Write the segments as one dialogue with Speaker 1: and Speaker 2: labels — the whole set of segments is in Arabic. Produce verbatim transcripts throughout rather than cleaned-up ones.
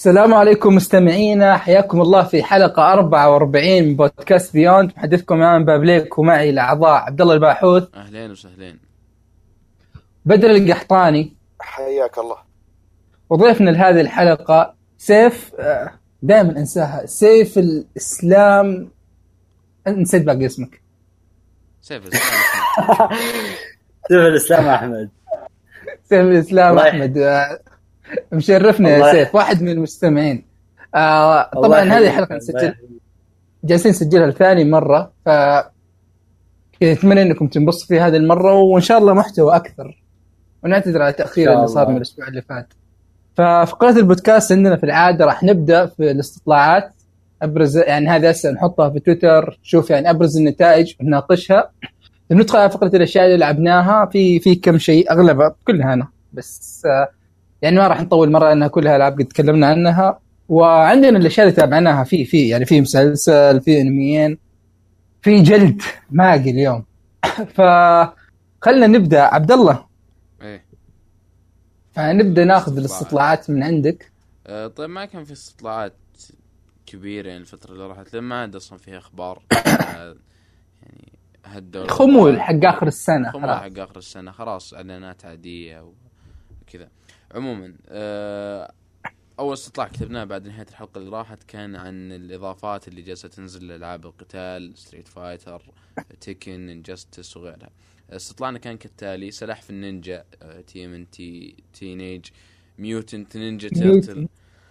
Speaker 1: السلام عليكم مستمعينا، حياكم الله في حلقة أربعة وأربعين من بودكاست بيوند. محدثكم أنا بابليك ومعي الأعضاء عبد الله الباحوث،
Speaker 2: أهلين وسهلين،
Speaker 1: بدر القحطاني،
Speaker 3: حياك الله،
Speaker 1: وضيفنا لهذه الحلقة سيف. دائما أنساها، سيف الإسلام. نسيت باقي اسمك.
Speaker 2: سيف الإسلام
Speaker 4: سيف الإسلام أحمد.
Speaker 1: سيف الإسلام أحمد، مشرفنا يا سيف، واحد من المستمعين. آه طبعا هذه الحلقة نسجل جالسين نسجلها لثاني مرة، ف أتمنى أنكم تنبسطوا في هذه المرة وإن شاء الله محتوى أكثر، ونعتذر على التأخير اللي صار من الأسبوع اللي فات. ففقرة البودكاست عندنا في العادة راح نبدأ في الاستطلاعات، أبرز يعني هذه أسئلة نحطها في تويتر، شوف يعني أبرز النتائج ونناقشها. ندخل على فقرة الأشياء اللي لعبناها، في في كم شيء أغلبها كلها أنا بس، آه يعني ما راح نطول مرة أنها كلها ألعاب قد تكلمنا عنها. وعندنا الأشياء اللي تابعناها في في يعني في مسلسل، في أنميين، في جلد ماقي اليوم. فخلنا نبدأ عبد الله.
Speaker 2: إيه.
Speaker 1: فنبدأ ناخذ الاستطلاعات من عندك.
Speaker 2: أه طيب، ما كان في استطلاعات كبيرة يعني الفترة اللي راحت، لما ما عاد أصلا فيها أخبار. أه يعني هالدورة
Speaker 1: خمول حق آخر السنة،
Speaker 2: خمول حق آخر السنة خلاص، إعلانات عادية وكذا. عموما أه أول استطلاع كتبناه بعد نهاية الحلقة اللي راحت كان عن الإضافات اللي جالسة تنزل لألعاب القتال، ستريت فايتر، تيكن، انجستس وغيرها. استطلاعنا كان كالتالي: سلاحف النينجا، تي ام ان تي، تينيج ميوتنت نينجا تيرتل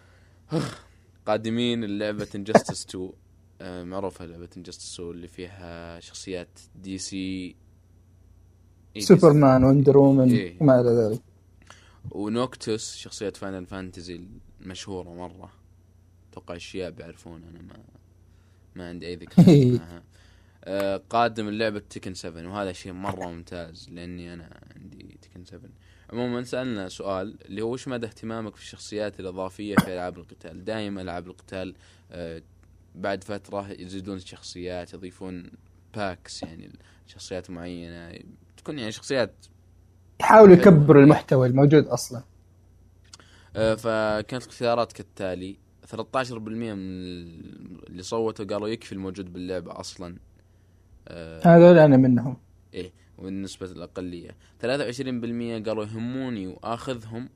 Speaker 2: قادمين اللعبة انجستس تو. معروفة لعبة انجستس تو اللي فيها شخصيات دي سي،
Speaker 1: سوبرمان وندر وومن
Speaker 2: إيه.
Speaker 1: وما إلى ذلك، ونوكتوس
Speaker 2: شخصية فاينل فانتزي المشهورة مرة، توقع الشياب يعرفون، أنا ما ما عندي أي ذكر عنها. آه قادم اللعبة تيكن سبعة، وهذا شيء مرة ممتاز لأني أنا عندي تيكن سبعة. عموما سألنا سؤال اللي هو: وش مدى اهتمامك في الشخصيات الإضافية في ألعاب القتال؟ دائما ألعاب القتال آه بعد فترة يزيدون الشخصيات، يضيفون باكس يعني شخصيات معينة، تكون يعني شخصيات
Speaker 1: يحاولوا يكبروا المحتوى الموجود أصلا.
Speaker 2: آه فكانت الاختيارات كالتالي: ثلاثة عشر بالمئة من اللي صوتوا قالوا يكفي الموجود باللعبة أصلا،
Speaker 1: هذول أنا منهم.
Speaker 2: إيه. والنسبة الأقلية ثلاثة وعشرين بالمئة قالوا يهموني وآخذهم.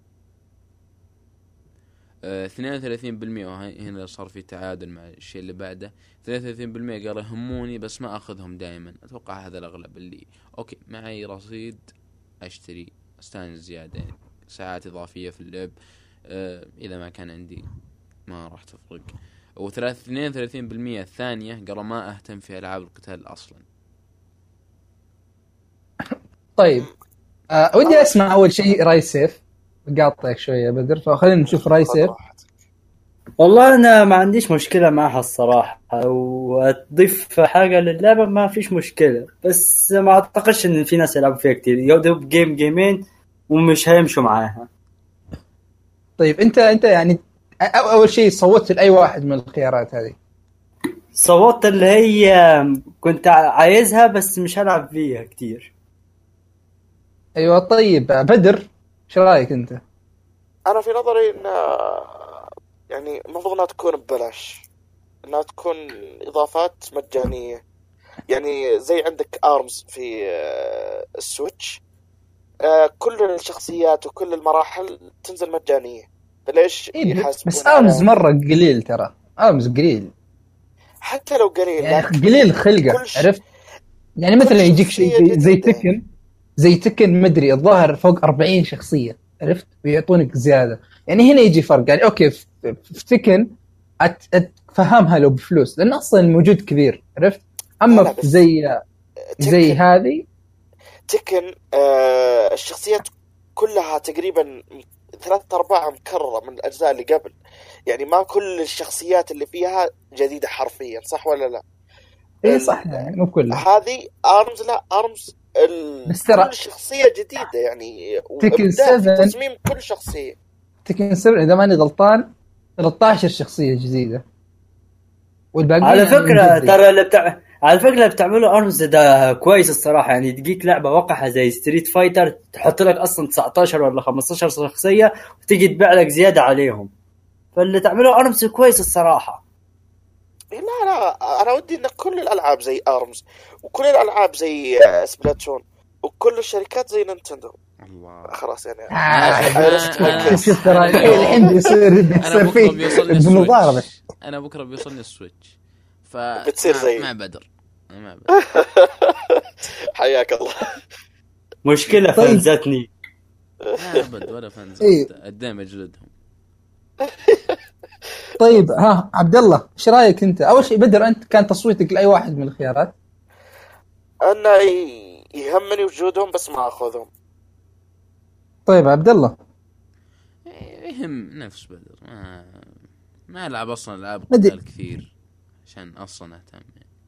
Speaker 2: اه اثنين وثلاثين بالمئة، وهنا صار في تعادل مع الشيء اللي بعده، ثلاثة وثلاثين بالمئة قالوا يهموني بس ما أخذهم دائما. أتوقع هذا الأغلب، اللي أوكي معي رصيد أشتري أستانس زيادة، يعني ساعات إضافية في اللعب. اه إذا ما كان عندي ما راح تفرق. واثنين وثلاثين بالمئة الثانية قالوا ما أهتم في ألعاب القتال أصلا.
Speaker 1: طيب أه ودي أسمع أول شيء راي سيف. قاطعك شوية بدر، فخلينا نشوف راي سيف.
Speaker 4: والله أنا ما عنديش مشكلة معها الصراحة، وتضيف حاجة للعبة ما فيش مشكلة، بس ما أعتقدش إن في ناس يلعبوا فيها كتير، يودوا جيم جيمين ومش هيمشوا معاها.
Speaker 1: طيب أنت أنت يعني أول شيء صوتت لأي واحد من الخيارات هذه؟
Speaker 4: صوتت اللي هي كنت عايزها بس مش هلعب فيها كتير.
Speaker 1: أيوة. طيب بدر، شو رأيك أنت؟
Speaker 3: أنا في نظري إن يعني المفروض أنها تكون ببلاش، أنها تكون إضافات مجانية، يعني زي عندك آرمز في السويتش، كل الشخصيات وكل المراحل تنزل مجانية، فليش
Speaker 1: إيه
Speaker 3: يحاسبون؟
Speaker 1: بس آرمز مرة قليل، ترى آرمز قليل،
Speaker 3: حتى لو قليل
Speaker 1: يعني قليل خلقة، عرفت؟ يعني مثلا يجيك شيء زي تكن، زي تكن مدري الظاهر فوق أربعين شخصية، عرفت؟ ويعطونك زيادة. يعني هنا يجي فرق، يعني أوكي في تكن أتفهمها لو بفلوس لأن أصلا الموجود كبير، عرفت؟ أما زي زي هذه
Speaker 3: تكن آه الشخصيات كلها تقريبا ثلاثة أرباعها مكررة من الأجزاء اللي قبل، يعني ما كل الشخصيات اللي فيها جديدة حرفيا، صح ولا لا؟
Speaker 1: إيه صح، يعني مو كلها.
Speaker 3: هذه آرمز لا آرمز كل شخصية جديدة، يعني
Speaker 1: تكن سبعة
Speaker 3: تصميم كل شخصية.
Speaker 1: تكن سبعة إذا ماني غلطان ثلاثة عشر شخصية جديدة، والباقي
Speaker 4: على فكرة ترى اللي بتاع على فكرة اللي بتعمله أرمز ده كويس الصراحة، يعني تجيك لعبة وقعها زي ستريت فايتر تحط لك أصلا تسعة عشر ولا خمسة عشر شخصية وتيجي تبيع لك زيادة عليهم، فاللي تعملوه ارمز كويس الصراحه.
Speaker 3: لا لا انا ودي ان كل الالعاب زي ارمز وكل الالعاب زي سبلاتون وكل الشركات زي نينتندو.
Speaker 2: الله
Speaker 3: خلاص يعني
Speaker 1: شوف ترى الحين بيصير بيصير فيه بمضاربه.
Speaker 2: انا بكره بيوصلني السويتش ف
Speaker 3: بتصير زي
Speaker 2: مع بدر مع بدر.
Speaker 3: حياك الله.
Speaker 4: مشكله فنزتني
Speaker 2: لا ابد ولا فنزت قدام جلدهم.
Speaker 1: طيب ها عبد الله ايش رايك انت؟ اول شيء بدر انت كان تصويتك لاي واحد من الخيارات؟
Speaker 3: انا يهمني وجودهم بس ما اخذهم.
Speaker 1: طيب عبد الله
Speaker 2: يهم نفس بدر ما ما العب اصلا العاب قتال كثير عشان اصلا اهتم.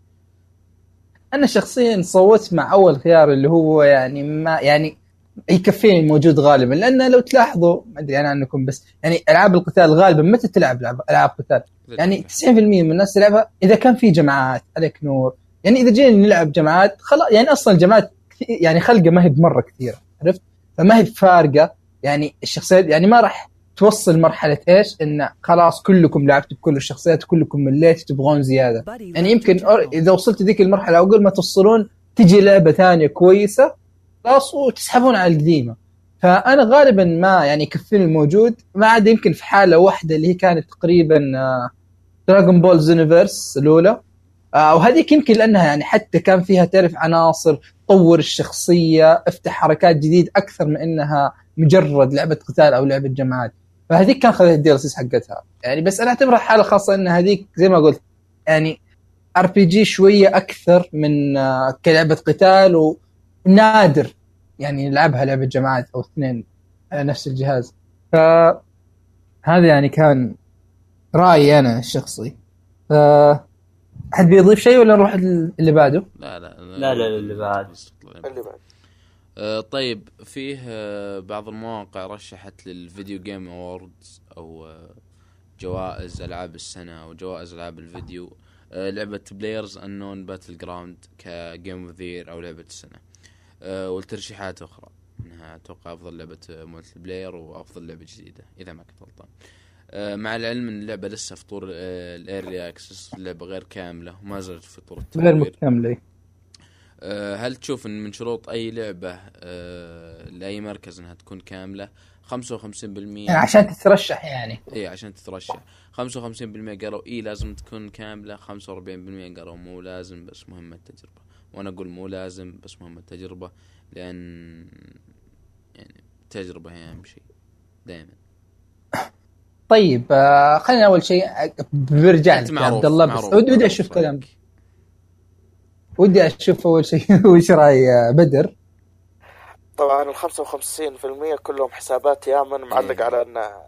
Speaker 1: انا شخصيا صوت مع اول خيار اللي هو يعني ما يعني يكفيني موجود غالبا، لان لو تلاحظوا ما ادري انا عنكم بس يعني العاب القتال غالبا متى تلعب العاب قتال يعني تسعين بالمية من الناس تلعبها اذا كان في جماعات عليك نور. يعني اذا جينا نلعب جماعات خلاص يعني اصلا الجماعات يعني خلقه ما هي بمره كثيره عرفت، فما هي فارقه يعني الشخصيات يعني ما راح توصل مرحله ايش ان خلاص كلكم لعبتوا بكل الشخصيات كلكم مليت تبغون زياده. يعني يمكن اذا وصلت ذيك المرحله او قبل ما توصلون تجي لعبه ثانيه كويسه خلاص وتسحبون على القديمه. فانا غالبا ما يعني يكفيني الموجود ما عاد يمكن في حاله واحده اللي هي كانت تقريبا دراغون بول زونيفرس الاولى آه وهذيك يمكن لانها يعني حتى كان فيها تعرف عناصر طور الشخصيه افتح حركات جديد اكثر من انها مجرد لعبه قتال او لعبه جماعات. فهذيك كان خذت الدي ال سي حقتها يعني. بس انا اعتبرها حاله خاصه ان هذيك زي ما قلت يعني ار بي جي شويه اكثر من آه كلعبه قتال ونادر يعني نلعبها لعبه جماعات او اثنين على نفس الجهاز. فهذا يعني كان رايي انا الشخصي. ف حد بيضيف شيء ولا نروح اللي بعده؟
Speaker 2: لا لا
Speaker 4: لا لا اللي بعد
Speaker 3: اللي بعد.
Speaker 2: آه طيب فيه آه بعض المواقع رشحت للفيديو جيم أووردز أو آه جوائز ألعاب السنة أو جوائز ألعاب الفيديو آه لعبة بلايرز أنون باتل جراوند كجيم اوف ذا يير أو لعبة السنة آه والترشيحات أخرى منها أتوقع أفضل لعبة مولتي بلاير وأفضل لعبة جديدة إذا ما كنت غلطان. آه مع العلم ان اللعبه لسه في طور آه الايرلي اكسس، اللعبه غير كامله وما زالت في طور التطوير
Speaker 1: غير مكتمله.
Speaker 2: آه هل تشوف ان من شروط اي لعبه آه لاي مركز انها تكون كامله؟ خمسة وخمسين بالمية
Speaker 1: يعني عشان تترشح يعني
Speaker 2: اي عشان تترشح خمسة وخمسين بالمية قالوا اي لازم تكون كامله، خمسة وأربعين بالمية قالوا مو لازم بس مهمه التجربه. وانا اقول مو لازم بس مهمه التجربه، لان يعني التجربه هي اهم شيء دائما.
Speaker 1: طيب آه خلينا اول شيء برجع لك عبد الله بس ودي اشوف كلام ودي اشوف اول شيء وش راي بدر.
Speaker 3: طبعا ال خمسة وخمسين بالمية كلهم حسابات يامن معلق على انها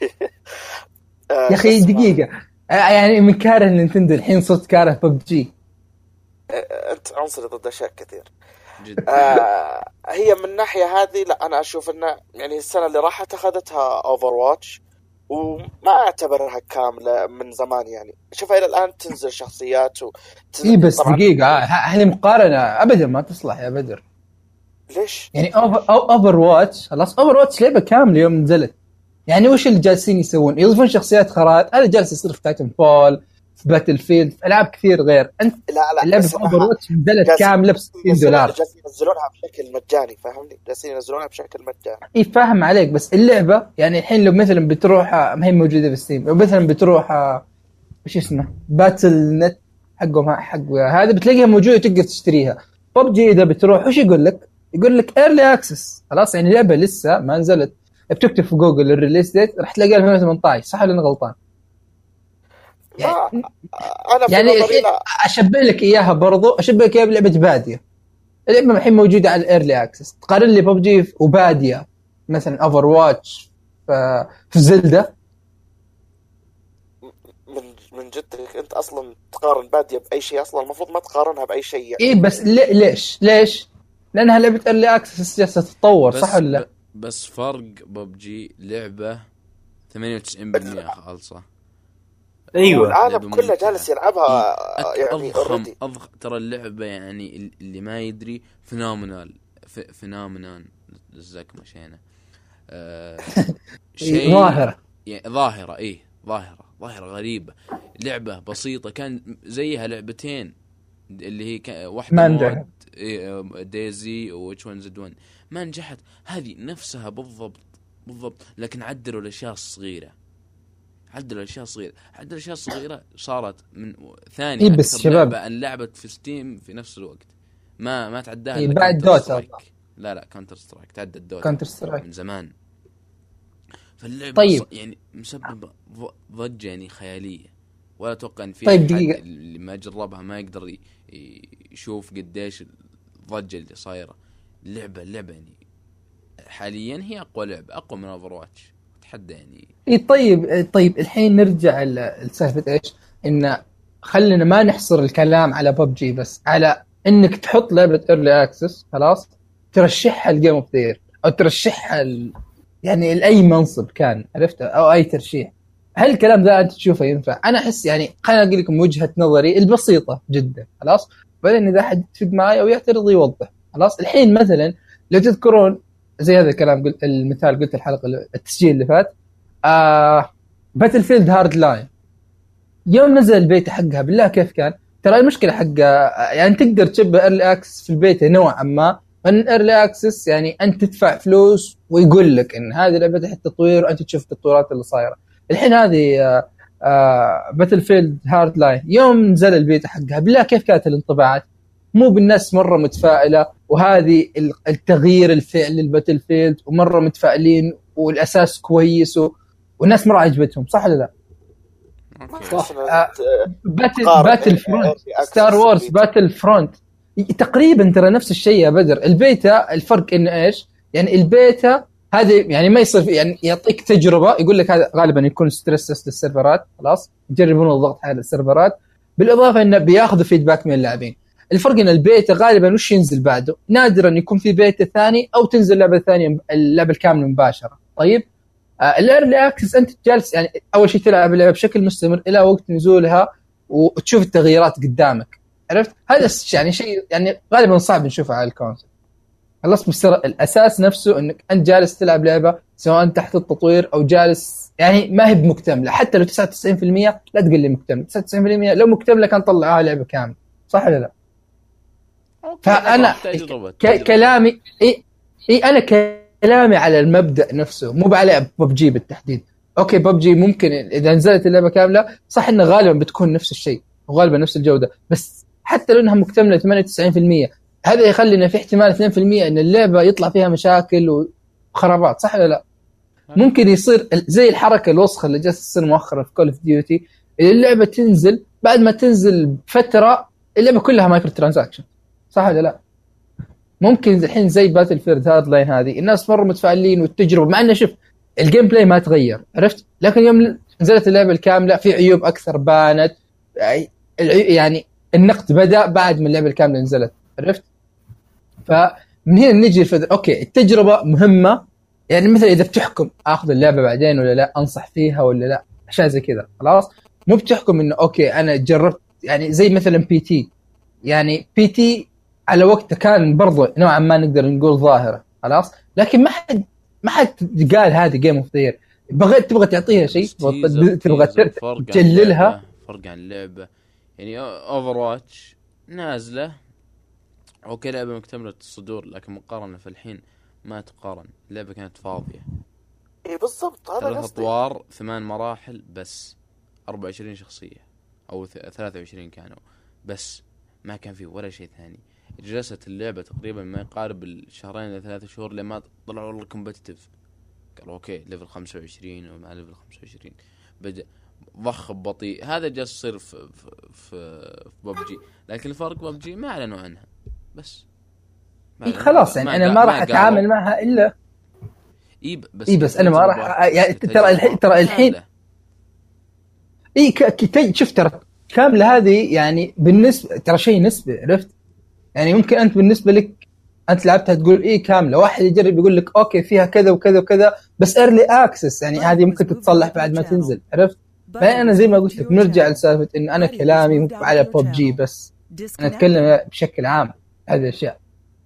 Speaker 1: يا اخي دقيقه يعني من كاره نينتندو الحين صرت كاره ببجي.
Speaker 3: انت عنصري ضد اشياء كثير جدا. آه هي من الناحيه هذه لا انا اشوف انه يعني السنه اللي راحت اخذتها اوفر واتش وما اعتبرها كامله من زمان. يعني شوفها الى الان تنزل شخصيات وتنزل
Speaker 1: اي بس دقيقه هذه مقارنه ابدا ما تصلح يا بدر.
Speaker 3: ليش
Speaker 1: يعني اوفر اوفر واتش خلاص اوفر واتش لعبه كامله يوم نزلت. يعني وش اللي جالسين يسوون؟ يضيفون شخصيات خرائط. هذا جالس يصير في تايتن فول في باتل فيلد في العاب كثير غير. انت
Speaker 3: لا لا
Speaker 1: لعبه اوفر واتش نزلت كامله ب ستين دولار.
Speaker 3: جالسين ينزلونها بشكل مجاني فاهمني، جالسين ينزلونها بشكل مجاني.
Speaker 1: اي فاهم عليك بس اللعبه يعني الحين لو مثلا بتروح ما هي موجوده في ستيم، لو مثلا بتروح ايش اسمه باتل نت حقهم حق هذا بتلاقيها موجوده تقدر تشتريها. ببجي اذا بتروح وش يقول لك؟ يقول لك ايرلي اكسس خلاص يعني اللعبه لسه ما نزلت. بتكتب في جوجل الريليس ديت راح تلاقيها ألفين وثمانية عشر صح ولا انا غلطان؟
Speaker 3: يعني انا في
Speaker 1: يعني
Speaker 3: لا.
Speaker 1: اشبه لك اياها برضو اشبه لك اياها بلعبه باديه. اللعبه الحين موجوده على الايرلي اكسس تقارن لي ببجي وباديه مثلا اوفر واتش في زلدة.
Speaker 3: من من جدك انت اصلا تقارن باديه باي شيء؟ اصلا المفروض ما تقارنها باي شيء يعني.
Speaker 1: ايه بس ليش ليش لانها لعبه ايرلي اكسس جالسه تتطور صح ولا لا؟
Speaker 2: بس فرق ببجي لعبه ثمانية وتسعين بالمية خالصه.
Speaker 4: ايوه
Speaker 3: العالم كله جالس يلعبها يعني
Speaker 2: أضخم أضخ... ترى اللعبه يعني اللي ما يدري فينومينال ف... فينومينال الزك مشينا آه... شيء
Speaker 1: ظاهره
Speaker 2: يعني ظاهره ايه ظاهرة ظاهرة غريبة. لعبة بسيطة كان زيها لعبتين اللي هي كان واحدة مود دايزي وويتش ون زد ون ما نجحت، هذه نفسها بالضبط بالضبط، لكن عدلوا الأشياء الصغيرة، عدلوا الأشياء الصغيرة عدلوا الأشياء الصغيرة صارت من ثاني
Speaker 1: إيه بس
Speaker 2: أكثر
Speaker 1: شباب
Speaker 2: لعبة أن لعبت في ستيم في نفس الوقت، ما ما تعداها
Speaker 1: إيه بعد دوتا.
Speaker 2: لا لا كونتر سترايك تعدى الدوتا
Speaker 1: كونتر سترايك
Speaker 2: من زمان. فاللعبة
Speaker 1: طيب.
Speaker 2: يعني مسبب ضجة يعني خيالية، ولا أتوقع أن في
Speaker 1: طيب
Speaker 2: أحد
Speaker 1: دقيقة.
Speaker 2: اللي ما جربها ما يقدر يشوف قديش الضجة اللي صايرة. اللعبة اللعبة يعني حاليا هي أقوى لعبة، أقوى من أوفرواتش تحدى يعني.
Speaker 1: إيه طيب طيب الحين نرجع لسالفة إيش، إن خلينا ما نحصر الكلام على ببجي بس، على إنك تحط لعبة إيرلي أكسس خلاص ترشحها الجيم اوف ذا يير أو ترشحها ال... يعني لأي منصب كان عرفت أو أي ترشيح. هل الكلام ذا أنت تشوفه ينفع؟ أنا أحس يعني خلينا أقول لكم وجهة نظري البسيطة جدا خلاص، بعدين إذا حد يتفق معي أو يعترض يوضح. خلاص الحين مثلا لو تذكرون زي هذا الكلام قلت المثال قلت الحلقة التسجيل اللي فات آه باتل فيلد هارد لاين يوم نزل البيت حقها بالله كيف كان، ترى المشكلة حقها يعني تقدر تشبه ايرلي اكسس في البيت نوعا ما، ان ايرلي اكسس يعني انت تدفع فلوس ويقول لك ان هذه لعبة تحت التطوير وانت تشوف التطويرات اللي صايرة. الحين هذه آه آه باتل فيلد هارد لاين يوم نزل البيت حقها بالله كيف كانت الانطباعات؟ مو بالناس مرة متفائلة وهذه التغيير الفعلي للباتل فيلد ومرة متفائلين والأساس كويس والناس مرة عجبتهم صح ولا لا؟
Speaker 3: صح.
Speaker 1: باتل باتل فرونت ستار وورز باتل فرونت تقريبا ترى نفس الشيء يا بدر. البيتا الفرق إنه إيش يعني البيتا هذه يعني ما يصير يعني يعطيك تجربة يقول لك هذا غالبا يكون ستريس للسيرفرات خلاص يجربون الضغط على السيرفرات بالإضافة إنه بياخذوا فيدباك من اللاعبين. الفرق إن البيتا غالبا وش ينزل بعده نادرا يكون في بيتا ثاني أو تنزل لعبة ثانية اللعبة الكاملة مباشرة. طيب آه الإيرلي أكسس أنت جالس يعني أول شيء تلعب اللعبة بشكل مستمر إلى وقت نزولها وتشوف التغييرات قدامك عرفت. هذا يعني شيء يعني غالبا صعب نشوفه على الكونسول. خلاص بصير الأساس نفسه إنك أنت جالس تلعب لعبة سواء تحت التطوير أو جالس يعني ما هي بمكتملة، حتى لو تسعة وتسعين بالمئة لا تقول لي مكتملة، تسعة وتسعين بالمئة لو مكتملة كان طلعها لعبة كاملة صح ولا لا؟ فأنا ك- كلامي إيه إيه أنا كلامي على المبدأ نفسه مو على ببجي بالتحديد. أوكي ببجي ممكن إذا نزلت اللعبة كاملة صح إنه غالبا بتكون نفس الشيء وغالبا نفس الجودة، بس حتى لو إنها مكتملة ثمانية وتسعين بالمئة هذا يخلينا في احتمال اثنين بالمئة إن اللعبة يطلع فيها مشاكل وخرابات صح ولا لا؟ ممكن يصير زي الحركة الوسخة اللي جالسة تصير مؤخرا في كول اوف ديوتي، اللعبة تنزل بعد ما تنزل بفترة اللعبة كلها مايكرو ترانزاكشن صح ولا لا؟ ممكن الحين زي باتل فيلد هارد لاين هذه الناس مرة متفائلين والتجربة مع انه شوف الجيم بلاي ما تغير عرفت، لكن يوم نزلت اللعبة الكاملة في عيوب اكثر بانت يعني النقد بدأ بعد ما اللعبة الكاملة نزلت عرفت. فمن هنا نجي الفدر اوكي التجربة مهمة يعني مثلا اذا بتحكم اخذ اللعبة بعدين ولا لا انصح فيها ولا لا اشياء زي كذا خلاص، مو بتحكم انه اوكي انا جربت يعني زي مثلا بي تي يعني بي تي على وقته كان برضو نوعا ما نقدر نقول ظاهرة خلاص، لكن ما حد ما حد قال هذه جيم اوف ذا يير. بغيت تبغى تعطيها شيء تبغى تجللها
Speaker 2: فرق عن اللعبة يعني اوفر واتش نازلة اوكي لعبة مكتملة الصدور لكن مقارنة في الحين ما تقارن، اللعبة كانت فاضية
Speaker 3: اي بالضبط هذا
Speaker 2: ثلاث اطوار ثمان مراحل بس أربعة وعشرين شخصية او ثلاثة وعشرين كانوا بس ما كان فيه ولا شيء ثاني. جلست اللعبة تقريبا ما يقارب الشهرين إلى ثلاثة شهور لما طلعوا له كومبتيتيف قالوا أوكي ليفل خمسة وعشرين ومع ليفل خمسة وعشرين بدأ ضخ بطيء. هذا جالس يصير في في في ببجي، لكن الفرق ببجي ما أعلنوا عنها بس
Speaker 1: إيه خلاص يعني أنا ما راح أتعامل معها إلا
Speaker 2: إيه بس
Speaker 1: إيه بس أنا ما راح يعني ترى الحين ترى الحين إيه كي شفت ترى كاملة هذه يعني بالنسبة ترى شيء نسبي عرفت، يعني ممكن أنت بالنسبة لك أنت لعبتها تقول إيه كاملة، واحد يجرب يقول لك أوكي فيها كذا وكذا وكذا بس early access يعني هذه ممكن تتصلح بعد ما تنزل عرفت. فأنا زي ما قلت لك نرجع لسالفة إن أنا كلامي مو على ببجي بس، أنا أتكلم بشكل عام هذه الأشياء.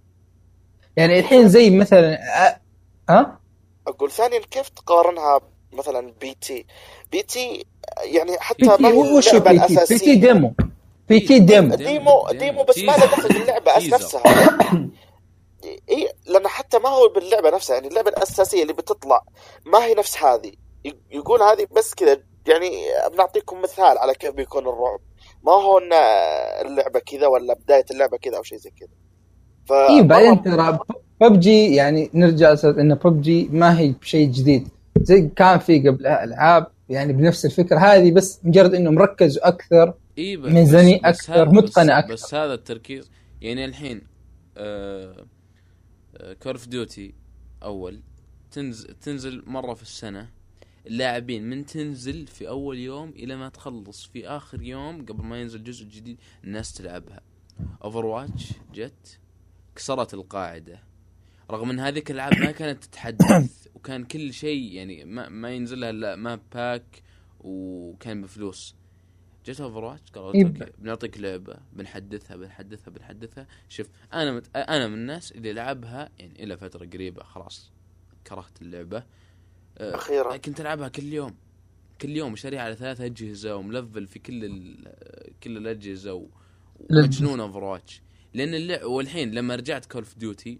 Speaker 1: يعني الحين زي مثلا أه؟ أه؟
Speaker 3: أقول ثانيا كيف تقارنها مثلا بي تي بي تي يعني حتى
Speaker 1: بي تي
Speaker 3: ما هي
Speaker 1: وش
Speaker 3: اللعبة
Speaker 1: بي تي؟ بي
Speaker 3: الأساسية.
Speaker 1: تي ديمو، بي تي ديمو
Speaker 3: ديمو ديمو بس ما له دخل باللعبة نفسها. إيه لأن حتى ما هو باللعبة نفسها، يعني اللعبة الأساسية اللي بتطلع ما هي نفس هذه. يقول هذه بس كذا، يعني بنعطيكم مثال على كيف بيكون الرعب، ما هو إن اللعبة كذا ولا بداية اللعبة كذا أو شيء زي كذا.
Speaker 1: إيه بعدين ترى ببجي يعني نرجع صارت إن ببجي ما هي بشيء جديد، زي كان في قبل ألعاب يعني بنفس الفكرة هذه، بس مجرد إنه مركز أكثر،
Speaker 2: إيه
Speaker 1: ميزانية أكثر، متقنة أكثر.
Speaker 2: بس هذا التركيز يعني الحين آه كول اوف ديوتي اول تنزل تنزل مره في السنه، اللاعبين من تنزل في اول يوم الى ما تخلص في اخر يوم قبل ما ينزل جزء جديد الناس تلعبها. اوفرواتش جت كسرت القاعده، رغم ان هذيك الالعاب ما كانت تتحدث وكان كل شيء يعني ما, ما ينزلها الا ما باك وكان بفلوس. جت اوفرواتش قالت اوكي بنعطيك لعبه بنحدثها بنحدثها بنحدثها. شوف انا مت... انا من الناس اللي لعبها يعني الى فتره قريبه خلاص كرهت اللعبه
Speaker 3: اخيرا.
Speaker 2: كنت العبها كل يوم كل يوم شاري على ثلاث اجهزه وملفل في كل ال... كل الاجهزه ومجنون اوفرواتش. لان اللعبه والحين لما رجعت كول اوف ديوتي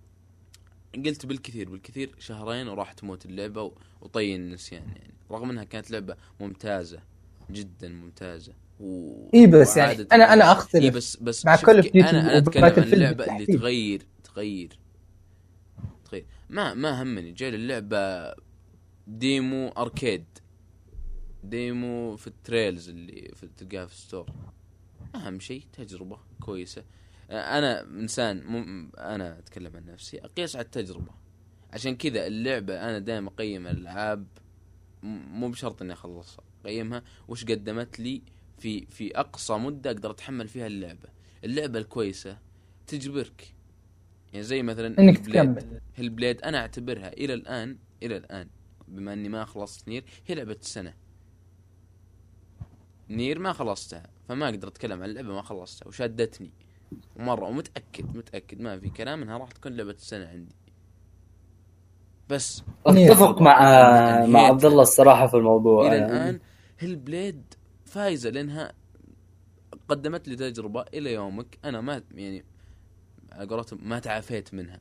Speaker 2: قلت بالكثير بالكثير شهرين وراح تموت اللعبه وطين النسيان، يعني رغم انها كانت لعبه ممتازه جدا ممتازه و...
Speaker 1: اي بس يعني انا انا اختلف
Speaker 2: إيه بس بس
Speaker 1: مع كل
Speaker 2: انا انا اتكلم عن اللعبه اللي تغير تغير تغير ما ما همني جاي اللعبه ديمو اركيد ديمو في التريلز اللي في تلقاها في الستور، اهم شيء تجربه كويسه. انا انسان م... انا اتكلم عن نفسي اقيس على التجربه، عشان كذا اللعبه انا دائما اقيم الالعاب مو بشرط اني اخلصها، قيمها وش قدمت لي في في اقصى مده اقدر اتحمل فيها اللعبه. اللعبه الكويسه تجبرك، يعني زي مثلا
Speaker 1: انك تكمل
Speaker 2: هالبليد انا اعتبرها الى الان الى الان بما اني ما خلصت نير هي لعبه السنه. نير ما خلصتها فما اقدر اتكلم عن اللعبه ما خلصتها وشادتني مره ومتاكد متاكد ما في كلام انها راح تكون لعبه السنه عندي. بس
Speaker 4: اتفق مع مع عبد الله الصراحه في الموضوع
Speaker 2: الى
Speaker 4: يعني.
Speaker 2: الان هالبليد فايزه لانها قدمت لي تجربه الى يومك انا ما يعني على قولتهم ما تعافيت منها.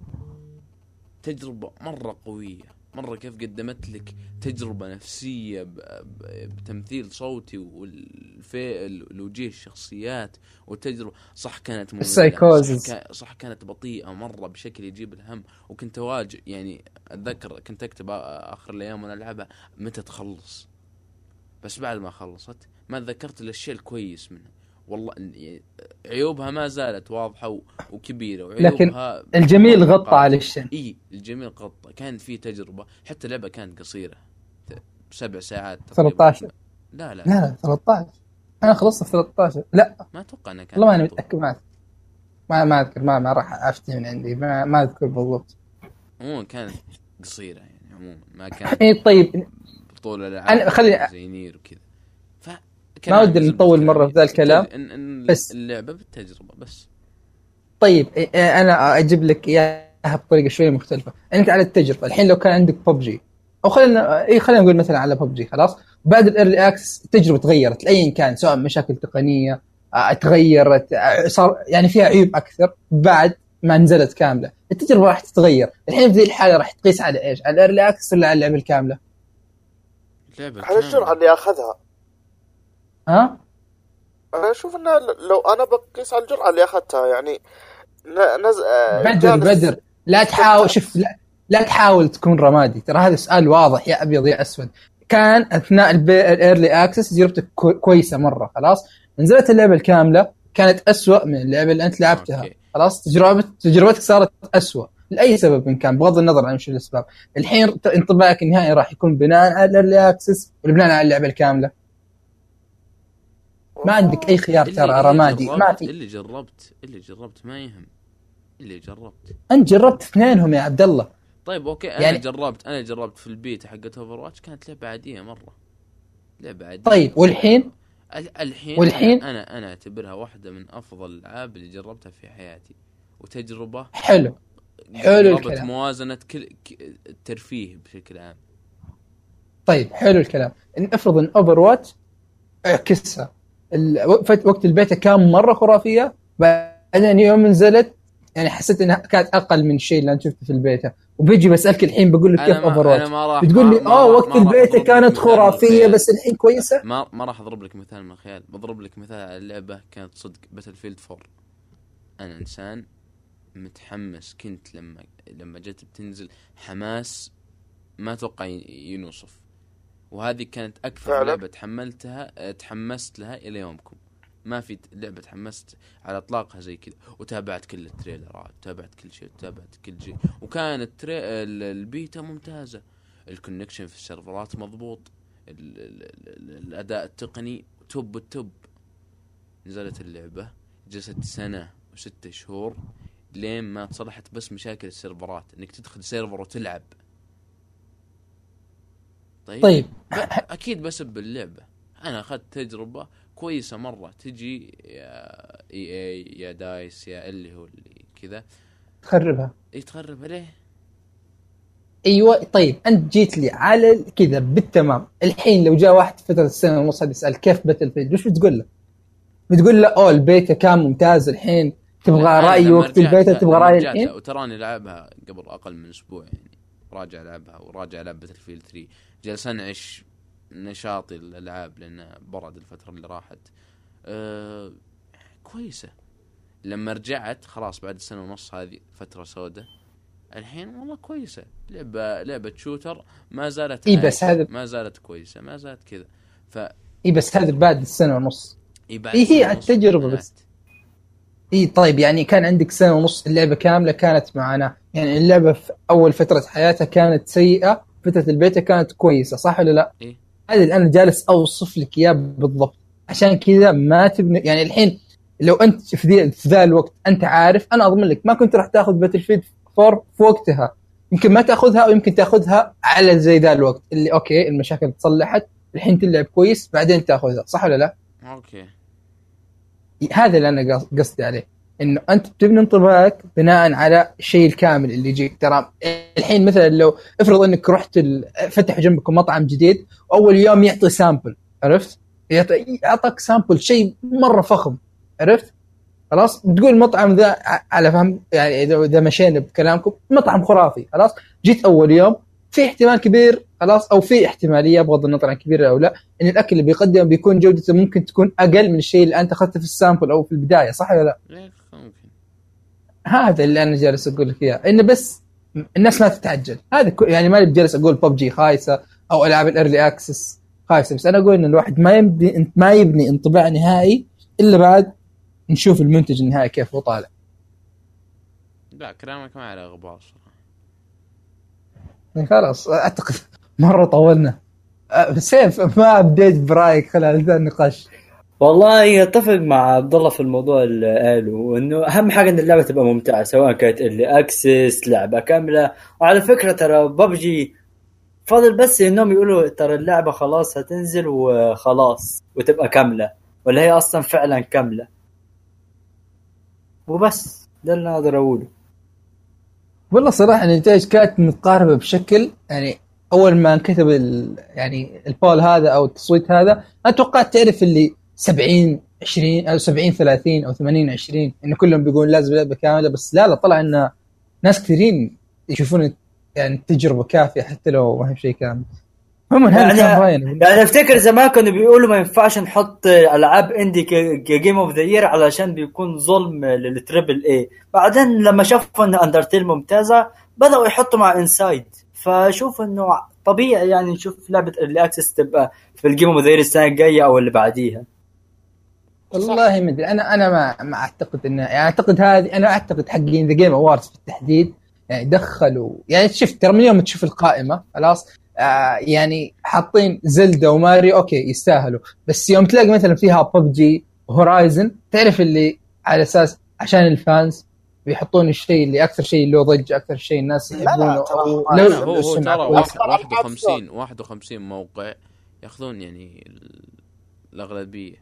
Speaker 2: تجربه مره قويه مرة، كيف قدمت لك تجربة نفسية بتمثيل صوتي والفعل الوجيه الشخصيات والتجربة صح كانت
Speaker 1: مملة
Speaker 2: صح, صح كانت بطيئة مرة بشكل يجيب الهم. وكنت أواجه يعني أتذكر كنت أكتب آخر الأيام وأنا ألعبها متى تخلص، بس بعد ما خلصت ما تذكرت الأشياء الكويس منها. والله عيوبها ما زالت واضحة وكبيرة وعيوبها
Speaker 1: لكن الجميل غطى على الشن.
Speaker 2: إيه الجميل غطى، كان في تجربة حتى لعبة كانت قصيرة سبع ساعات
Speaker 1: ثلاثة عشر
Speaker 2: لا لا
Speaker 1: لا ثلاثة عشر أنا خلصت في ثلاثة عشر لا
Speaker 2: ما أتوقع أنها كانت
Speaker 1: والله ما أنا متأكد ما ما ما أذكر ما ما راح أفتي من عندي ما ما أذكر بالضبط.
Speaker 2: عموما كانت قصيرة يعني عموما ما كانت
Speaker 1: إيه طيب
Speaker 2: بطولة
Speaker 1: أنا خلي
Speaker 2: زي نير وكذا
Speaker 1: ما ودي نطول مرة في ذا الكلام
Speaker 2: إن إن
Speaker 1: بس
Speaker 2: اللعبة بالتجربة بس.
Speaker 1: طيب أنا أجيب لك إياها بطريقة شوية مختلفة. أنت على التجربة الحين لو كان عندك ببجي أو خلينا إيه خلينا نقول مثلا على ببجي خلاص بعد الإيرلي أكسس التجربة تغيرت لأي كان سواء مشاكل تقنية تغيرت صار يعني فيها عيوب أكثر بعد ما نزلت كاملة التجربة راح تتغير. الحين في ذي الحالة راح تقيس على إيش على الإيرلي أكسس ولا على اللعبة الكاملة؟
Speaker 3: على الجرعة اللي أخذها.
Speaker 1: ها؟
Speaker 3: أنا أشوف إن لو أنا بقيس على الجرعة اللي أخذتها يعني نز...
Speaker 1: بدر بدر لا تحاول شوف لا, لا تحاول تكون رمادي ترى هذا سؤال واضح يا أبيض يا أسود. كان أثناء الإيرلي أكسس تجربتك كويسة مرة خلاص نزلت اللعبة الكاملة كانت أسوأ من اللعبة اللي أنت لعبتها. أوكي. خلاص تجربة تجربتك صارت أسوأ لأي سبب إن كان بغض النظر عن شو الأسباب. الحين انطباعك النهائي راح يكون بناء على الإيرلي أكسس ولا بناء على اللعبة الكاملة؟ ما عندك أي خيار ترى رمادي ما في.
Speaker 2: اللي جربت اللي جربت ما يهم اللي جربت
Speaker 1: أنت جربت اثنينهم يا عبد الله.
Speaker 2: طيب أوكي أنا يعني جربت أنا جربت في البيت حقت أوفرواتش كانت لعبة عادية مرة لعبة عادية.
Speaker 1: طيب والحين
Speaker 2: الحين
Speaker 1: والحين
Speaker 2: أنا أنا أعتبرها واحدة من أفضل الألعاب اللي جربتها في حياتي وتجربة
Speaker 1: حلو حلو الكلام
Speaker 2: موازنة كل الترفيه بشكل عام.
Speaker 1: طيب حلو الكلام. إن افرض ان اوفر واتش اعكسها، وقت البيتا كان مره خرافيه، بعدين يوم نزلت يعني حسيت انها كانت اقل من الشيء اللي انا شفته في البيتا، وبيجي بسالك الحين بقول لك كيف اوفر واتش بتقول لي اه وقت البيتا كانت خرافيه بس الحين كويسه.
Speaker 2: ما ما راح اضرب لك مثال من الخيال، بضرب لك مثال على اللعبه كانت صدق باتل فيلد فور. انا انسان متحمس كنت لما لما جت بتنزل، حماس ما توقع ينوصف، وهذه كانت اكثر فعلا. لعبه تحملتها تحمست لها الى يومكم. ما في لعبه تحمست على اطلاقها زي كذا، وتابعت كل التريلرات، تابعت كل شيء، تابعت كل شيء، وكانت تري... البيتا ممتازه، الكونكشن في السيرفرات مضبوط، ال... ال... ال... الاداء التقني توب التوب. نزلت اللعبه جلست سنه وستة شهور لين ما تصلحت بس مشاكل السيرفرات، انك تدخل سيرفر وتلعب. طيب, طيب. اكيد بسب اللعبه. انا اخذت تجربه كويسه مره، تجي يا اي اي يا دايس يا اللي هو اللي كذا
Speaker 1: تخربها.
Speaker 2: اي تخربها ليه؟
Speaker 1: ايوه طيب انت جيت لي على كذا بالتمام. الحين لو جاء واحد فتره السنه ونص يسال كيف باتل فيلد، وش بتقول له؟ بتقول له اوه البيتا كان ممتاز، الحين تبغى راي وقت البيتا، تبغى راي الحين.
Speaker 2: وتراني لعبها قبل اقل من اسبوع يعني، راجع لعبها وراجع لعبة باتل فيلد ثري، جالس انعش نشاطي الالعاب لان برد الفتره اللي راحت. أه كويسه. لما رجعت خلاص بعد سنه ونص هذه فتره سوداء، الحين والله كويسه. لعبه لعبه شوتر ما زالت
Speaker 1: إيه بس هذا
Speaker 2: ما زالت كويسه، ما زالت كذا. ف
Speaker 1: اي بس هذا بعد السنه ونص.
Speaker 2: اي بعد
Speaker 1: إيه هي التجربه بس. اي طيب يعني كان عندك سنه ونص اللعبه كامله كانت معنا، يعني اللعبه في اول فتره حياتها كانت سيئه، فتره البيتا كانت كويسه، صح ولا لا؟
Speaker 2: إيه؟
Speaker 1: هذا اللي انا جالس اوصف لك اياه بالضبط. عشان كذا ما تبني يعني الحين لو انت في ذا في ذا الوقت انت عارف، انا اضمن لك ما كنت راح تاخذ باتل فيلد فور في وقتها، يمكن ما تاخذها او يمكن تاخذها على زي ذا الوقت اللي اوكي المشاكل تصلحت، الحين تلعب كويس بعدين تاخذها، صح ولا لا؟
Speaker 2: اوكي
Speaker 1: هذا اللي انا قصدي عليه، انه انت بتبني انطباعك بناء على الشيء الكامل اللي يجيك. ترى الحين مثلا لو افرض انك رحت فتح جنبكم مطعم جديد واول يوم يعطي سامبل، عرفت؟ يعطيك سامبل شيء مره فخم، عرفت؟ خلاص بتقول المطعم ذا على فهم يعني اذا مشينا بكلامكم مطعم خرافي، خلاص جيت اول يوم في احتمال كبير خلاص، او في احتماليه بغض النظر عن كبير او لا ان الاكل اللي بيقدم بيكون جودته ممكن تكون اقل من الشيء اللي انت اخذته في السامبل او في البدايه، صح ولا لا؟
Speaker 2: ممكن.
Speaker 1: هذا اللي انا جالس اقول لك اياه، انه بس الناس ما تتعجل. هذا يعني ما جالس اقول ببجي خايسه او العاب الايرلي اكسس خايسه، بس انا اقول ان الواحد ما يبني ما يبني انطباع نهائي الا بعد نشوف المنتج النهائي كيف هو طالع.
Speaker 2: لا كلامك ما عليه غبار صراحه.
Speaker 1: خلاص اعتقد مره طولنا. سيف ما بديت برايك خلال ذا النقاش.
Speaker 4: والله يتفق مع عبد الله في الموضوع اللي قاله، انه اهم حاجه ان اللعبه تبقى ممتعه سواء كانت اللي اكسس لعبه كامله. وعلى فكره ترى ببجي فاضل بس انهم يقولوا ترى اللعبه خلاص هتنزل وخلاص وتبقى كامله، ولا هي اصلا فعلا كامله، وبس ده اللي اقدر اقوله.
Speaker 1: والله صراحه النتائج كانت متقاربه بشكل يعني اول ما انكتب يعني البول هذا او التصويت هذا اتوقع تعرف اللي سبعين عشرين او سبعين ثلاثين او ثمانين عشرين انه كلهم بيقولون لازم لعبه كامله، بس لا لا طلع ان ناس كثيرين يشوفون يعني التجربه كافيه حتى لو ما هي شيء كامل. هم
Speaker 4: يعني يعني افتكر زمان كانوا بيقولوا ما ينفعش نحط العاب اندي كجيم اوف ذا يير علشان بيكون ظلم للتريبل اي، بعدين لما شافوا ان اندرتيل ممتازه بداوا يحطوا مع انسايد، فشوف انه طبيعي يعني نشوف لعبه اللي اكسس تبقى في الجيم اوف ذا يير السنه الجايه او اللي بعديها.
Speaker 1: والله ما ادري، انا انا ما ما اعتقد انه يعني اعتقد هذه انا اعتقد حقين ذا جيم اووردز بالتحديد يعني دخلوا يعني شفت ترى من يوم تشوف القائمه خلاص آه يعني حاطين زلدا وماريو اوكي يستاهلوا، بس يوم تلاقي مثلا فيها ببجي وهورايزن تعرف اللي على اساس عشان الفانز بيحطون الشيء اللي اكثر شيء له ضجه، اكثر شيء الناس يحبونه.
Speaker 2: هو هو ترى واحد وخمسين واحد وخمسين موقع ياخذون يعني الاغلبيه.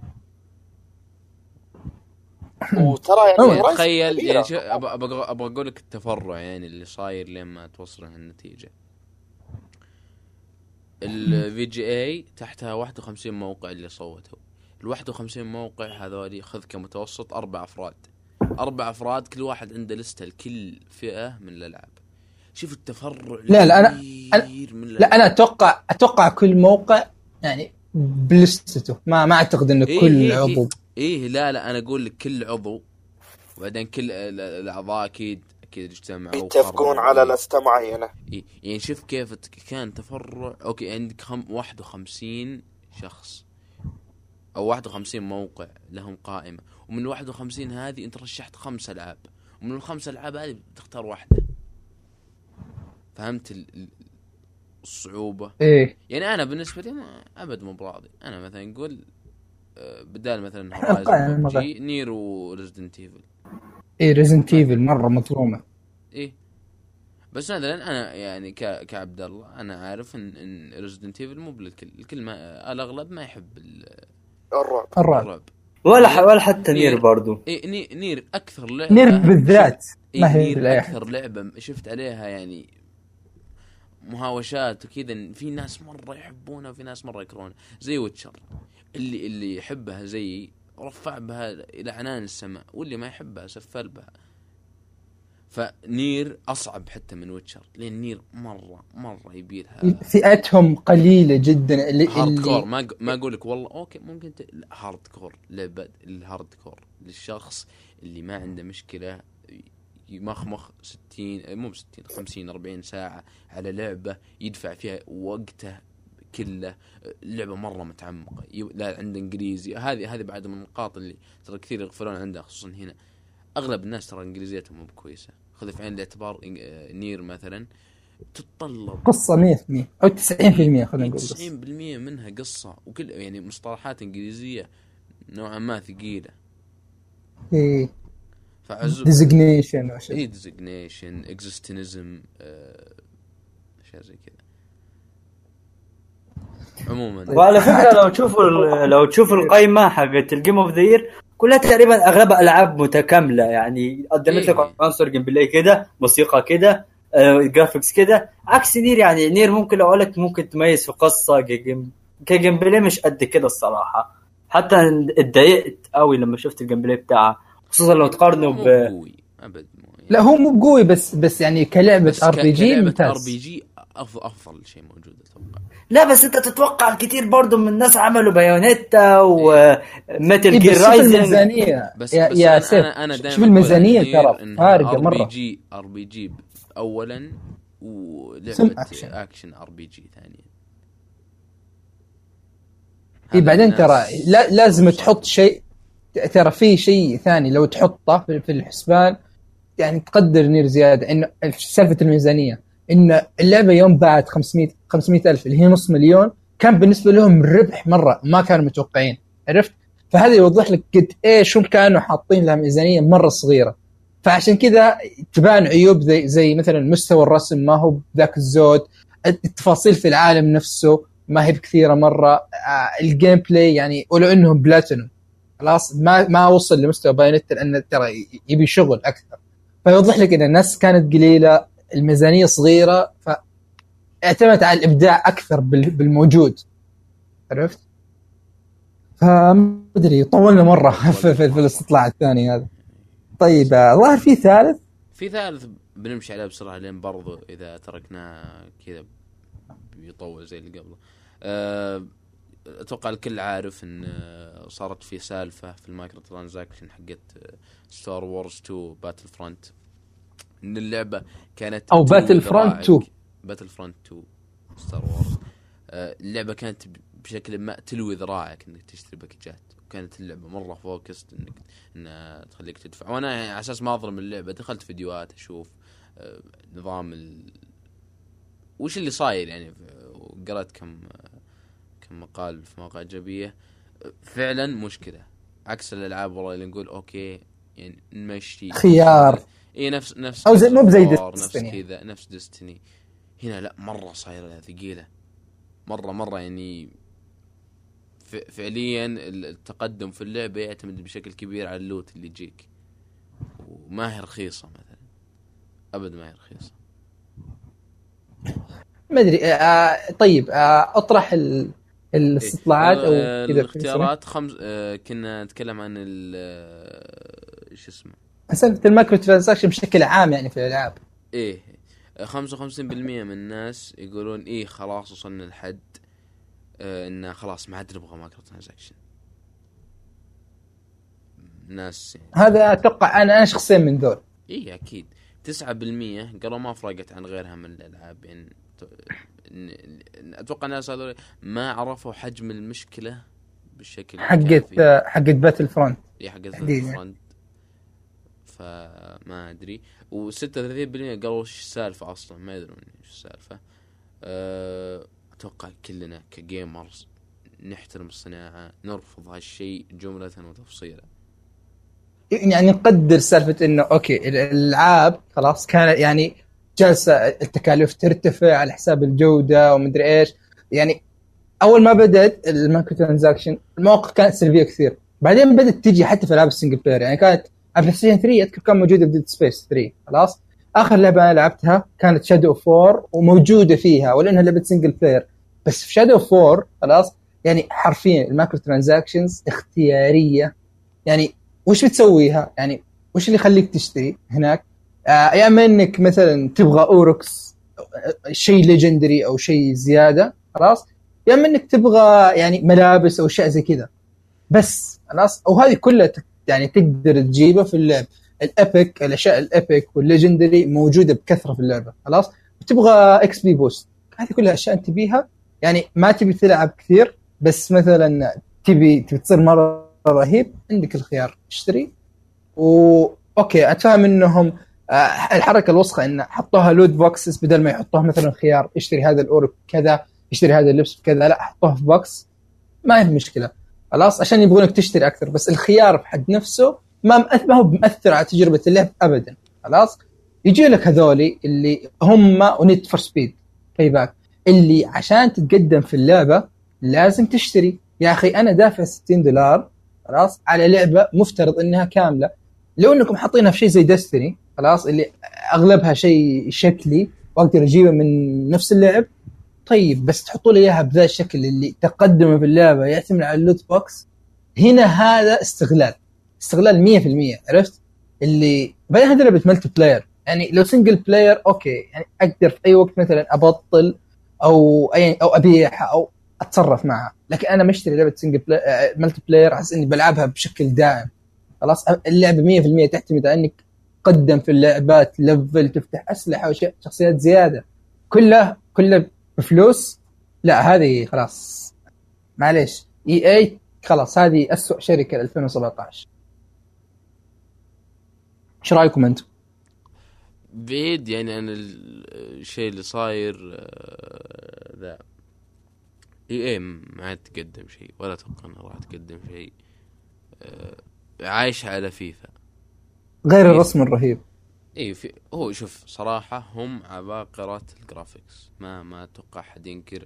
Speaker 3: وترى يعني
Speaker 2: تخيل يعني ابغى ابغى اقول لك التفرع يعني اللي صاير لما توصل النتيجه. الفي جي اي تحتها واحد وخمسين موقع اللي صوتوا. ال واحد وخمسين موقع هذول خذ كمتوسط أربع أفراد أربع أفراد كل واحد عنده لستة لكل فئة من الألعاب. شوف التفرع.
Speaker 1: لا لا أنا, أنا لا أنا أتوقع أتوقع كل موقع يعني بلستته. ما ما أعتقد إنه
Speaker 2: إيه
Speaker 1: كل
Speaker 2: إيه
Speaker 1: عضو.
Speaker 2: إيه لا لا أنا أقول لك كل عضو، وبعدين كل الأعضاء أكيد أكيد اجتمعوا
Speaker 3: يتفقون على لستة معينة.
Speaker 2: إيه يعني شوف كيف كان تفرع. أوكي عندك خم واحد وخمسين شخص أو واحد وخمسين موقع لهم قائمة، ومن واحد وخمسين هذه أنت رشحت خمس ألعاب، ومن الخمس ألعاب هذه بتختار واحدة. فهمت الصعوبة؟
Speaker 1: إيه.
Speaker 2: يعني أنا بالنسبة لي ما أبد مو براضي. أنا مثلا نقول بدال مثلا هورايزن جي نير وريزدنت ايفل.
Speaker 1: إيه ريزدنت ايفل مرة مظلومة.
Speaker 2: إيه بس مثلا أنا يعني ك كعبد الله أنا عارف إن إن ريزدنت ايفل مو بالكل، الكل ما الأغلب ما يحب
Speaker 3: الرعب.
Speaker 1: الرعب.
Speaker 2: الرعب.
Speaker 4: ولا ولا حتى نير, نير برضو.
Speaker 2: إيه نير أكثر لعبة.
Speaker 1: نير بالذات.
Speaker 2: إيه نير أكثر لعبة شفت عليها يعني مهاوشات وكذا. في ناس مرة يحبونها وفي ناس مرة يكرهونها. زي ويتشر، اللي اللي يحبها زي رفع بها إلى عنان السماء، واللي ما يحبها سفل بها. فنير أصعب حتى من ويتشر، لأن نير مرة مرة يبيلها
Speaker 1: فئتهم قليلة جدا. اللي
Speaker 2: هارد كور. ما ما أقولك والله أوكي ممكن ت... هارد كور. لعبة الهارد كور للشخص اللي ما عنده مشكلة يمخمخ ستين مو بستين خمسين أربعين ساعة على لعبة يدفع فيها وقته كله. اللعبة مرة متعمقة، لا عنده إنجليزي. هذه هذه بعد من النقاط اللي ترى كثير يغفلون عندها، خصوصا هنا أغلب الناس ترى إنجليزيتهم مو بكويسة. خذ في عين الاعتبار نير مثلا تتطلب
Speaker 1: قصة مية في المية أو تسعين في المية خلينا نقول
Speaker 2: تسعين بالمية منها قصة، وكل يعني مصطلحات إنجليزية نوعا ما ثقيلة.
Speaker 1: إيه
Speaker 2: فعزب
Speaker 1: ديزيجنيشن وش
Speaker 2: إيه ديزيجنيشن إكزيستنزم أشياء زي كذا. عموما
Speaker 4: وعلى فكرة لو تشوفوا لو تشوفوا القائمة حقت الجيم اوف ذا يير كلها تقريبا اغلبها العاب متكاملة، يعني قدمت لك
Speaker 2: إيه.
Speaker 4: عنصر جيم بلاي كده، موسيقى كده، آه، جرافيكس كده. عكس نير، يعني نير ممكن لو قالك ممكن تميز في قصة جيم كجيم بلاي مش قد كده الصراحة. حتى اتضايقت قوي لما شفت الجيم بلاي بتاعها، خصوصا لو تقارنه ب
Speaker 2: أبد مو يعني.
Speaker 1: لا هو مو قوي بس بس يعني كلعبة ار بي جي ممتاز.
Speaker 2: ار بي جي افضل افضل شيء موجود اتوقع.
Speaker 4: لا بس انت تتوقع كتير برضو من الناس عملوا بايونيتا وميتال جير رايزنج.
Speaker 1: الميزانية
Speaker 2: بس
Speaker 1: يا,
Speaker 2: بس
Speaker 1: يا
Speaker 2: أنا,
Speaker 1: سيف
Speaker 2: أنا, أنا
Speaker 1: شوف الميزانية ترى فارقة مرة.
Speaker 2: ار بي جي ار بي جي اولا ولعبة اكشن ار بي جي ثانيا.
Speaker 1: اي بعدين ترى لا لازم تحط شيء، ترى في شيء ثاني لو تحطه في الحسبان يعني تقدر نير زيادة. إنه سالفة الميزانية، إن اللعبة يوم باعت خمسمية ألف اللي هي نص مليون كان بالنسبة لهم ربح مرة ما كانوا متوقعين، عرفت؟ فهذا يوضح لك قد إيش هم كانوا حاطين لها ميزانية مرة صغيرة. فعشان كذا تبان عيوب زي زي مثلا مستوى الرسم ما هو ذاك الزود، التفاصيل في العالم نفسه ما هي بكثيرة مرة، آه الجيم بلاي يعني ولو إنهم بلاتينوم خلاص ما ما وصل لمستوى بايونيتا لأن ترى يبي شغل أكثر. فيوضح لك إن الناس كانت قليلة، الميزانية صغيرة، فاعتمدت على الإبداع أكثر بالموجود، عرفت؟ فما أدري طولنا مرة في, في, في الاستطلاع الثاني هذا. طيب ظاهر في ثالث
Speaker 2: في ثالث بنمشي عليه بسرعة لين برضو إذا تركناه كذا بيطول زي اللي قبله. أه أتوقع الكل عارف إن صارت في سالفة في المايكرو ترانزاكشن حقت ستار وورز تو باتل فرونت، إن اللعبة كانت
Speaker 1: أو باتل فرونت تو
Speaker 2: باتل فرونت تو ستار وورز. أه اللعبة كانت بشكل ما تلوي ذراعك إنك تشتري باكجات، وكانت اللعبة مرة فوكست إنك إن تخليك تدفع. وأنا على أساس ما أظلم اللعبة دخلت فيديوهات أشوف أه نظام ال... وش اللي صاير يعني، وقرأت كم كم مقال في مواقع إيجابية. فعلا مشكلة عكس الألعاب والله اللي نقول أوكي يعني نمشي
Speaker 1: خيار
Speaker 2: إيه نفس نفس
Speaker 1: أو زي مو بزي
Speaker 2: نفس كذا نفس ديستني. هنا لا مرة صايرة ثقيلة مرة مرة يعني فعليا التقدم في اللعبة يعتمد بشكل كبير على اللوت اللي يجيك، وما هي رخيصة مثلا أبد ما هي رخيصة.
Speaker 1: ما ادري آه طيب آه اطرح ال... الاستطلاعات او
Speaker 2: كذا الاختيارات خمس آه كنا نتكلم عن ال ايش اسمه
Speaker 1: سالفه المايكرو ترانزاكشن بشكل عام يعني في الالعاب.
Speaker 2: ايه خمسة وخمسين بالمية من الناس يقولون ايه خلاص وصلنا لحد آه انه خلاص ما عاد نبغى مايكرو ترانزاكشن. ناس يعني.
Speaker 1: هذا اتوقع انا انا شخصيا من ذول.
Speaker 2: ايه اكيد. تسعة بالمية قالوا ما فرقت عن غيرها من الالعاب يعني. اتوقع الناس هذول ما عرفوا حجم المشكله بالشكل
Speaker 1: حقت حقت باتل فرونت.
Speaker 2: اي حقت باتل فرونت. فما ادري. وستة وثلاثين بالمية قالوا ايش السالفه اصلا ما يدرون ايش السالفه. أه... اتوقع كلنا كجيمرز نحترم الصناعه نرفض هالشيء جمله وتفصيلا.
Speaker 1: يعني نقدر سالفه انه اوكي الالعاب خلاص كانت يعني جالسه التكاليف ترتفع على حساب الجوده ومدري ايش. يعني اول ما بدات المايكرو ترانزاكشن المواقف كانت سلبيه كثير. بعدين بدات تجي حتى في العاب السنجل بلاير. يعني كانت على بلاي ستيشن ثري اذكر كان موجوده في ديد سبيس ثري. خلاص اخر لعبه انا لعبتها كانت شادو فور وموجوده فيها ولانها لعبه سنجل بلاير. بس في شادو فور خلاص يعني حرفيا المايكرو ترانزاكشنز اختياريه. يعني وش بتسويها يعني وش اللي يخليك تشتري هناك آه يا اما انك مثلا تبغى اوروكس شيء ليجندري او شيء زياده خلاص يا اما انك تبغى يعني ملابس او اشياء زي كذا بس خلاص. او هذه كلها يعني تقدر تجيبها في اللعب. الابيك الاشياء الابيك والليجندري موجوده بكثره في اللعبه خلاص. وتبغى اكس بي بوست هذه كلها اشياء انت تبيها. يعني ما تبي تلعب كثير بس مثلا تبي تبي تصير مره رهيب عندك الخيار اشتري. واوكي اتفهم انهم آه الحركه الوسخه ان حطوها لود بوكسز بدل ما يحطوها مثلا خيار اشتري هذا الاورك كذا اشتري هذا اللبس كذا لا حطوها في بوكس ما هي مشكله خلاص عشان يبغونك تشتري اكثر. بس الخيار بحد نفسه ما ما هو مؤثر على تجربه اللعب ابدا خلاص. يجي لك هذولي اللي هم ونيد فور سبيد باك اللي عشان تتقدم في اللعبه لازم تشتري. يا اخي انا دافع ستين دولار خلاص على لعبه مفترض انها كامله. لو انكم حاطينها في شيء زي ديستني خلاص اللي اغلبها شيء شكلي واقدر اجيبه من نفس اللعب طيب بس تحطوا لي اياها بذا الشكل اللي تقدمه في اللعبه يعتمد على اللوت بوكس. هنا هذا استغلال استغلال مية بالمية عرفت اللي بعدين هذه لعبه ملتي بلاير. يعني لو سنجل بلاير اوكي يعني اقدر في اي وقت مثلا ابطل او اي او ابيعها او اتصرف معها. لكن انا مشتري لعبه سنجل بلاير ملتي بلاير احس اني بلعبها بشكل دائم خلاص. اللعبه مية بالمية تعتمد على انك تقدم في اللعبات ليفل تفتح اسلحه وشخصيات زياده كلها كلها بفلوس. لا هذه خلاص معليش اي اي خلاص هذه أسوأ شركه ألفين وسبعة عشر. ايش رايكم انتم؟
Speaker 2: بعيد يعني عن الشيء اللي صاير ذا اي اي ما عاد تقدم شيء ولا اتوقع انها راح تقدم شيء. عايش على فيفا
Speaker 1: غير الرسم الرهيب.
Speaker 2: اي في هو شوف صراحه هم عباقره الجرافيكس ما ما اتوقع حد ينكر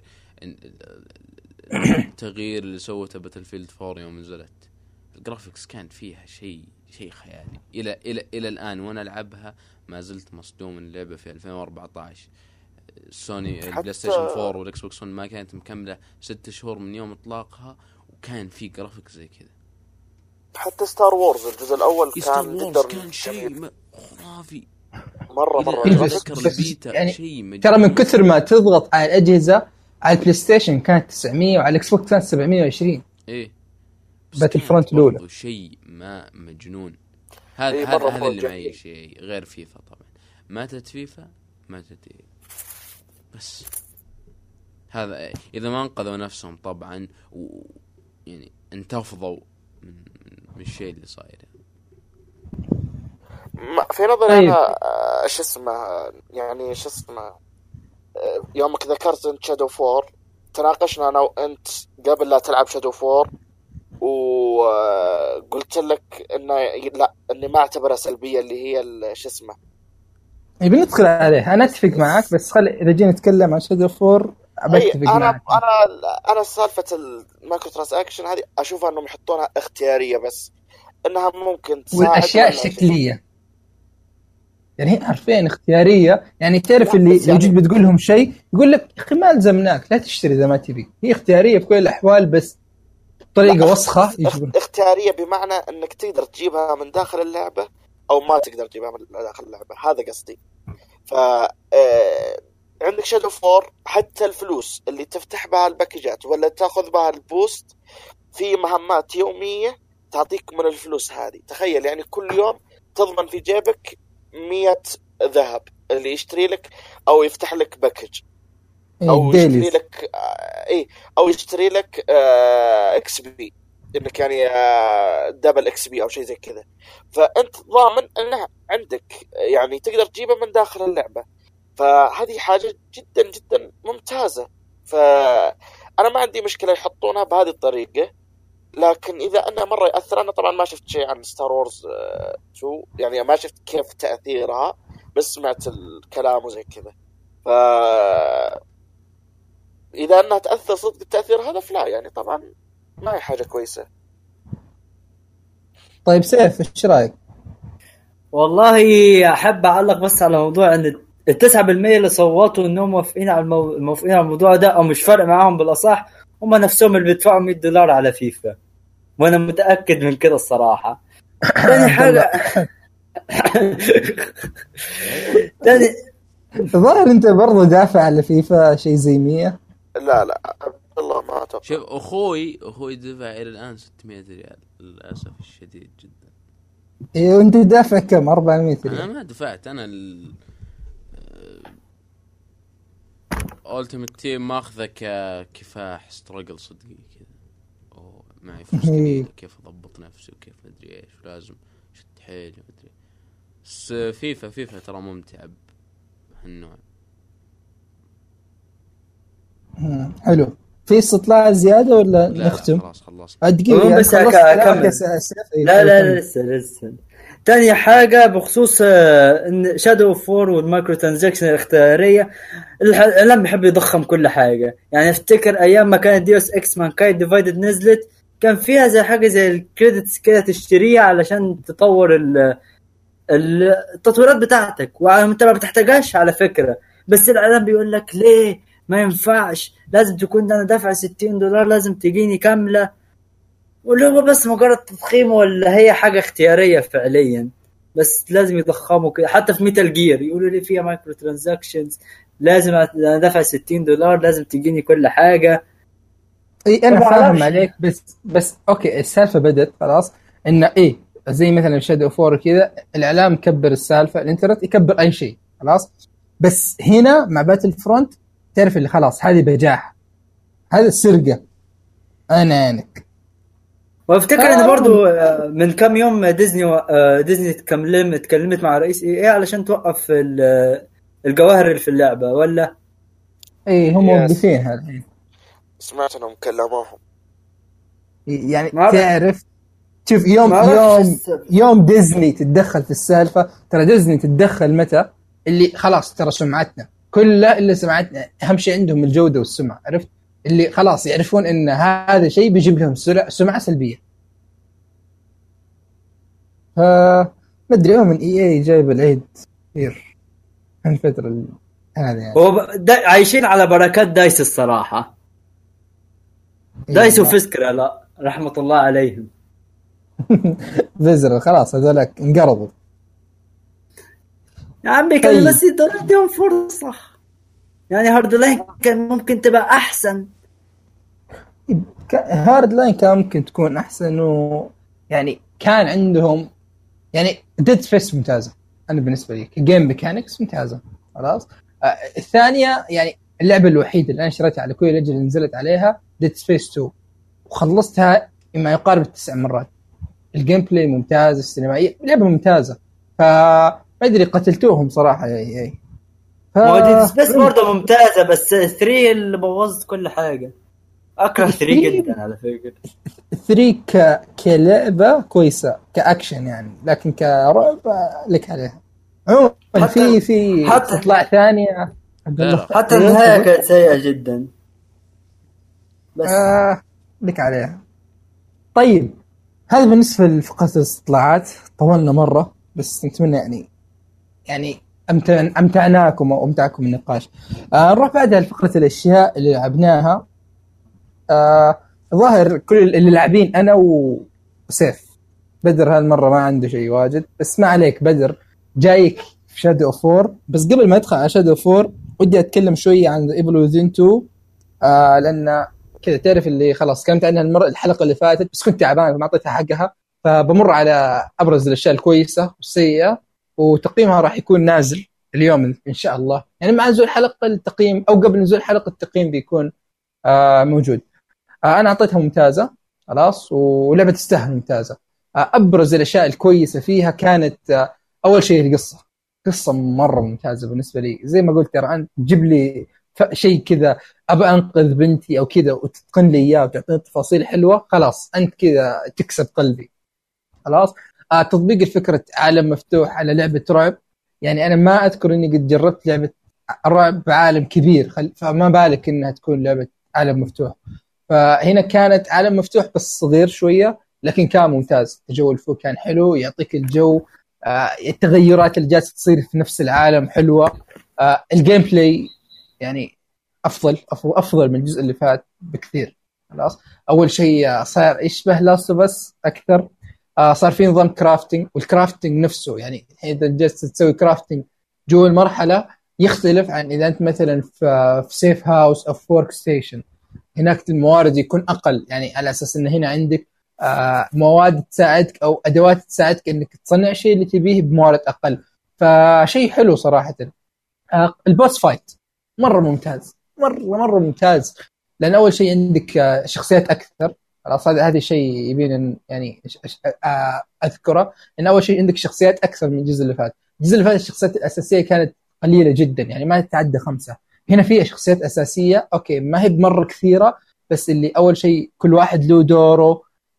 Speaker 2: التغيير اللي سوته باتلفيلد فور يوم نزلت. الجرافيكس كان فيها شيء شيء خيالي الى الى الى الان وانا العبها ما زلت مصدوم من اللعبه في ألفين وأربعة عشر. سوني البلاي ستيشن فور والاكس بوكس ون ما كانت مكمله ستة شهور من يوم اطلاقها وكان في جرافيكس زي كذا.
Speaker 3: حتى ستار وورز الجزء الاول كان
Speaker 2: جدا كان شيء خرافي
Speaker 3: مره مره.
Speaker 1: يعني شيء ترى من كثر ما تضغط على الاجهزه على البلاي ستيشن كانت تسعمية وعلى الاكس بوكس كانت سبعمية وعشرين.
Speaker 2: ايه
Speaker 1: باتل فرونت الاولى
Speaker 2: شيء ما مجنون. هذا
Speaker 3: إيه
Speaker 2: هذا هذا اللي معي شيء غير فيفا. طبعا ماتت فيفا ماتت إيه. بس هذا اذا ما انقذوا نفسهم طبعا ويعني انتفضوا من من الشيء اللي صاير.
Speaker 3: في نظري طيب. انا ايش اسمه يعني ايش اسمه يومك ذكرت انت شادو فور تناقشنا انا وانت قبل لا تلعب شادو فور وقلت لك انه لا اني ما اعتبرها سلبيه اللي هي ايش اسمه
Speaker 1: يبي ندخل عليه. انا اتفق معك بس خلي اذا جينا نتكلم عن شادو فور بتفق
Speaker 3: أنا
Speaker 1: معك.
Speaker 3: انا انا سالفه المايكرو ترانزاكشن هذه اشوفها انهم يحطونها اختياريه بس انها ممكن تساعد
Speaker 1: والاشياء الشكليه يعني هي حرفيا اختياريه. يعني تعرف اللي لو جيت بتقول لهم شيء يقول لك اخي ما الزمناك لا تشتري اذا ما تبي. هي اختياريه بكل الاحوال بس طريقه وسخه يجبر.
Speaker 3: اختياريه بمعنى انك تقدر تجيبها من داخل اللعبه او ما تقدر تجيبها من داخل اللعبه، هذا قصدي. ف عندك شادو فور حتى الفلوس اللي تفتح بها الباكجات ولا تاخذ بها البوست في مهمات يوميه تعطيك من الفلوس هذه. تخيل يعني كل يوم تضمن في جيبك مية ذهب اللي يشتري لك او يفتح لك باكج او يشتري لك اي او يشتري لك اكس بي انك يعني دبل اكس بي او شيء زي كذا. فانت ضامن انه عندك يعني تقدر تجيبه من داخل اللعبه. فهذه حاجه جدا جدا ممتازه. فانا ما عندي مشكله يحطونها بهذه الطريقه. لكن اذا انه مره ياثر، انا طبعا ما شفت شيء عن ستار وورز تو، يعني ما شفت كيف تاثيرها بس سمعت الكلام وزي كذا. ف اذا انها تاثر صدق التاثير هذا فلا يعني طبعا ما هي حاجه كويسه.
Speaker 1: طيب سيف ايش رايك؟
Speaker 4: والله احب اعلق بس على موضوع ان التسعة بالمية اللي صوتوا انهم موافقين على المو... موافقين على الموضوع ده او مش فارق معاهم بالاصح هم نفسهم اللي بيدفعوا مية دولار على فيفا، وانا متاكد من كده الصراحه. ثاني حاجه ثاني
Speaker 1: الظاهر انت برضه دافع على فيفا شيء زي مية.
Speaker 3: لا لا والله ما اتوقع.
Speaker 2: شوف اخوي اخوي دفع الى الان ستمية ريال للاسف الشديد جدا.
Speaker 1: ايه وانت دافع كم؟ أربعمية ريال.
Speaker 2: انا ما دفعت، انا ال Ultimate Team ماخذه ككفاح ستراجل صدقي كذا، او معي فلوس كيف اضبط نفسي وكيف ادري ايش لازم شد حيلي ادري. بس فيفا فيفا ترى ممتع بهالنوع.
Speaker 1: حلو. في استطلاع زياده ولا نختم؟
Speaker 2: خلاص خلص
Speaker 1: دقيقه يعني
Speaker 4: بس اكمل. لا لا لسه لسه تاني حاجة بخصوص ان شادو فور والمايكرو ترانزاكشن الاختيارية، العالم بيحب يضخم كل حاجة. يعني افتكر ايام ما كانت ديوس اكس مانكايند ديفايدد نزلت كان فيها زي حاجة زي الكريدتس كده تشتريها علشان تطور التطويرات بتاعتك، وانت ما بتحتاجهاش على فكرة، بس العالم بيقول لك ليه ما ينفعش، لازم تكون انا دافع ستين دولار لازم تجيني كاملة. واللي هو بس مجرد تضخيم ولا هي حاجة اختيارية فعليا، بس لازم يضخموا كده. حتى في ميتال جير يقولوا لي فيها مايكرو ترانزاكشنز لازم انا دافع ستين دولار لازم تجيني كل حاجة.
Speaker 1: اي انا فاهم عليك، بس بس اوكي السالفة بدت خلاص ان ايه زي مثلا شادو فور كذا الاعلام يكبر السالفة، الانترنت يكبر اي شيء خلاص. بس هنا مع باتل فرونت تعرف اللي خلاص هذه بجاحة، هذا السرقة انا انك.
Speaker 4: وافتكر آه ان برضو من كم يوم ديزني ديزني تكلم تكلمت مع رئيس اي اي علشان توقف الجواهر اللي في اللعبة ولا
Speaker 1: ايه هم موقفينها الحين.
Speaker 3: سمعت انهم كلموهم
Speaker 1: يعني تعرف شوف يوم يوم يوم ديزني تتدخل في السالفة. ترى ديزني تتدخل متى اللي خلاص ترى سمعتنا كلها إلا سمعتنا أهم شيء عندهم الجودة والسمعة، عرفت اللي خلاص يعرفون إن هذا شيء بيجيب لهم سمعة سلبية. فما أدري يوم من إي إي جايب العيد كثير الفترة هذه يعني.
Speaker 4: عايشين على بركات دايس الصراحة. دايس وفسكرة لا رحمة الله عليهم.
Speaker 1: فيزر خلاص هذولك انقرضوا
Speaker 4: يا عمي. كان طيب. بس يديهم فرصة يعني. هارد لاين كان ممكن تبقى أحسن.
Speaker 1: هارد لاين كان ممكن تكون أحسن، و يعني كان عندهم يعني ديد سبيس ممتازة. أنا بالنسبة لي جيم ميكانيكس ممتازة خلاص. آه الثانية يعني اللعبة الوحيدة اللي أنا شريتها على كل لجل اللي نزلت عليها ديد سبيس تو وخلصتها ما يقارب التسع مرات. الجيم بلاي ممتاز، السينمائية لعبة ممتازة. فما أدري قتلتوهم صراحة يا إي إي.
Speaker 4: ف... ديد سبيس برضه ممتازة بس ثري اللي بوظت كل حاجة. أكره ثري جدا على فكرة.
Speaker 1: ثري ك... كلعبة كويسة كأكشن يعني، لكن كرعب لك عليها. عموما في في
Speaker 4: حتى
Speaker 1: اطلاع ثانية
Speaker 4: حتى النهاية كانت سيئة جدا
Speaker 1: بس آه لك عليها. طيب هذا بالنسبة لفقرة الاستطلاعات. طولنا مرة بس نتمنى يعني يعني أمتن أمتعناكم وأمتعكم النقاش. آه نروح بعدها لفقرة الأشياء اللي لعبناها. آه ظاهر كل اللي لاعبين أنا وسيف. بدر هالمرة ما عنده شيء واجد، بس ما عليك بدر، جايك في شادو فور. بس قبل ما أدخل على شادو فور ودي أتكلم شوية عن إيفل وذين تو، آه لأن كذا تعرف اللي خلاص كانت عنها المرة الحلقة اللي فاتت بس كنت تعبان فما أعطيتها حقها، فبمر على أبرز الأشياء الكويسة والسيئة، وتقييمها راح يكون نازل اليوم إن شاء الله. يعني مع نزول حلقة التقييم أو قبل نزول حلقة التقييم بيكون آه موجود. آه أنا أعطيتها ممتازة خلاص، ولعبة تستاهل ممتازة. آه أبرز الأشياء الكويسة فيها كانت آه أول شيء القصة. قصة مرة ممتازة بالنسبة لي، زي ما قلت ترى أنت تجيب لي شيء كذا أبى أنقذ بنتي أو كذا وتتقن لي إياه وتعطيني تفاصيل حلوة، خلاص أنت كذا تكسب قلبي خلاص. آه تطبيق الفكرة عالم مفتوح على لعبة رعب، يعني أنا ما أذكر إني قد جربت لعبة رعب بعالم كبير، خل... فما بالك إنها تكون لعبة عالم مفتوح. فهنا كانت عالم مفتوح بس صغير شوية، لكن كان ممتاز. الجو الفوق كان حلو، يعطيك الجو. آه التغيرات اللي جالسة تصير في نفس العالم حلوة. آه الجيم بلاي يعني أفضل أفضل من الجزء اللي فات بكثير خلاص. أول شيء صار يشبه لاست اوف اس أكثر. آه صار في نظام كرافتنج، والكرافتنج نفسه يعني إذا جلست تسوي كرافتنج جوا المرحلة يختلف عن إذا أنت مثلا في, في سيف هاوس أو في ورك ستيشن. هناك الموارد يكون أقل، يعني على أساس أن هنا عندك آه مواد تساعدك أو أدوات تساعدك أنك تصنع شيء اللي تبيه بموارد أقل. فشيء حلو صراحة. آه البوس فايت مرة ممتاز، مرة مرة ممتاز، لأن أول شيء عندك آه شخصيات أكثر خلاص. هذا هذا شيء يبين يعني آه أذكره، إن أول شيء عندك شخصيات أكثر من الجزء اللي فات. الجزء اللي فات الشخصيات الأساسية كانت قليلة جدا، يعني ما تتعدى خمسة. هنا في شخصيات أساسية أوكي ما هي بمرة كثيرة، بس اللي أول شيء كل واحد له دوره.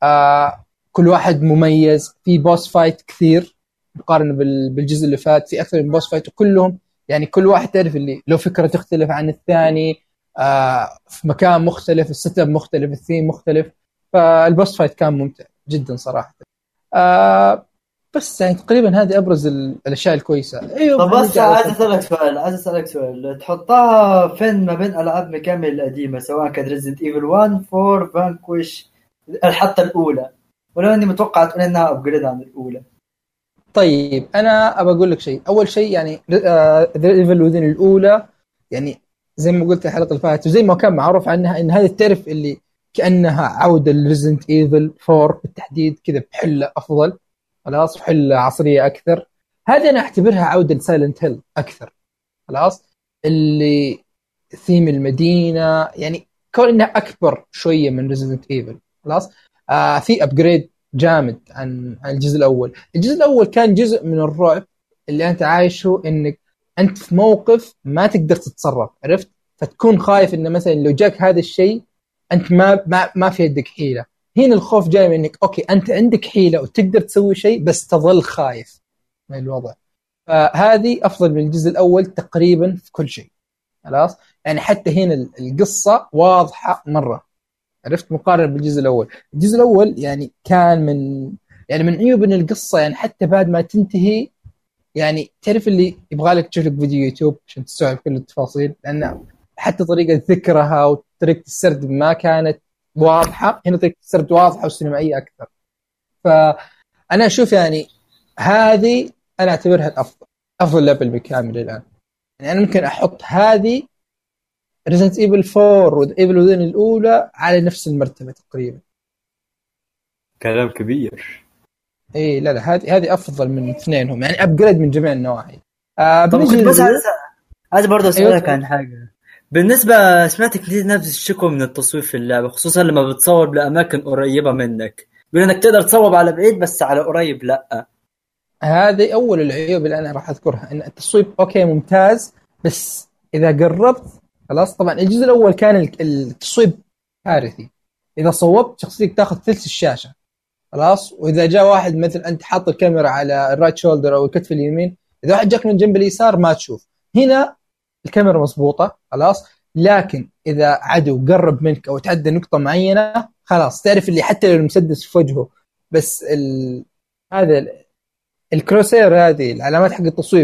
Speaker 1: آه كل واحد مميز. في بوس فايت كثير مقارنة بالجزء اللي فات، في أكثر من بوس فايت وكلهم يعني كل واحد تعرف اللي له فكرة تختلف عن الثاني. آه في مكان مختلف، السيت اب مختلف، الثيم مختلف. فالبوس فايت كان ممتع جدا صراحة. آه بس يعني تقريبا هذه أبرز الأشياء الكويسة.
Speaker 4: أيوة. طب بس عايز أسألك سؤال عايز أسألك سؤال تحطها فين ما بين ألعاب ميكامي القديمة، سواء كانت ريزنت ايفل واحد فور فانكويش حتى الأولى، ولو أني متوقع تقول إنها أبجريد عن الأولى؟
Speaker 1: طيب أنا أبى أقول لك شيء. أول شيء يعني ذا ايفل وذين الأولى يعني زي ما قلت الحلقة اللي فاتت وزي ما كان معروف عنها إن هذه التعرف اللي كأنها عودة لريزنت ايفل فور بالتحديد كذا بحلة أفضل خلاص، حلة عصرية أكثر. هذه أنا أعتبرها عودة لسايلنت هيل أكثر خلاص، اللي ثيم المدينة يعني كون إنها أكبر شوية من ريزنت ايفل خلاص. آه في أبجريد جامد عن عن الجزء الأول. الجزء الأول كان جزء من الرعب اللي أنت عايشه، إنك أنت في موقف ما تقدر تتصرف عرفت، فتكون خايف إنه مثلا لو جاك هذا الشيء أنت ما ما ما في يدك حيلة. هنا الخوف جاي من إنك أوكي أنت عندك حيلة وتقدر تسوي شيء بس تظل خايف من الوضع. فهذه أفضل من الجزء الأول تقريبا في كل شيء خلاص. يعني حتى هنا القصة واضحة مرة عرفت مقارنة بالجزء الأول. الجزء الأول يعني كان من يعني من عيوب إن القصة يعني حتى بعد ما تنتهي يعني تعرف اللي يبغالك تشوف لك فيديو يوتيوب عشان تستوعب كل التفاصيل، لأن حتى طريقة ذكرها وطريقة السرد ما كانت واضحة. هنا طريقة السرد واضحة وسينمائية أكثر. فأنا أشوف يعني هذه أنا أعتبرها الأفضل، أفضل لعبة بالكامل الآن. يعني أنا ممكن أحط هذه Resident Evil فور وإيفل وذين الأولى على نفس المرتبة تقريبا.
Speaker 4: كلام كبير.
Speaker 1: إيه لا لا هذه هذه أفضل من اثنينهم، يعني أبجريد من جميع النواحي. آه
Speaker 4: طب كنت بس عايز عايز برضه أسألك أيوة. عن حاجة بالنسبة سمعت كتير نفس الشكوى من التصوير في اللعبة، خصوصا لما بتصور بأماكن قريبة منك، بيقول إنك تقدر تصور على بعيد بس على قريب لأ.
Speaker 1: هذه أول العيوب اللي أنا راح أذكرها، إن التصوير أوكي ممتاز بس إذا قربت خلاص. طبعا الجزء الأول كان التصوير كارثي، إذا صوبت شخصيتك تأخذ ثلث الشاشة خلاص. وإذا جاء واحد مثل أنت حاط الكاميرا على الرايت شولدر أو الكتف اليمين، إذا واحد جاك من جنب اليسار ما تشوف. هنا الكاميرا مضبوطة خلاص، لكن إذا عدو قرب منك أو تعدى نقطة معينة خلاص تعرف اللي حتى لو المسدس في وجهه بس ال... هذا الكروسير هذه العلامات حق التصويب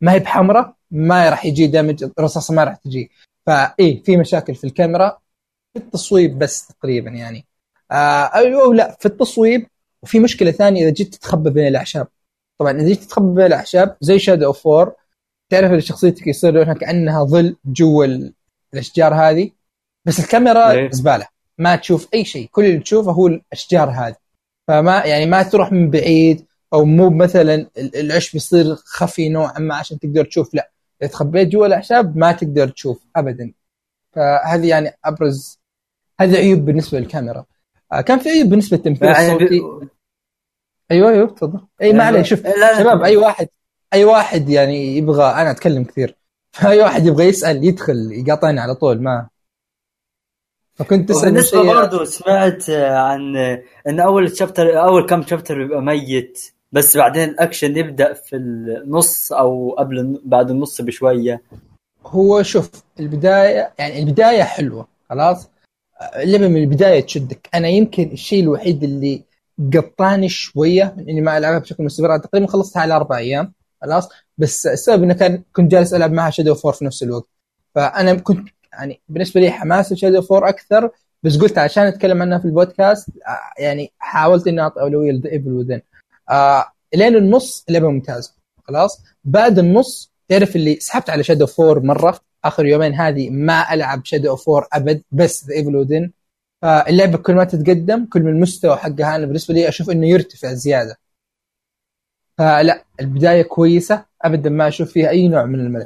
Speaker 1: ما هي بحمراء ما راح يجي دامج رصاصة ما راح تجي. فايه في مشاكل في الكاميرا في التصويب بس تقريبا يعني آه او لا في التصويب. وفي مشكلة ثانية إذا جيت تتخبى بين الأعشاب. طبعا إذا جيت تتخبى بين الأعشاب زي شادو أوف وور تعرف ان شخصيتك يصير لونها كأنها ظل جوا الأشجار هذه بس الكاميرا
Speaker 4: إيه.
Speaker 1: زبالة ما تشوف أي شيء كل اللي تشوفه هو الأشجار هذه. فما يعني ما تروح من بعيد أو مو مثلا العش بيصير خفي نوعا ما عشان تقدر تشوف لا إذا تخبيت جوا الأعشاب ما تقدر تشوف أبدا. فهذه يعني أبرز هذه عيوب بالنسبة للكاميرا. آه كان في عيوب بالنسبة للتمثيل الصوتي. ايوه ايوه تفضل. اي ما عليه شوف شباب اي واحد اي واحد يعني يبغى انا اتكلم كثير فاي واحد يبغى يسال يدخل يقاطعني على طول ما. فكنت اسال
Speaker 4: بالنسبه برضو سمعت عن ان اول شابتر اول كم شابتر بيبقى ميت بس بعدين الاكشن يبدا في النص او قبل بعد النص بشويه.
Speaker 1: هو شوف البدايه يعني البدايه حلوه خلاص اللعبه من البدايه تشدك. انا يمكن الشيء الوحيد اللي قطاني شويه من اني ما العبها بشكل مستمر تقريبا خلصتها على اربع ايام خلاص. بس السبب انه كان كنت جالس العب معها شادو فور في نفس الوقت. فانا كنت يعني بالنسبه لي حماس شادو فور اكثر بس قلت عشان اتكلم عنها في البودكاست يعني حاولت اني اعطي اولويه لذا ايفل وذن. آه لين النص اللعبه ممتازه خلاص. بعد النص تعرف اللي سحبت على شادو فور مره اخر يومين هذه ما العب شادو فور ابد بس ذا ايفل وذن. فاللعبة كل ما تتقدم كل من المستوى حقها أنا بالنسبة لي أشوف إنه يرتفع زيادة. فلا البداية كويسة أبدا ما أشوف فيها أي نوع من الملل.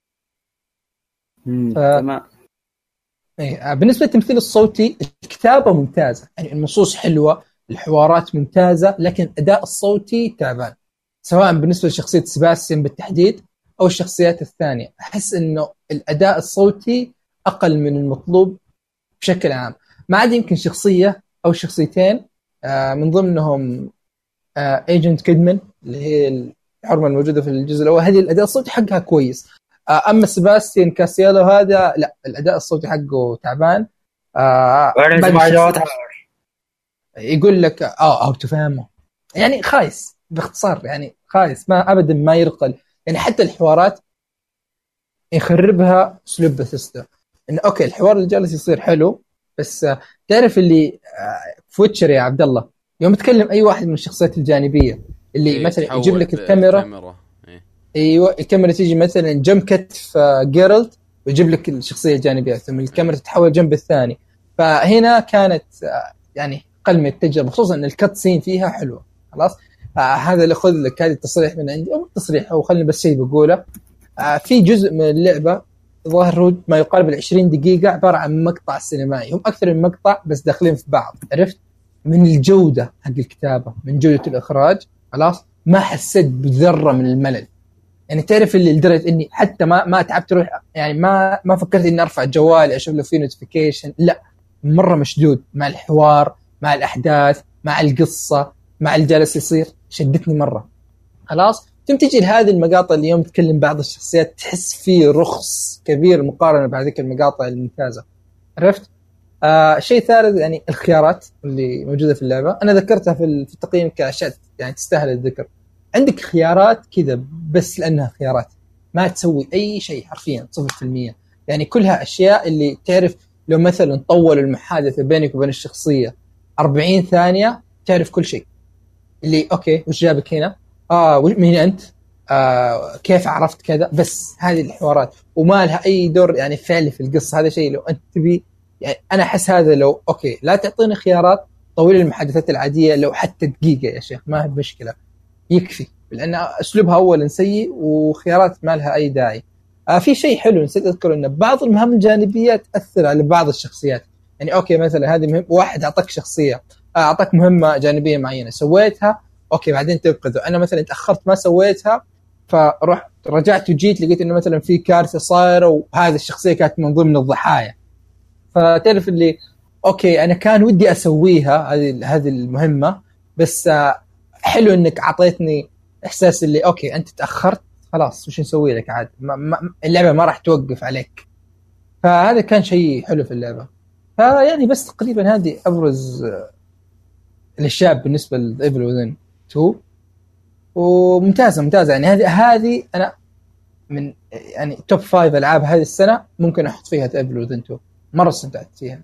Speaker 4: ف... تمام.
Speaker 1: إيه بالنسبة للتمثيل الصوتي الكتابة ممتازة يعني النصوص حلوة الحوارات ممتازة لكن الأداء الصوتي تعبان سواء بالنسبة لشخصية سباستيان بالتحديد أو الشخصيات الثانية. أحس إنه الأداء الصوتي أقل من المطلوب بشكل عام. ما عاد يمكن شخصية أو شخصيتين آه من ضمنهم آه ايجنت كيدمان اللي هي الحرمة الموجودة في الجزء الأول هذه الأداء الصوتي حقها كويس. آه أما سباستيان كاسيالو هذا لا الأداء الصوتي حقه تعبان. آه يقول لك آه أو تفهمه يعني خايس باختصار يعني خايس ما أبدا ما يرقل يعني حتى الحوارات يخربها أسلوب بثيسدا. إن أوكي الحوار اللي جالس يصير حلو بس تعرف اللي في ويتشر يا عبد الله يوم تكلم اي واحد من الشخصيات الجانبيه اللي إيه مثلا يجيب لك الكاميرا, الكاميرا. إيه. ايوه الكاميرا تيجي مثلا جنب كتف جيرالت ويجيب لك الشخصيه الجانبيه ثم الكاميرا تتحول جنب الثاني. فهنا كانت يعني قل من التجربه خصوصا ان الكت سين فيها حلوه خلاص. آه هذا اللي خذ لك هذه التصريح من عندي او تصريح او خليني بس شيء بقوله. آه في جزء من اللعبه ظاهر ما يقارب العشرين دقيقة عبارة عن مقطع سينمائي هم أكثر من مقطع بس داخلين في بعض. عرفت من الجودة حق الكتابة من جودة الإخراج خلاص ما حسيت بذرة من الملل. يعني تعرف اللي لدرجة إني حتى ما ما تعبت روح يعني ما ما فكرت إني أرفع جوالي أشوف له فيه نوتيفيكيشن لا مرة مشدود مع الحوار مع الأحداث مع القصة مع الجالس يصير شدتني مرة خلاص. ثم تجي لهذه المقاطع اللي يوم تكلم بعض الشخصيات تحس فيه رخص كبير مقارنة بهذه المقاطع الممتازة. عرفت آه شيء ثالث يعني الخيارات اللي موجودة في اللعبة أنا ذكرتها في التقييم كأشياء يعني تستاهل الذكر. عندك خيارات كذا بس لأنها خيارات ما تسوي أي شيء حرفيا صفر في المية. يعني كلها أشياء اللي تعرف لو مثلا طول المحادثة بينك وبين الشخصية أربعين ثانية تعرف كل شيء اللي أوكي وش جابك هنا آه مين أنت آه كيف عرفت كذا بس هذه الحوارات وما لها أي دور يعني فعلي في القصة. هذا شيء لو أنت تبي يعني أنا أحس هذا لو أوكي لا تعطيني خيارات طويل المحادثات العادية لو حتى دقيقة يا شيخ ما هي مشكلة يكفي لأن أسلوبها أولا سيء وخيارات ما لها أي داعي. آه في شيء حلو نسيت أذكر إن بعض المهام الجانبية تأثر على بعض الشخصيات. يعني أوكي مثلا هذه مهم واحد أعطاك شخصية آه أعطاك مهمة جانبية معينة سويتها أوكي بعدين تنقذه. أنا مثلا تأخرت ما سويتها فرحت رجعت وجيت لقيت إنه مثلا في كارثة صايرة وهذه الشخصية كانت من ضمن الضحايا. فتعرف اللي أوكي أنا كان ودي أسويها هذه هذه المهمة بس آه حلو إنك عطيتني إحساس اللي أوكي أنت تأخرت خلاص وش نسوي لك عاد ما ما اللعبة ما راح توقف عليك. فهذا كان شيء حلو في اللعبة. فيعني بس تقريبا هذه أبرز الأشياء بالنسبة لإيفل وذن تو وممتازة ممتازة يعني هذه هذه أنا من يعني توب فايف العاب هذه السنه ممكن احط فيها تقبل وذنتو، مره استمتعت فيها.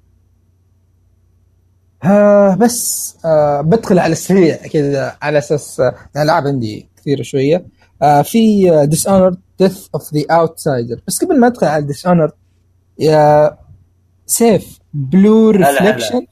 Speaker 1: آه بس آه بدخل على السريع كذا على اساس آه الالعاب عندي كثيره شويه. آه في Dishonored Death of the Outsider. بس قبل ما ادخل على Dishonored يا سيف بلو ريفليكشن.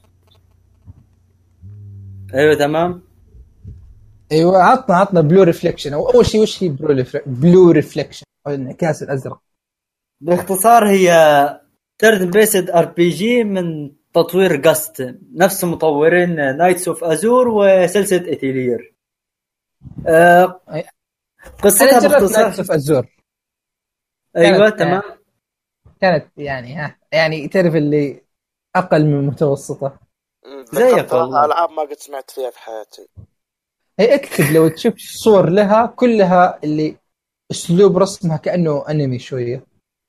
Speaker 4: ايوه تمام.
Speaker 1: ايوه عطنا عطنا بلو ريفليكشن. او اول شيء وش هي بلو بلو ريفليكشن او الانعكاس الازرق؟
Speaker 4: باختصار هي تيرن بيسد ار بي جي من تطوير جاست، نفس مطورين نايتس اوف ازور وسلسله ايتيلير. أه قصتها باختصار
Speaker 1: نايتس اوف ازور.
Speaker 4: ايوه تمام.
Speaker 1: كانت يعني ها يعني تعرف اللي اقل من متوسطه
Speaker 3: زيك والله. العاب ما قد سمعت فيها في حياتي.
Speaker 1: هي اكتب لو تشوف صور لها كلها اللي اسلوب رسمها كانه انمي شويه.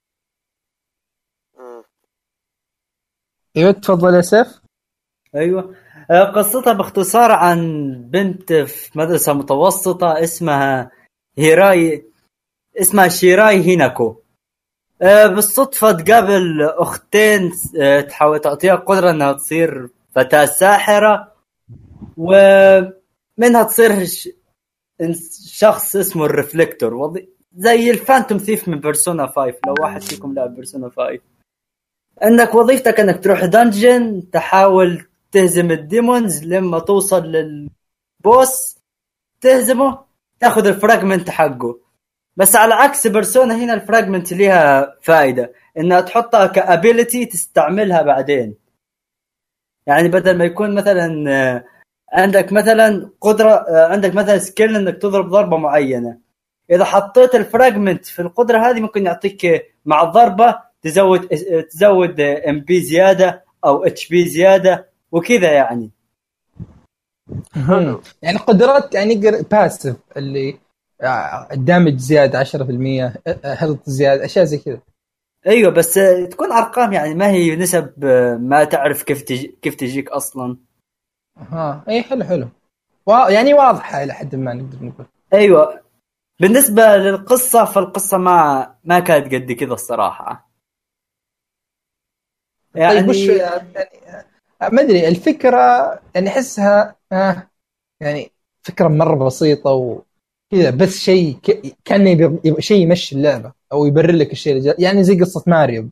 Speaker 1: ايوه تفضل يا سيف.
Speaker 4: ايوه قصتها باختصار عن بنت في مدرسه متوسطه اسمها هيراي، اسمها شيراي هيناكو. بالصدفه تقابل اختين تحاول تعطيها قدره انها تصير فتاه ساحره، ومنها تصير شخص اسمه الريفلكتور زي الفانتوم ثيف من بيرسونا خمسة. لو واحد فيكم لعب بيرسونا خمسة، انك وظيفتك انك تروح دنجن تحاول تهزم الديمونز لما توصل للبوس تهزمه تاخذ الفراغمنت حقه. بس على عكس بيرسونا هنا الفراغمنت ليها فائده انها تحطها كابيليتي تستعملها بعدين. يعني بدل ما يكون مثلا عندك مثلا قدره، عندك مثلا سكيل انك تضرب ضربه معينه، اذا حطيت الفراغمنت في القدره هذه ممكن يعطيك مع الضربه تزود تزود ام بي زياده او اتش بي زياده وكذا. يعني
Speaker 1: يعني قدرات يعني باسف اللي الدامج زياده عشرة بالمية، هيلث زياده، اشياء زي كذا.
Speaker 4: ايوه بس تكون ارقام يعني ما هي نسب ما تعرف كيف تجي كيف تجيك اصلا.
Speaker 1: ها اي حلو حلو وا... يعني واضحه الى حد ما نقدر نقول.
Speaker 4: ايوه بالنسبه للقصه فالقصه ما ما كانت قد كذا الصراحه.
Speaker 1: يعني طيب وش يعني ما ادري الفكره يعني احسها آه يعني فكره مره بسيطه وكذا، بس شيء ك... كان يبي شيء يمشي اللعبه او يبرر لك الشيء، يعني زي قصه ماريو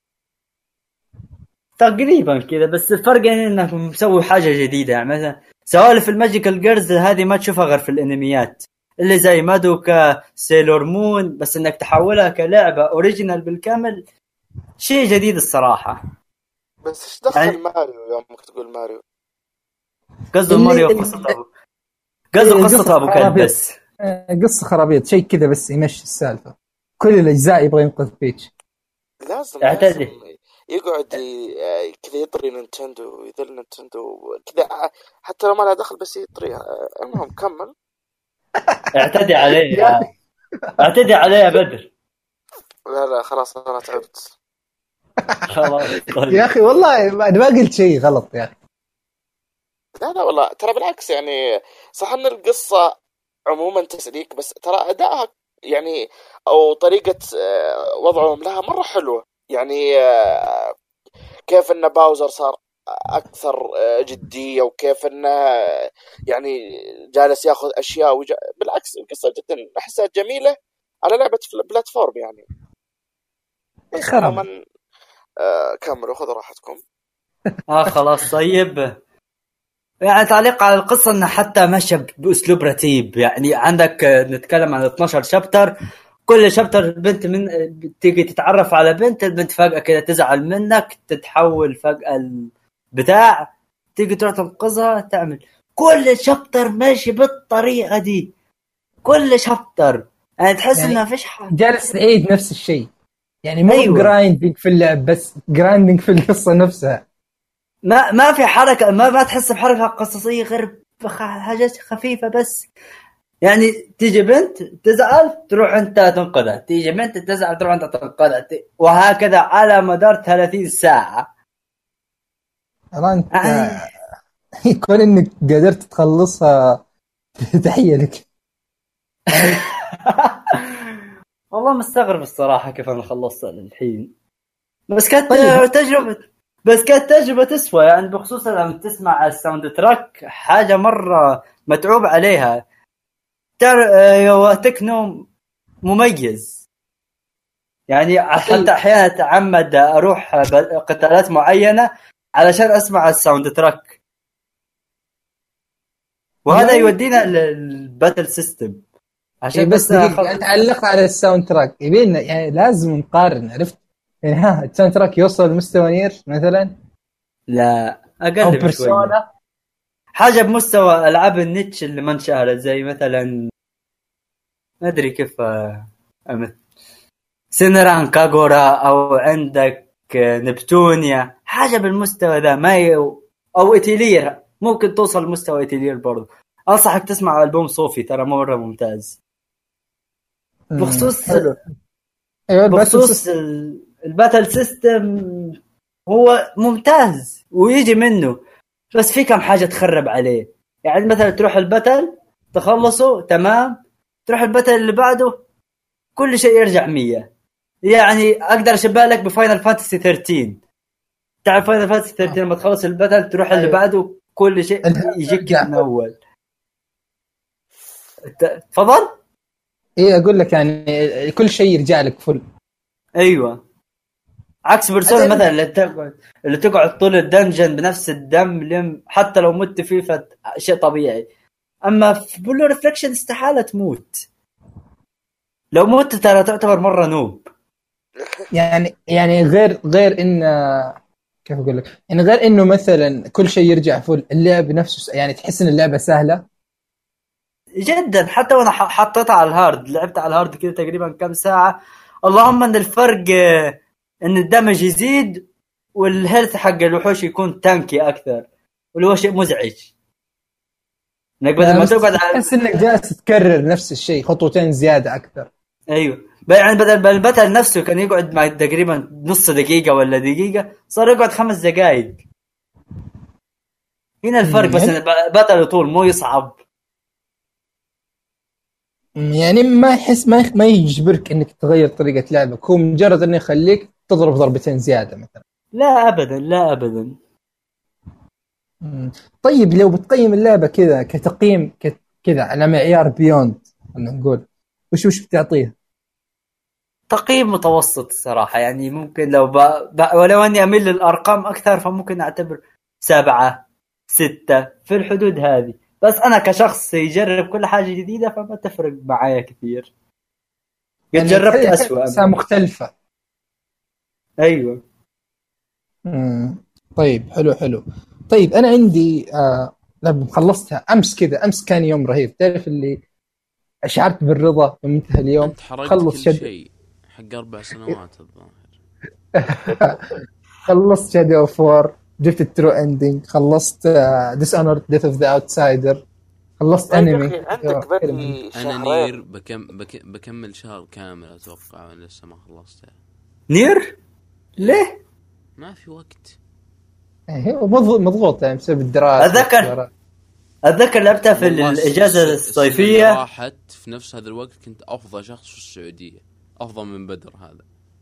Speaker 4: تقريبا كذا. بس الفرق يعني انك مسوي حاجه جديده. يعني مثلا سوالف الماجيكال جيرز هذه ما تشوفها غير في الانميات اللي زي مادوكا سيلور مون، بس انك تحولها كلعبه اوريجينال بالكامل شيء جديد الصراحه.
Speaker 3: بس ايش دخل يعني ماريو يومك تقول ماريو؟
Speaker 4: قصده ماريو قصة ابو قصده قصة ابو كلب، بس
Speaker 1: قصة خرابيط شيء كذا بس يمشي السالفة. كل الأجزاء يبغى ينقذ بيتش.
Speaker 3: لازم لازم يقعد كذا يطري نينتندو ويذل نينتندو كذا حتى لو ما له دخل بس يطريها. المهم كمل.
Speaker 4: اعتدي عليه يا اعتدي عليه يا بدر.
Speaker 3: لا لا خلاص أنا تعبت.
Speaker 4: خلاص
Speaker 1: يا أخي والله ما قلت شيء غلط يا أخي.
Speaker 3: لا لا والله ترى بالعكس، يعني صح ان القصة عموما تسليك، بس ترى أدائها يعني أو طريقة وضعهم لها مرة حلوة. يعني كيف ان باوزر صار أكثر جدية وكيف انه يعني جالس ياخذ أشياء وجا... بالعكس القصة جدا أحسها جميلة على لعبة بلاتفورم يعني. بس عموما آه كملوا خذوا راحتكم.
Speaker 4: اه خلاص طيب. يعني تعليق على القصة انه حتى ماشي بأسلوب رتيب. يعني عندك نتكلم عن اثناشر شابتر، كل شابتر بنت من تيجي تتعرف على بنت، البنت فجأة كده تزعل منك تتحول فجأة البتاع تيجي تروح تنقذها تعمل. كل شابتر ماشي بالطريقة دي كل شابتر يعني تحس يعني انه فيش حاجة
Speaker 1: جالس تعيد نفس الشيء. يعني مو أيوة. جرايندينج في اللعب بس جرايندينج في القصة نفسها.
Speaker 4: ما ما في حركة، ما ما تحس بحركة قصصية غير حاجات خفيفة بس. يعني تيجي بنت تزعل تروح انت تنقذها، تيجي بنت تزعل تروح انت تنقذها، وهكذا على مدار ثلاثين ساعة.
Speaker 1: انت آه. يكون انك قدرت تخلصها تحية لك.
Speaker 4: والله مستغرب الصراحة كيف أنا خلصت للحين. بس كانت طيب. تجربة بس كانت تجربة تسوى يعني، بخصوص لما تسمع الساوند تراك حاجة مرة متعوب عليها. ترى تكنو مميز يعني، حتى أحيانا أتعمد أروح قتالات معينة علشان أسمع الساوند تراك، وهذا يودينا للباتل سيستم
Speaker 1: عشان إيه بس أخل... تعلق على الساوند تراك يبينا يعني لازم نقارن. عرفت يعني ها الساوند تراك يوصل لمستوى نير مثلا؟
Speaker 4: لا أقل بشوية، حاجة بمستوى ألعاب النيتش اللي ما انشهرت زي مثلا ما أدري كيف أمثل سينران كاغورا أو عندك نبتونيا، حاجة بالمستوى ذا ما ي... أو إتيلير ممكن توصل لمستوى إتيلير برضو. أنصحك تسمع ألبوم صوفي ترى مرة ممتاز. بخصوص بخصوص الباتل سيستم هو ممتاز ويجي منه، بس في كم حاجة تخرب عليه. يعني مثلا تروح الباتل تخلصه تمام، تروح الباتل اللي بعده كل شيء يرجع مية. يعني أقدر أشبه لك بفاينل فانتسي ثلاثة عشر. تعرف فاينل فانتسي ثلاثة عشر لما تخلص الباتل تروح اللي بعده كل شيء يجيك من أول. تفضل.
Speaker 1: إيه أقول لك يعني كل شيء يرجع لك فل.
Speaker 4: أيوة عكس بيرسونا مثلا اللي تقعد اللي تقعد طول الدنجن بنفس الدم لم حتى لو مت فيه فت شيء طبيعي. أما في بلو ريفلكشن استحالة تموت، لو مت ترى تعتبر مرة نوب.
Speaker 1: يعني يعني غير غير إن كيف أقول لك يعني غير إنه مثلا كل شيء يرجع فل، اللعب نفسه يعني تحس إن اللعبة سهلة
Speaker 4: جدا. حتى وأنا حطيتها على الهارد لعبت على الهارد كده تقريبا كم ساعة. اللهم إن الفرق إن الدمج يزيد والهيلث حق الوحوش يكون تانكي أكثر، واللي هو شيء مزعج.
Speaker 1: إنك بدل ما تقعد تحس إنك جالس تكرر نفس الشيء خطوتين زيادة أكثر.
Speaker 4: أيوة يعني بدل الباتل نفسه كان يقعد مع تقريبا نص دقيقة ولا دقيقة صار يقعد خمس دقائق. هنا الفرق بس إن الباتل طول مو يصعب،
Speaker 1: يعني ما يحس ما ما يجبرك إنك تغير طريقة لعبك، هو مجرد إنه يخليك تضرب ضربتين زيادة مثلا.
Speaker 4: لا أبدا لا أبدا.
Speaker 1: طيب لو بتقيم اللعبة كذا كتقييم كذا على معيار بيوند خلينا نقول وش وش بتعطيها؟
Speaker 4: تقييم متوسط صراحة يعني. ممكن لو ب... ب... ولو أني أميل للأرقام أكثر فممكن أعتبر سبعة ستة في الحدود هذه. بس أنا كشخص يجرب كل حاجة جديدة فما تفرق معايا كثير. يعني جربت أسوأ
Speaker 1: مختلفة.
Speaker 4: أيوة.
Speaker 1: مم. طيب حلو حلو. طيب أنا عندي آه لما خلصتها أمس كذا، أمس كان يوم رهيب تعرف اللي شعرت بالرضا من منتهى اليوم.
Speaker 2: خلص كل شيء حق أربع سنوات الظاهر.
Speaker 1: خلصت شادو اوف وور، جبت الترو اندينج، خلصت ديس اونرد ديث اوف ذا اوتسايدر، خلصت انمي.
Speaker 3: عندك بني
Speaker 2: انا نير بكم بك... بكمل شهر كامل اتوقع لسه ما خلصتها.
Speaker 4: نير ليه
Speaker 2: ما في وقت.
Speaker 1: ايه مضغوط يعني بسبب الدراسه.
Speaker 4: اتذكر اتذكر لعبتها في الاجازه الصيفيه
Speaker 2: راحت في نفس هذا الوقت. كنت افضل شخص في السعوديه، افضل من بدر هذا.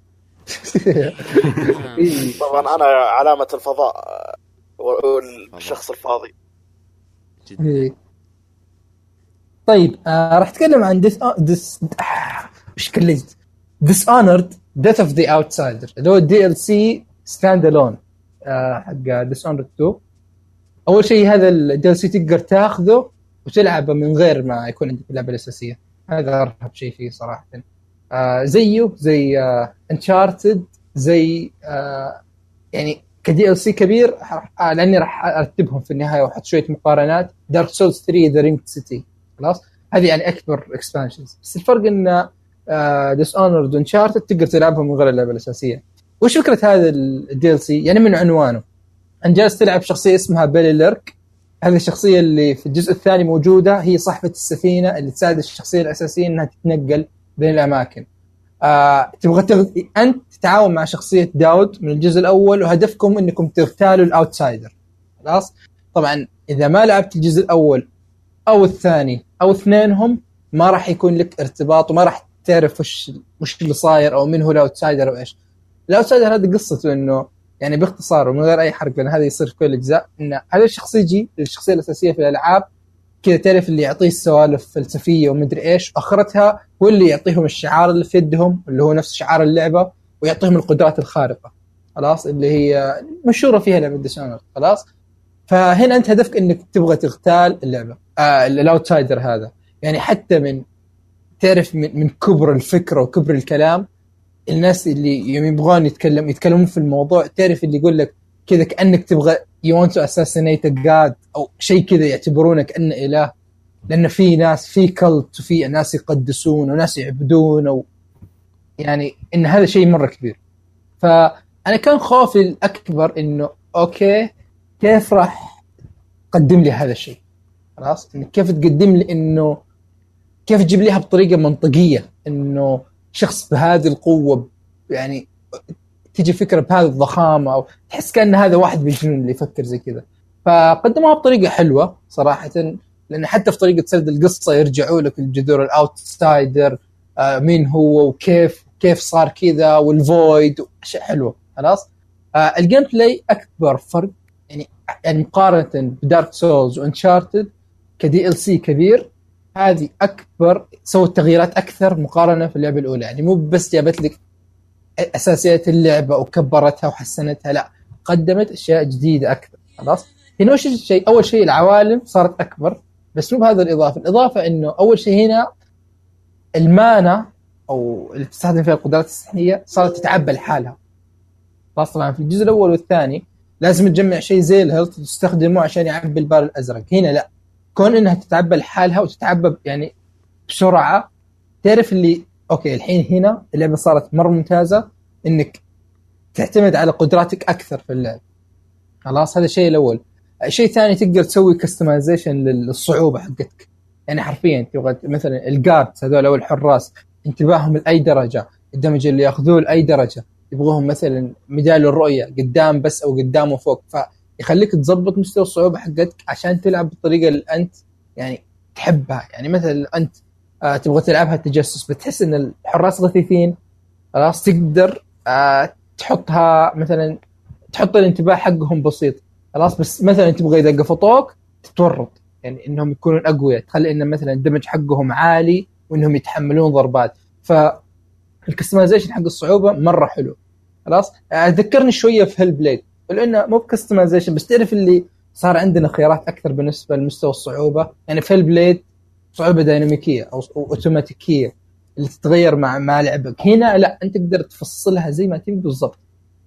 Speaker 3: طبعا انا علامه الفضاء والشخص الفاضي
Speaker 1: جدا. طيب آه راح اتكلم عن ديس ديس ايش كليت ديس اونرد ديث اوف ذا اوتسايدر اللي هو الدي ال سي ستاند الون حق ديس اونرد تو. اول شيء هذا الدي ال سي تقدر تاخذه وتلعبه من غير ما يكون عندك اللعبه الاساسيه. هذا ارهب شيء فيه صراحه. آه زيه زي آه انشارتد زي آه يعني كدي ال سي كبير آه لاني راح ارتبهم في النهايه واحط شويه مقارنات. دارك سولز ثري ذا رينج سيتي خلاص هذه يعني اكبر اكسبانشنز. بس الفرق ان ديس اونرد وانشارتد تقدر تلعبهم من غير اللعبه الاساسيه. وش فكره هذا الدي ال سي؟ يعني من عنوانه ان جالس تلعب شخصيه اسمها بيلي ليرك. هذه الشخصيه اللي في الجزء الثاني موجوده هي صاحبه السفينه اللي تساعد الشخصيه الاساسيه انها تتنقل بين الاماكن. آه، تبغى تغ... انت تتعاون مع شخصيه داود من الجزء الاول وهدفكم انكم تغتالوا الاوتسايدر خلاص. طبعا اذا ما لعبت الجزء الاول او الثاني او اثنينهم ما راح يكون لك ارتباط وما راح تعرف وش وش اللي صاير او من هو الاوتسايدر او ايش. الاوتسايدر هذه قصته انه يعني باختصار ومن غير اي حرق لان هذا يصير في كل الاجزاء، ان هذا الشخص يجي الشخصيه الاساسيه في الالعاب كذا تعرف اللي يعطيه السوالف فلسفيه ومدري ايش، اخرتها هو اللي يعطيهم الشعار اللي في يدهم اللي هو نفس شعار اللعبه ويعطيهم القدرات الخارقه خلاص اللي هي مشهوره فيها لعبه ديسونر خلاص. فهنا انت هدفك انك تبغى تغتال اللعبه آه الاوتسايدر هذا، يعني حتى من تعرف من, من كبر الفكره وكبر الكلام الناس اللي يبغون يتكلم يتكلمون في الموضوع تعرف اللي يقول لك كذا كأنك تبغى you want to assassinate a god أو شيء كذا يعتبرونك أن إله، لأن في ناس في كلت وفي ناس يقدسون وناس يعبدون أو يعني إن هذا شيء مرة كبير. فأنا كان خوفي الأكبر إنه أوكي كيف راح تقدم لي هذا الشيء خلاص، إن كيف تقدم لي إنه كيف تجيب ليها بطريقة منطقية إنه شخص بهذه القوة يعني تيجي فكرة بهذه الضخامة أو تحس كأن هذا واحد بالجنون اللي يفكر زي كذا. فقدموها بطريقة حلوة صراحة، لأن حتى في طريقة سرد القصة يرجعوا لك الجذور الأوتستايدر آه مين هو وكيف كيف صار كذا والفويد أشياء حلوة خلاص. آه الجيم بلاي أكبر فرق يعني يعني مقارنة بدارك سولز وانشارتد كدي ال سي كبير، هذه أكبر سوت تغييرات أكثر مقارنة في اللعبة الأولى، يعني مو بس جابت لك أساسيات اللعبة وكبرتها وحسنتها، لا قدمت أشياء جديدة أكثر خلاص. هنا وش الشيء؟ أول شيء العوالم صارت أكبر، بس مو بهذا الإضافة. الإضافة إنه أول شيء هنا المانا أو اللي تستخدم فيها القدرات السحرية صارت تتعبى لحالها خلاص. طبعا في الجزء الأول والثاني لازم تجمع شيء زي الهيلث تستخدمه عشان يعبي البار الأزرق، هنا لا، كون إنها تتعبى لحالها وتتعبى يعني بسرعة تعرف اللي أوكي الحين هنا اللعبة صارت مرة ممتازة إنك تعتمد على قدراتك أكثر في اللعب خلاص. هذا الشيء الأول. الشيء الثاني تقدر تسوي كستمايزيشن للصعوبة حقتك، يعني حرفيا تبغى مثلا الجاردز هذول أو الحراس انتباههم لأي درجة، الدمج اللي يأخذوه لأي درجة، يبغوهم مثلا ميدال الرؤية قدام بس أو قدام وفوق، فيخليك تضبط مستوى الصعوبة حقتك عشان تلعب بالطريقة اللي أنت يعني تحبها. يعني مثلا أنت آه تبغى تلعبها التجسس بتحس إن الحراس غثيثين خلاص، تقدر آه تحطها مثلا تحط الانتباه حقهم بسيط خلاص، بس مثلا تبغى إذا قفطوك تتورط يعني إنهم يكونون أقوياء، تخلي إن مثلا الدمج حقهم عالي وإنهم يتحملون ضربات. فالكستمايزيشن حق الصعوبة مرة حلو خلاص. أذكرني شوية في هيل بليد، لأنه مو بكستمايزيشن بس تعرف اللي صار عندنا خيارات أكثر بالنسبة لمستوى الصعوبة. يعني في هيل بليد صعوبة ديناميكية أو أوتوماتيكية اللي تتغير مع مع لعبك، هنا لا أنت تقدر تفصلها زي ما تبي بالضبط،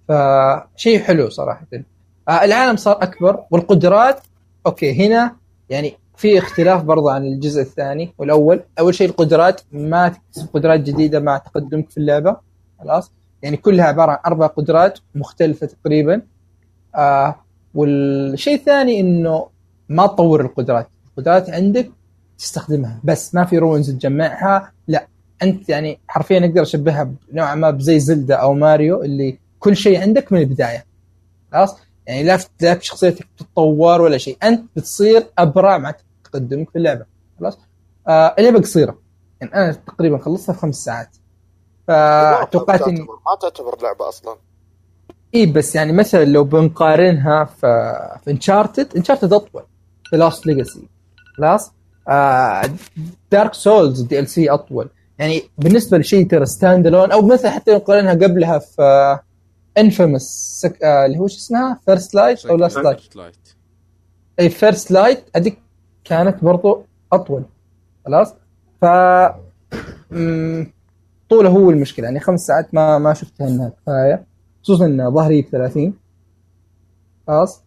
Speaker 1: فشيء حلو صراحة. آه العالم صار أكبر والقدرات أوكي هنا يعني في اختلاف برضه عن الجزء الثاني والأول. أول شيء القدرات ما تكتسب قدرات جديدة مع تقدمك في اللعبة خلاص، يعني كلها عبارة عن أربع قدرات مختلفة تقريبا. آه والشيء الثاني إنه ما تطور القدرات، القدرات عندك تستخدمها بس ما في رونز تجمعها، لا أنت يعني حرفيا نقدر أشبهها نوعا ما بزي زلدة أو ماريو اللي كل شيء عندك من البداية خلاص. يعني لا لا شخصيتك تتطور ولا شيء، أنت بتصير أبرع مع تقدمك في اللعبة خلاص. آه اللعبة قصيرة يعني أنا تقريبا خلصتها في خمس ساعات، فتوقعت إن
Speaker 3: ما تعتبر لعبة أصلا.
Speaker 1: إيه بس يعني مثلا لو بنقارنها في في انشارتد انشارتد أطول، في لاست ليجاسي خلاص. آه دارك سولز دي ال سي أطول، يعني بالنسبة لشيء ترى ستاند ألون، أو مثلا حتى نقارنها قبلها في انفيموس سك... آه اللي هو شو اسمها فيرست لايت أو لاست لايت. أي فيرست لايت هذيك كانت برضو أطول خلاص. ف م... طوله هو المشكلة، يعني خمس ساعات ما ما شفتها إنها كفاية، خصوصا إن ظهري بثلاثين خلاص.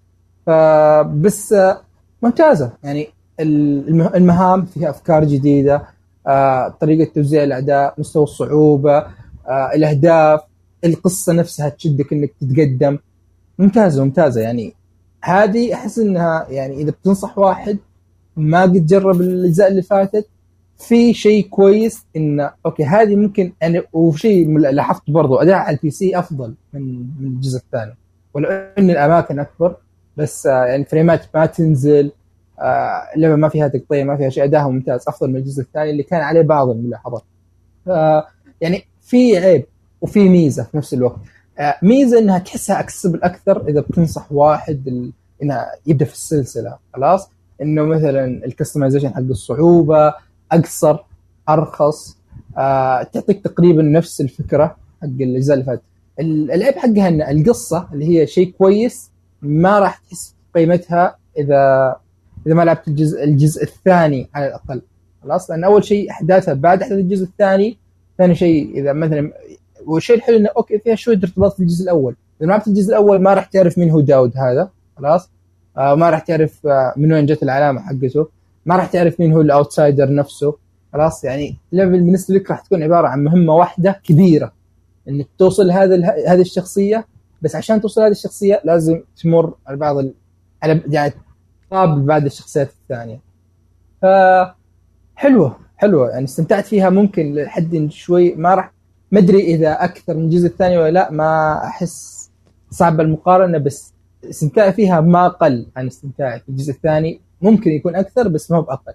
Speaker 1: فبس ممتازة يعني المهام فيها أفكار جديدة، آه، طريقة توزيع الأعداء، مستوى الصعوبة، آه، الأهداف، القصة نفسها تشدك إنك تتقدم، ممتازة ممتازة. يعني هذه أحس إنها يعني إذا بتنصح واحد ما قد جرب الأجزاء اللي فاتت في شيء كويس إنه أوكي هذه ممكن يعني. وشيء لاحظت برضو أداء على البي سي أفضل من من الجزء الثاني، ولو إن الأماكن أكبر بس آه يعني فريمات ما تنزل، آه اللعبة ما فيها تقطيع ما فيها شيء، أداها ممتاز أفضل من الجزء الثاني اللي كان عليه بعض الملاحظات. يعني في عيب وفي ميزه في نفس الوقت. ميزه انها تحسها اكسبل اكثر اذا بتنصح واحد ال... انه يبدا في السلسله خلاص، انه مثلا الكستمايزيشن حق الصعوبه اقصر ارخص، آه، تعطيك تقريبا نفس الفكره حق الاجزاء اللي فاتت. العيب حقها ان القصه اللي هي شيء كويس ما راح تحس قيمتها اذا اذا ما لعبت الجزء الجزء الثاني على الاقل خلاص، لان اول شيء احداثها بعد احداث الجزء الثاني، ثاني شيء اذا مثلا، والشيء الحلو انه اوكي فيها شويه ارتباط في الجزء الاول، اذا ما لعبت الجزء الاول ما راح تعرف مين هو داود هذا خلاص، آه ما راح تعرف آه من وين جت العلامه حقته، ما راح تعرف مين هو الاوتسايدر نفسه خلاص. يعني ليفل بالنسبه لك راح تكون عباره عن مهمه واحده كبيره انك توصل هذا هذه الشخصيه، بس عشان توصل هذه الشخصيه لازم تمر على بعض ال... على يعني تقابل بعض الشخصيات الثانيه. ف حلوه حلوه يعني استمتعت فيها، ممكن لحد شوي ما راح ما ادري اذا اكثر من الجزء الثاني ولا لا، ما احس صعب المقارنه، بس استمتاعي فيها ما قل عن استمتاعي في الجزء الثاني، ممكن يكون اكثر بس ما باقل.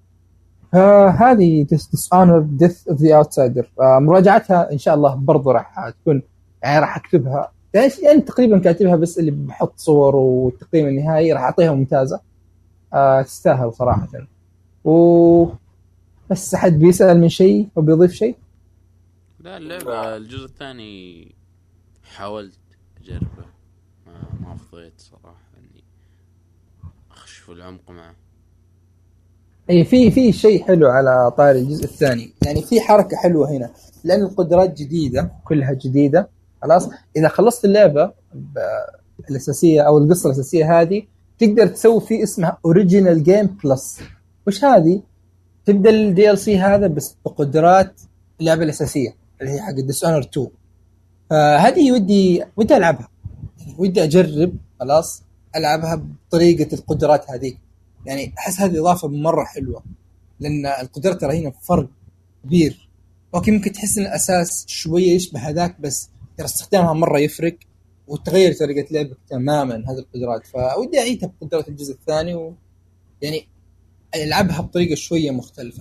Speaker 1: فهذه Dishonored Death of the Outsider، مراجعتها ان شاء الله برضو راح تكون يعني راح اكتبها يعني تقريبا كاتبها، بس اللي بحط صور والتقييم النهائي راح اعطيها ممتازه، أه تستاهل صراحه. و بس أحد بيسأل من شيء أو بيضيف شيء؟
Speaker 2: لا اللعبة الجزء الثاني حاولت أجربه ما ما فضيت صراحة إني أخش في العمق معه.
Speaker 1: أي في في شيء حلو على طاري الجزء الثاني، يعني في حركة حلوة هنا لأن القدرات جديدة كلها جديدة خلاص. إذا خلصت اللعبة الأساسية أو القصة الأساسية هذه تقدر تسوي فيه اسمها Original Game Plus. وش هذه؟ تبدأ ال دي إل سي هذا بس بقدرات اللعبة الأساسية اللي هي حق Dishonored تو. فهذه ودي ودي ألعبها، ودي أجرب خلاص ألعبها بطريقة القدرات هذه، يعني أحس هذه إضافة مرة حلوة، لأن القدرات ترى هنا فرق كبير. أوكي ممكن تحس إن الأساس شوية يشبه هذاك، بس ترى استخدامها مرة يفرق وتغير طريقة لعبك تماما هذه القدرات. فودي أعيدها بقدرات الجزء الثاني، ويعني ألعبها بطريقة شوية مختلفة.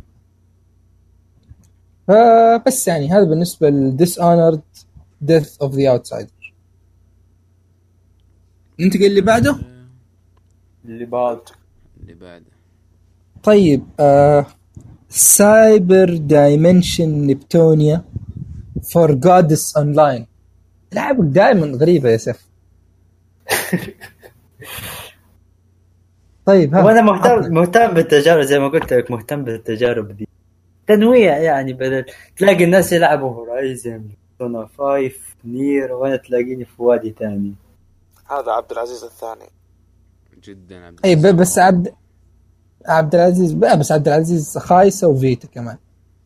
Speaker 1: فبس يعني هذا بالنسبة ل Dishonored Death of the Outsider. ننتقل اللي بعده
Speaker 4: اللي بعد
Speaker 2: اللي بعده
Speaker 1: طيب آه... Cyber Dimension Neptunia for Goddess Online. لعبك دائما غريبة يا سيف. طيب ها
Speaker 4: وانا مهتم مهتم بالتجارب زي ما قلت لك، مهتم بالتجارب دي تنويع، يعني بدل تلاقي الناس يلعبوا هورايزن سونا فايف نير وانا تلاقيني في وادي تاني.
Speaker 3: هذا عبد العزيز الثاني
Speaker 2: جدا عبد
Speaker 1: اي بس عبد عبد العزيز بقى، بس عبد العزيز خايسة وفيتا كمان.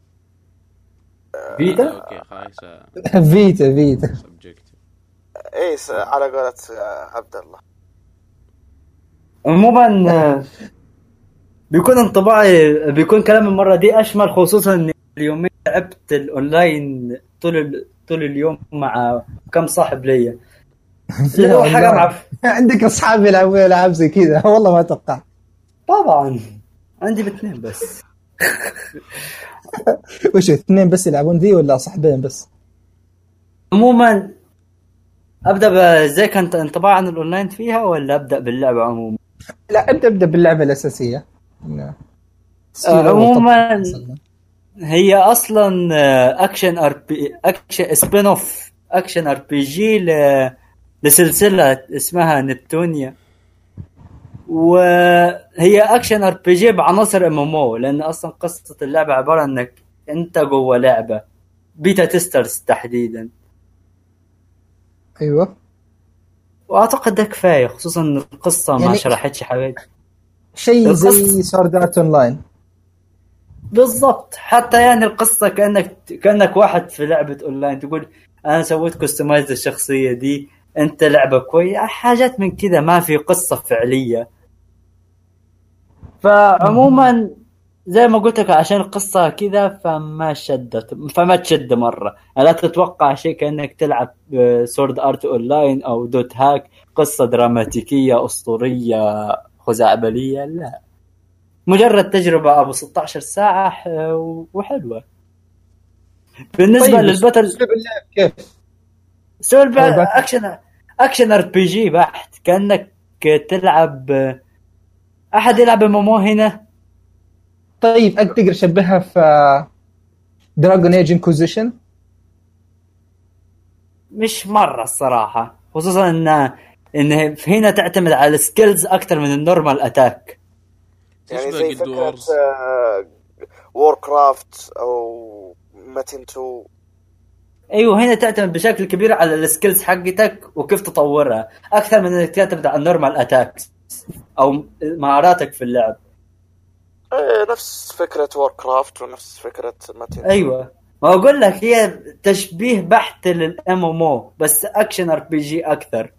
Speaker 4: فيتا
Speaker 2: اوكي خايسة
Speaker 1: فيتا فيتا
Speaker 2: سبجكت
Speaker 3: ايه على قولة عبد الله.
Speaker 4: عموما بيكون انطباعي بيكون كلام المرة دي أشمل، خصوصا إن اليومين لعبت الأونلاين طول طول اليوم مع كم صاحب ليا. لا حاجة معف.
Speaker 1: عندك أصحاب يلعبوا ألعاب زي كذا؟ والله ما أتوقع.
Speaker 4: طبعا عندي باثنين بس.
Speaker 1: وش اثنين بس يلعبون ذي ولا صاحبين بس؟
Speaker 4: عموما أبدأ زي كانت انطباع عن الأونلاين فيها ولا أبدأ باللعبة عموما؟
Speaker 1: لا أبدأ أبدأ باللعبة الأساسية.
Speaker 4: عموما هي اصلا اكشن ار بي اكشن سبين اوف اكشن ار بي جي لسلسله اسمها نبتونيا، وهي اكشن ار بي جي بعناصر ام ام او، لان اصلا قصه اللعبه عباره انك انت جوه لعبه بيتا تيسترز تحديدا.
Speaker 1: ايوه
Speaker 4: واعتقد ده كفايه، خصوصا ان القصه يعني ما شرحتش حاجات
Speaker 1: شيء زي سورد ارت اونلاين
Speaker 4: بالضبط. حتى يعني القصة كأنك كأنك واحد في لعبة أونلاين تقول أنا سويت كستمايز الشخصية دي، أنت لعبة كويسة، حاجات من كذا، ما في قصة فعلية. فعموما زي ما قلت لك عشان القصة كذا فما شدت فما تشد مرة. لا تتوقع شيء كأنك تلعب سورد ارت أونلاين أو دوت هاك، قصة دراماتيكية أسطورية خزعبلية، لا، مجرد تجربة أبو ستة عشر ساعة وحلوة. بالنسبه
Speaker 1: طيب
Speaker 4: للبطل
Speaker 1: اسلوب اللعب كيف؟
Speaker 4: سولف اكشن اكشن ار بي جي بحت، كانك تلعب احد يلعب ام ام او هنا.
Speaker 1: طيب اقدر اشبهها في دراجون ايج انكوزيشن؟
Speaker 4: مش مره الصراحه، خصوصا ان ان هنا تعتمد على السكيلز اكثر من النورمال اتاك.
Speaker 3: يعني زي فكره وور كرافت او ماتين تو.
Speaker 4: ايوه هنا تعتمد بشكل كبير على السكيلز حقتك وكيف تطورها اكثر من انك تعتمد على النورمال اتاك او مهاراتك في اللعب.
Speaker 3: ايه نفس فكره وور كرافت ونفس فكره ماتين.
Speaker 4: ايوه ما اقول لك هي تشبيه بحت للام ام او بس اكشن ار بي جي اكثر.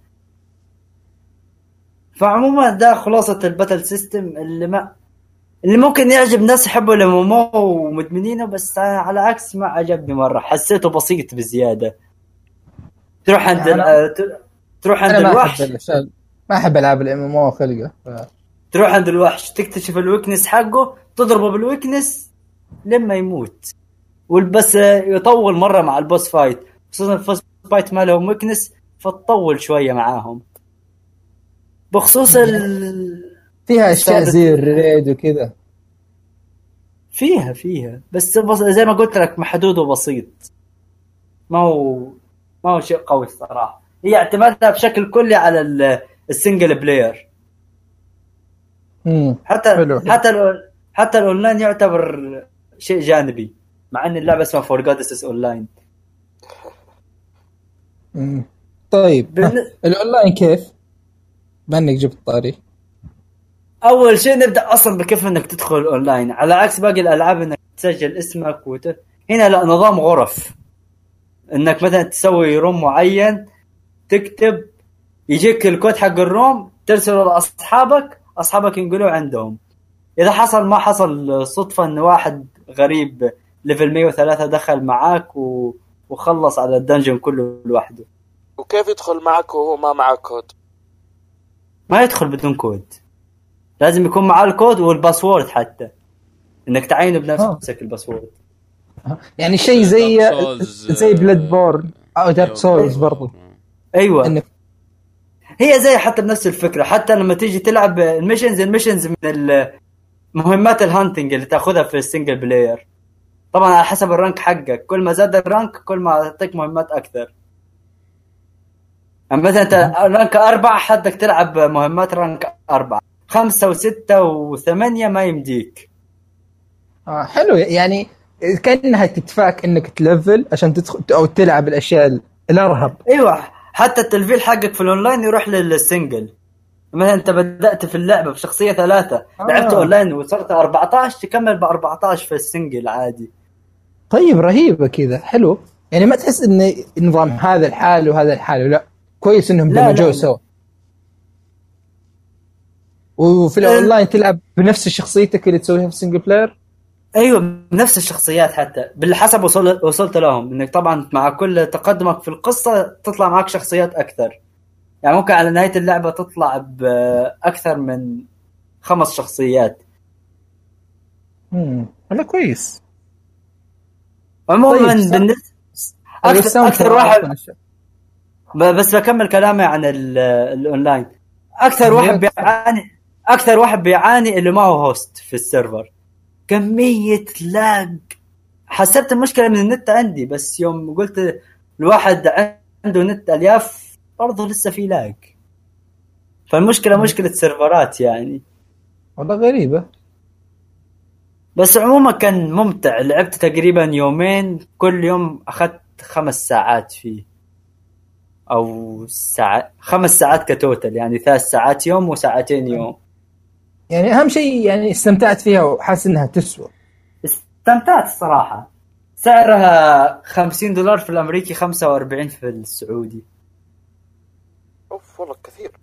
Speaker 4: فعموما ده خلاصه الباتل سيستم اللي ما اللي ممكن يعجب ناس يحبوا الام ام او ومدمنينه، بس على عكس ما عجبني مره، حسيته بسيط بزياده. تروح عند ال... تروح عند الوحش،
Speaker 1: ما احب العاب الام ام او خلقه ف...
Speaker 4: تروح عند الوحش تكتشف الويكنس حقه، تضربه بالويكنس لما يموت، والبس يطول مره مع البوس فايت، خصوصا البوس فايت ما لهم ويكنس فتطول شويه معاهم. بخصوص ال...
Speaker 1: فيها اشياء زي الريد وكذا،
Speaker 4: فيها فيها بس زي ما قلت لك محدود وبسيط، ما هو ما هو شيء قوي الصراحه. هي اعتمادها بشكل كلي على السنجل بلاير.
Speaker 1: مم.
Speaker 4: حتى
Speaker 1: حلو.
Speaker 4: حتى ال... حتى الاونلاين يعتبر شيء جانبي، مع ان اللعبه اسمها فور جادسز اونلاين.
Speaker 1: طيب بن... الاونلاين كيف؟ بانك جبت طاري.
Speaker 4: اول شيء نبدا اصلا بكيف انك تدخل اونلاين، على عكس باقي الالعاب انك تسجل اسمك وت... هنا لا، نظام غرف، انك مثلا تسوي روم معين، تكتب، يجيك الكود حق الروم، ترسله لاصحابك، اصحابك ينقلوه عندهم. اذا حصل ما حصل صدفه ان واحد غريب ليفل مية وثلاثة دخل معاك و... وخلص على الدنجن كله لوحده.
Speaker 3: وكيف يدخل معك وهو ما معه كود؟
Speaker 4: ما يدخل بدون كود، لازم يكون معاه الكود والباسورد، حتى انك تعينه بنفسك الباسورد.
Speaker 1: يعني شيء زي زي بلاد بورن او دارك سولز برضو.
Speaker 4: ايوه إنك... هي زي حتى بنفس الفكره. حتى لما تيجي تلعب الميشنز الميشنز من المهمات الهانتنج اللي تاخذها في السنجل بلاير، طبعا على حسب الرانك حقك، كل ما زاد الرانك كل ما اعطيك مهمات اكثر. يعني مثلا انت رانك أربعة حدك تلعب مهمات رانك أربعة، خمسة وستة وثمانية ما يمديك.
Speaker 1: آه حلو، يعني كأنها تتفاك انك تلفل عشان تدخل او تلعب الاشياء الارهب.
Speaker 4: ايوه حتى التلفيل حقك في الاونلاين يروح للسنجل. مثلا انت بدأت في اللعبة بشخصية ثلاثة، آه. لعبت اونلاين وصرت أربعة عشر، تكمل ب أربعة عشر في السنجل عادي.
Speaker 1: طيب رهيبة كذا، حلو. يعني ما تحس ان النظام هذا الحال وهذا الحال؟ لا كويس انهم دمجوه سوا. وفي الاونلاين تلعب بنفس شخصيتك اللي تسويها في السنجل بلاير.
Speaker 4: ايوه نفس الشخصيات، حتى بالحسب وصل وصلت لهم، انك طبعا مع كل تقدمك في القصه تطلع معك شخصيات اكثر. يعني ممكن على نهايه اللعبه تطلع باكثر من خمس شخصيات.
Speaker 1: امم هذا كويس.
Speaker 4: عموما طيب بالنسبه اكثر, أكثر واحد بس بكمل كلامي عن الاونلاين. اكثر واحد بيعاني اكثر واحد بيعاني اللي ما هو هوست في السيرفر. كمية لاج، حسبت المشكلة من النت عندي، بس يوم قلت الواحد عنده نت ألياف برضه لسه في لاج. فالمشكلة مشكلة سيرفرات يعني.
Speaker 1: والله غريبة.
Speaker 4: بس عموما كان ممتع، لعبت تقريبا يومين، كل يوم أخذت خمس ساعات فيه، أو ساعة خمس ساعات كتوتل، يعني ثلاث ساعات يوم وساعتين يوم.
Speaker 1: يعني أهم شيء يعني استمتعت فيها وحاسس إنها تسوى.
Speaker 4: استمتعت الصراحة. سعرها خمسين دولار في الأمريكي، خمسة وأربعين في السعودي.
Speaker 3: أوف والله كثير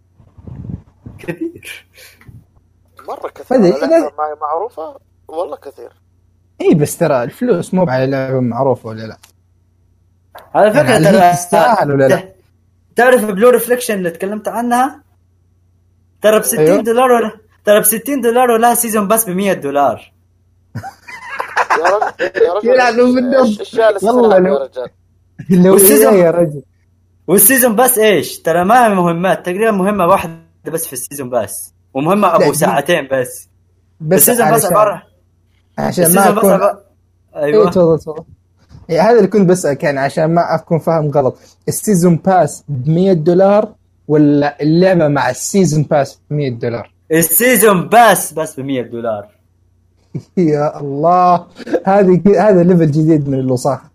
Speaker 4: كثير
Speaker 3: مرة كثير. لعبة معروفة والله كثير.
Speaker 1: إيه بس ترى الفلوس مو على لعبة معروفة ولا لا؟
Speaker 4: على فكرة
Speaker 1: يعني
Speaker 4: ترى
Speaker 1: تستاهل ولا لا؟
Speaker 4: تعرف بلو ريفليكشن اللي تكلمت عنها؟ ترى بستين أيوه؟ دولار ولا ترى بستين دولار ولا سيزون بس بمية دولار.
Speaker 3: يا رجل يا رجل
Speaker 1: يلعنوا بالنص.
Speaker 3: الشال
Speaker 1: والله
Speaker 3: السلام
Speaker 1: لو-
Speaker 3: يا رجال.
Speaker 1: لو
Speaker 4: والسيزون-
Speaker 1: إيه يا رجل.
Speaker 4: والسيزون باس ايش ترى ما مهمات تقريبا مهمه واحده بس في السيزون باس ومهمه
Speaker 1: لا،
Speaker 4: ابو
Speaker 1: دي-
Speaker 4: ساعتين بس.
Speaker 1: بس
Speaker 4: السيزون باس
Speaker 1: علشان
Speaker 4: عباره
Speaker 1: عشان ما
Speaker 4: السيزون باس
Speaker 1: اكون
Speaker 4: عباره
Speaker 1: ايوه
Speaker 4: ايوه
Speaker 1: تفضل تفضل. إيه، هذا اللي كنت بسألك يعني عشان ما اكون فاهم غلط. السيزون باس ب مية دولار ولا اللعبه مع السيزون باس ب مية دولار؟
Speaker 4: السيزون باس بس ب مية دولار.
Speaker 1: يا الله، هذه هذا ليفل جديد من الوصاخ.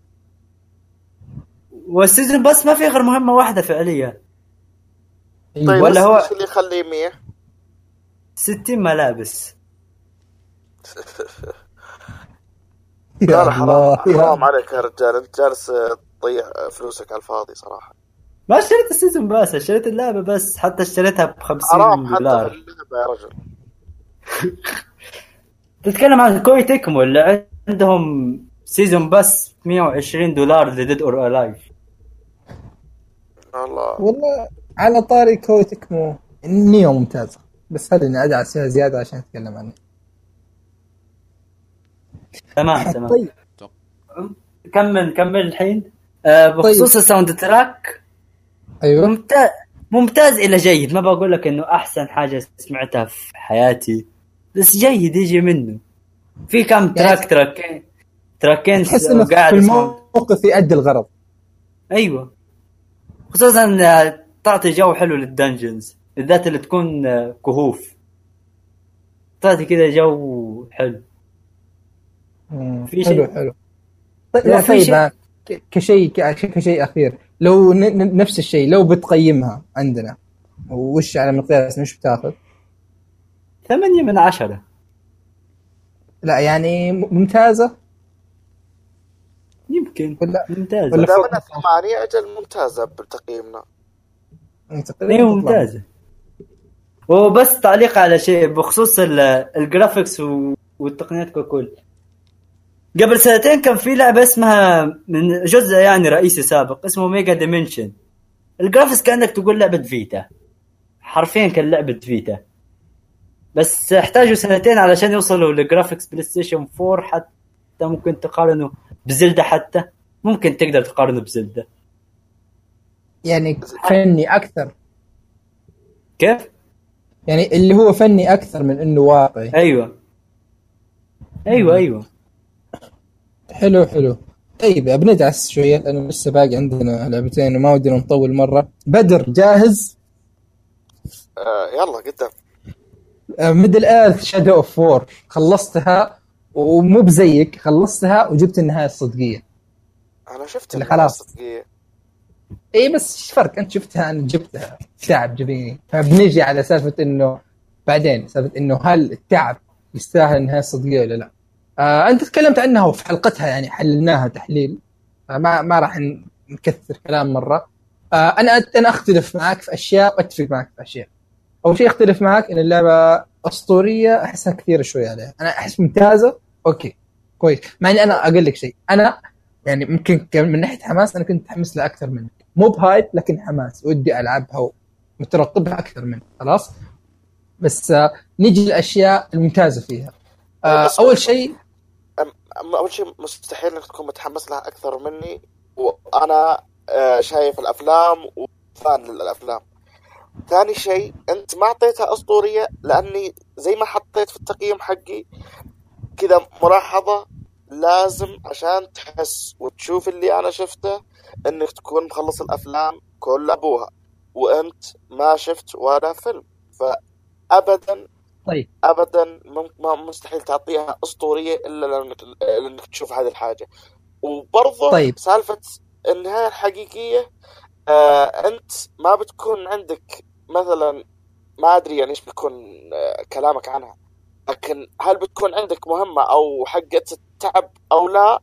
Speaker 4: والسيزون باس ما في غير مهمه واحده فعليا.
Speaker 3: طيب
Speaker 4: ولا هو-
Speaker 3: ايش اللي يخليه مية؟
Speaker 4: ستين ملابس.
Speaker 1: يا
Speaker 3: لا لا حرام
Speaker 1: الله
Speaker 3: حرام
Speaker 1: يا
Speaker 3: عليك يا رجال، انت جالس تضيع فلوسك على الفاضي صراحة.
Speaker 4: ما اشتريت السيزون باس اشتريت اللعبه بس حتى اشتريتها ب خمسين
Speaker 3: حرام حتى في
Speaker 4: دولار.
Speaker 3: اللعبة يا رجل.
Speaker 4: تتكلم عن كوي تكمو اللي عندهم سيزون باس مية وعشرين دولار لديد اور الايف.
Speaker 3: الله
Speaker 1: والله على طاري كويتك مو نيو ممتازة، بس هذا اني ادعس فيها زيادة عشان اتكلم عنه.
Speaker 4: تمام تمام.
Speaker 1: طيب
Speaker 4: كمل كمل الحين. آه بخصوص
Speaker 1: طيب.
Speaker 4: الساوند تراك
Speaker 1: ايوه
Speaker 4: ممتاز ممتاز الى جيد. ما بقول لك انه احسن حاجه سمعتها في حياتي بس جيد يجي منه. في كم تراك تراكين تراكين
Speaker 1: تحس انه
Speaker 4: قاعد
Speaker 1: في
Speaker 4: اسمعهم.
Speaker 1: الموقف يؤدي الغرض.
Speaker 4: ايوه خصوصا آه، تعطي جو حلو للدنجنز بالذات اللي تكون آه، كهوف. تعطي كذا جو حلو.
Speaker 1: مم،
Speaker 4: في
Speaker 1: حلو
Speaker 4: شيء-
Speaker 1: حلو. طيب
Speaker 4: لا،
Speaker 1: لا
Speaker 4: في
Speaker 1: طيب
Speaker 4: شيء-
Speaker 1: آه، ك- كشيء ك- كشيء اخير، لو ن- ن- نفس الشيء لو بتقيمها عندنا وش على مقياس مش بتاخذ؟
Speaker 4: ثمانية من عشرة.
Speaker 1: لا يعني م- ممتازة
Speaker 4: يمكن
Speaker 1: ولا
Speaker 4: ممتازة.
Speaker 1: ولا
Speaker 3: إذا
Speaker 1: فوق؟
Speaker 3: من ثمانية أجل ممتازة بتقييمنا.
Speaker 1: تقريباً
Speaker 4: ايوه
Speaker 1: تطلع.
Speaker 4: ممتازة. وبس تعليق على شيء بخصوص ال- الجرافيكس و- والتقنيات ككل. قبل سنتين كان في لعبة اسمها من جزء يعني رئيسي سابق اسمه ميجا ديمنشن. الجرافيكس كأنك تقول لعبة فيتا، حرفيا كان لعبة فيتا، بس احتاجوا سنتين علشان يوصلوا لجرافيكس بلاي ستيشن فور. حتى ممكن تقارنه بزلدة، حتى ممكن تقدر تقارنه بزلدة.
Speaker 1: يعني فني اكثر،
Speaker 4: كيف؟
Speaker 1: يعني اللي هو فني اكثر من انه واقعي.
Speaker 4: ايوه ايوه ايوه.
Speaker 1: حلو حلو. طيب بندعس شوية لأنه لسه باقي عندنا لعبتين وما ودنا نطول مرة. بدر جاهز؟
Speaker 3: آه يلا قدام.
Speaker 1: ميدل ايرث شادو اوف وور خلصتها ومو بزيك، خلصتها وجبت النهاية الصدقية.
Speaker 3: أنا شفت
Speaker 1: اللي
Speaker 3: النهاية
Speaker 1: خلاص.
Speaker 3: الصدقية.
Speaker 1: اي بس ايش فرق، انت شفتها انا جبتها. تعب جبيني. فبنيجي على سالفة انه بعدين سالفة انه هل التعب يستاهل النهاية الصدقية ولا لا. آه انت تكلمت عنها وفي حلقتها يعني حللناها تحليل، فما ما راح نكثر كلام مرة. آه انا انا اختلف معك في اشياء واتفق معك في اشياء. اول شيء اختلف معك ان اللعبة اسطورية، احسها كثير شوي عليها. انا احس ممتازة اوكي كويس، مع اني انا اقول لك شيء، انا يعني ممكن من ناحية حماس انا كنت متحمس لها اكثر منك، مو بهايب لكن حماس ودي العبها ومترقبها اكثر منك خلاص. بس آه نيجي للاشياء الممتازة فيها. آه
Speaker 3: بس-
Speaker 1: اول شيء
Speaker 3: أم- أول شيء مستحيل إنك تكون متحمس لها أكثر مني، وأنا آه، شايف الأفلام وفان للأفلام. ثاني شيء أنت ما أعطيتها أسطورية، لأني زي ما حطيت في التقييم حقي كذا ملاحظة لازم عشان تحس وتشوف اللي أنا شفته إنك تكون مخلص الأفلام كل أبوها، وأنت ما شفت ولا فيلم، فأبدا
Speaker 1: طيب
Speaker 3: ابدا مم- ما مستحيل تعطيها اسطوريه الا لانك لانك تشوف هذه الحاجه. وبرضه
Speaker 1: طيب.
Speaker 3: سالفه النهايه الحقيقيه، آه انت ما بتكون عندك مثلا، ما ادري يعني ايش بيكون آه كلامك عنها، لكن هل بتكون عندك مهمه او حقه التعب او لا؟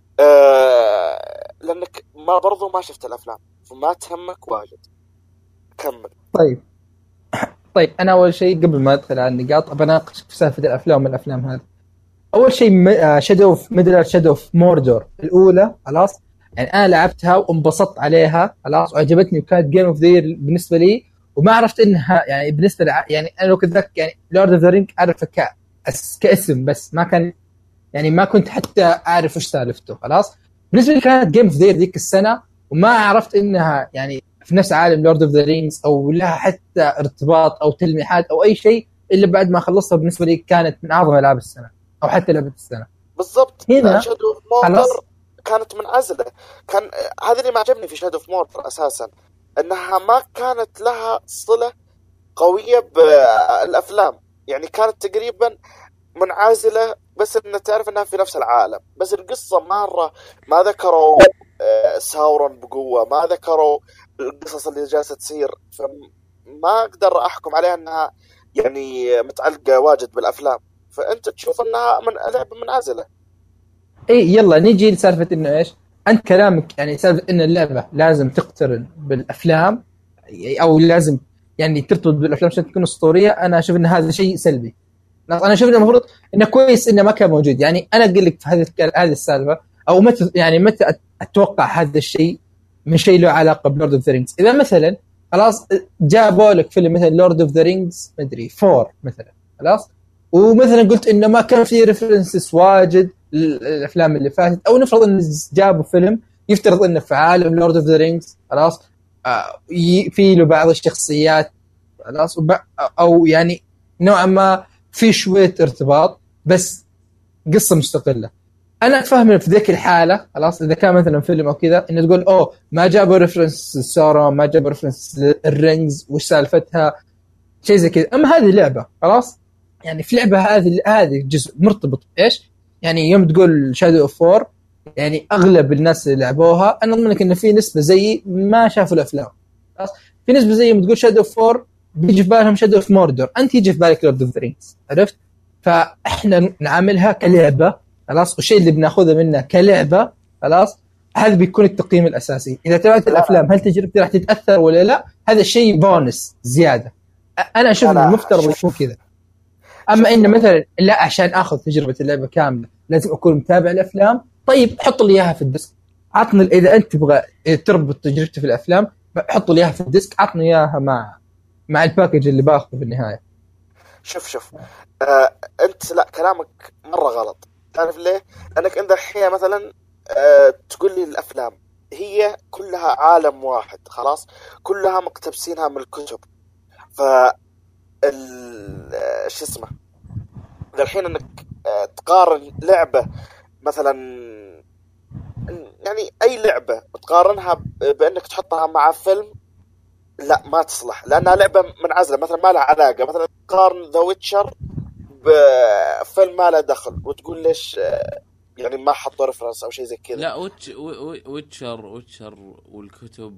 Speaker 3: آه لانك ما برضه ما شفت الافلام فما تهمك واجد. كمل.
Speaker 1: طيب طيب انا اول شيء قبل ما ادخل على النقاط بناقش في سالفه الافلام من الافلام هذه. اول شيء شادو اوف ميدل شادو اوف موردور الاولى خلاص، يعني انا لعبتها وانبسطت عليها خلاص وعجبتني وكانت جيم اوف ذا بالنسبه لي، وما عرفت انها يعني بالنسبه لع... يعني انا لو كنت ذاك يعني لورد اوف ذا رينج اعرفه ك... كاسم بس ما كان يعني ما كنت حتى اعرف ايش سالفته. خلاص بالنسبه لي كانت جيم اوف ذا ذيك السنه، وما عرفت انها يعني في نفس عالم لورد اوف ذا رينجز او لها حتى ارتباط او تلميحات او اي شيء الا بعد ما خلصتها. بالنسبه لي كانت من اعظم العاب السنه او حتى لعبه السنه
Speaker 3: بالضبط.
Speaker 1: هنا
Speaker 3: شادو اوف موردر كانت منعزله. كان هذا اللي ما عجبني في شادو اوف موردر اساسا، انها ما كانت لها صله قويه بالافلام، يعني كانت تقريبا منعزله، بس انها تعرف انها في نفس العالم. بس القصه مره ما ذكروا ساورون بقوه، ما ذكروا القصص اللي جالسه تصير، فما اقدر احكم عليها انها يعني متعلقه واجد بالافلام. فانت تشوف انها من لعبه منعزله.
Speaker 1: اي يلا نيجي لسالفه انه ايش انت كلامك، يعني سالفه ان اللعبه لازم تقترن بالافلام او لازم يعني ترتبط بالافلام عشان تكون اسطوريه. انا اشوف ان هذا شيء سلبي. انا اشوف انه المفروض انه كويس انه ما كان موجود. يعني انا اقول لك في هذه هذه السالفه او متى يعني متى اتوقع هذا الشيء من شيء له علاقه بلورد اوف ذا رينجز. اذا مثلا خلاص جابوا لك فيلم مثل لورد اوف ذا رينجز ما ادري فور مثلا، خلاص ومثلا قلت انه ما كان في ريفرنسز واجد للافلام اللي فاتت، او نفرض ان جابوا فيلم يفترض انه في عالم لورد اوف ذا رينجز، خلاص آه في له بعض الشخصيات، خلاص او يعني نوعا ما في شويه ارتباط بس قصه مستقله. انا اتفهم في ذيك الحاله خلاص اذا كان مثلا فيلم او كذا انه تقول اوه ما جابوا ريفرنس سورا، ما جابوا ريفرنس الرينجز وش سالفتها شيء زي كذا. اما هذه لعبه خلاص، يعني في لعبه هذه هذه جزء مرتبط ايش يعني. يوم تقول شادو اوف فور يعني اغلب الناس اللي لعبوها انا اضمن لك ان في نسبه زي ما شافوا الافلام، خلاص في نسبه زي ما تقول شادو اوف فور بيجي في بالهم شادو اوف موردر، انت يجي في بالك لورد اوف ذا رينجز، عرفت؟ فاحنا نعاملها كلعبه خلاص، والشيء اللي بناخذه منها كلعبه خلاص هذا بيكون التقييم الاساسي. اذا تابعت الافلام هل تجربتي راح تتاثر ولا لا، هذا الشيء بونس زياده. انا اشوف انه المفترض يكون كذا. اما ان مثلا لا عشان اخذ تجربه اللعبه كامله لازم اكون متابع الافلام، طيب حط لي اياها في الديسك، عطني اذا انت تبغى تربط تجربتي في الافلام حط لي اياها في الديسك، عطني اياها مع مع الباكج اللي باخذه في النهايه.
Speaker 3: شوف شوف آه، انت لا كلامك مره غلط. تعرف ليه؟ لانك انت الحين مثلا آه، تقول لي الافلام هي كلها عالم واحد خلاص، كلها مقتبسينها من الكتب. ف شو اسمه الحين انك آه، تقارن لعبه مثلا، يعني اي لعبه تقارنها بانك تحطها مع فيلم، لا ما تصلح لانها لعبه منعزله مثلا ما لها علاقه. مثلا تقارن ذا ويتشر بفيلم ما له دخل وتقول ليش يعني ما حطوا ريفرنس او شيء زي كذا.
Speaker 2: لا ويتش ويتشر ويتشر والكتب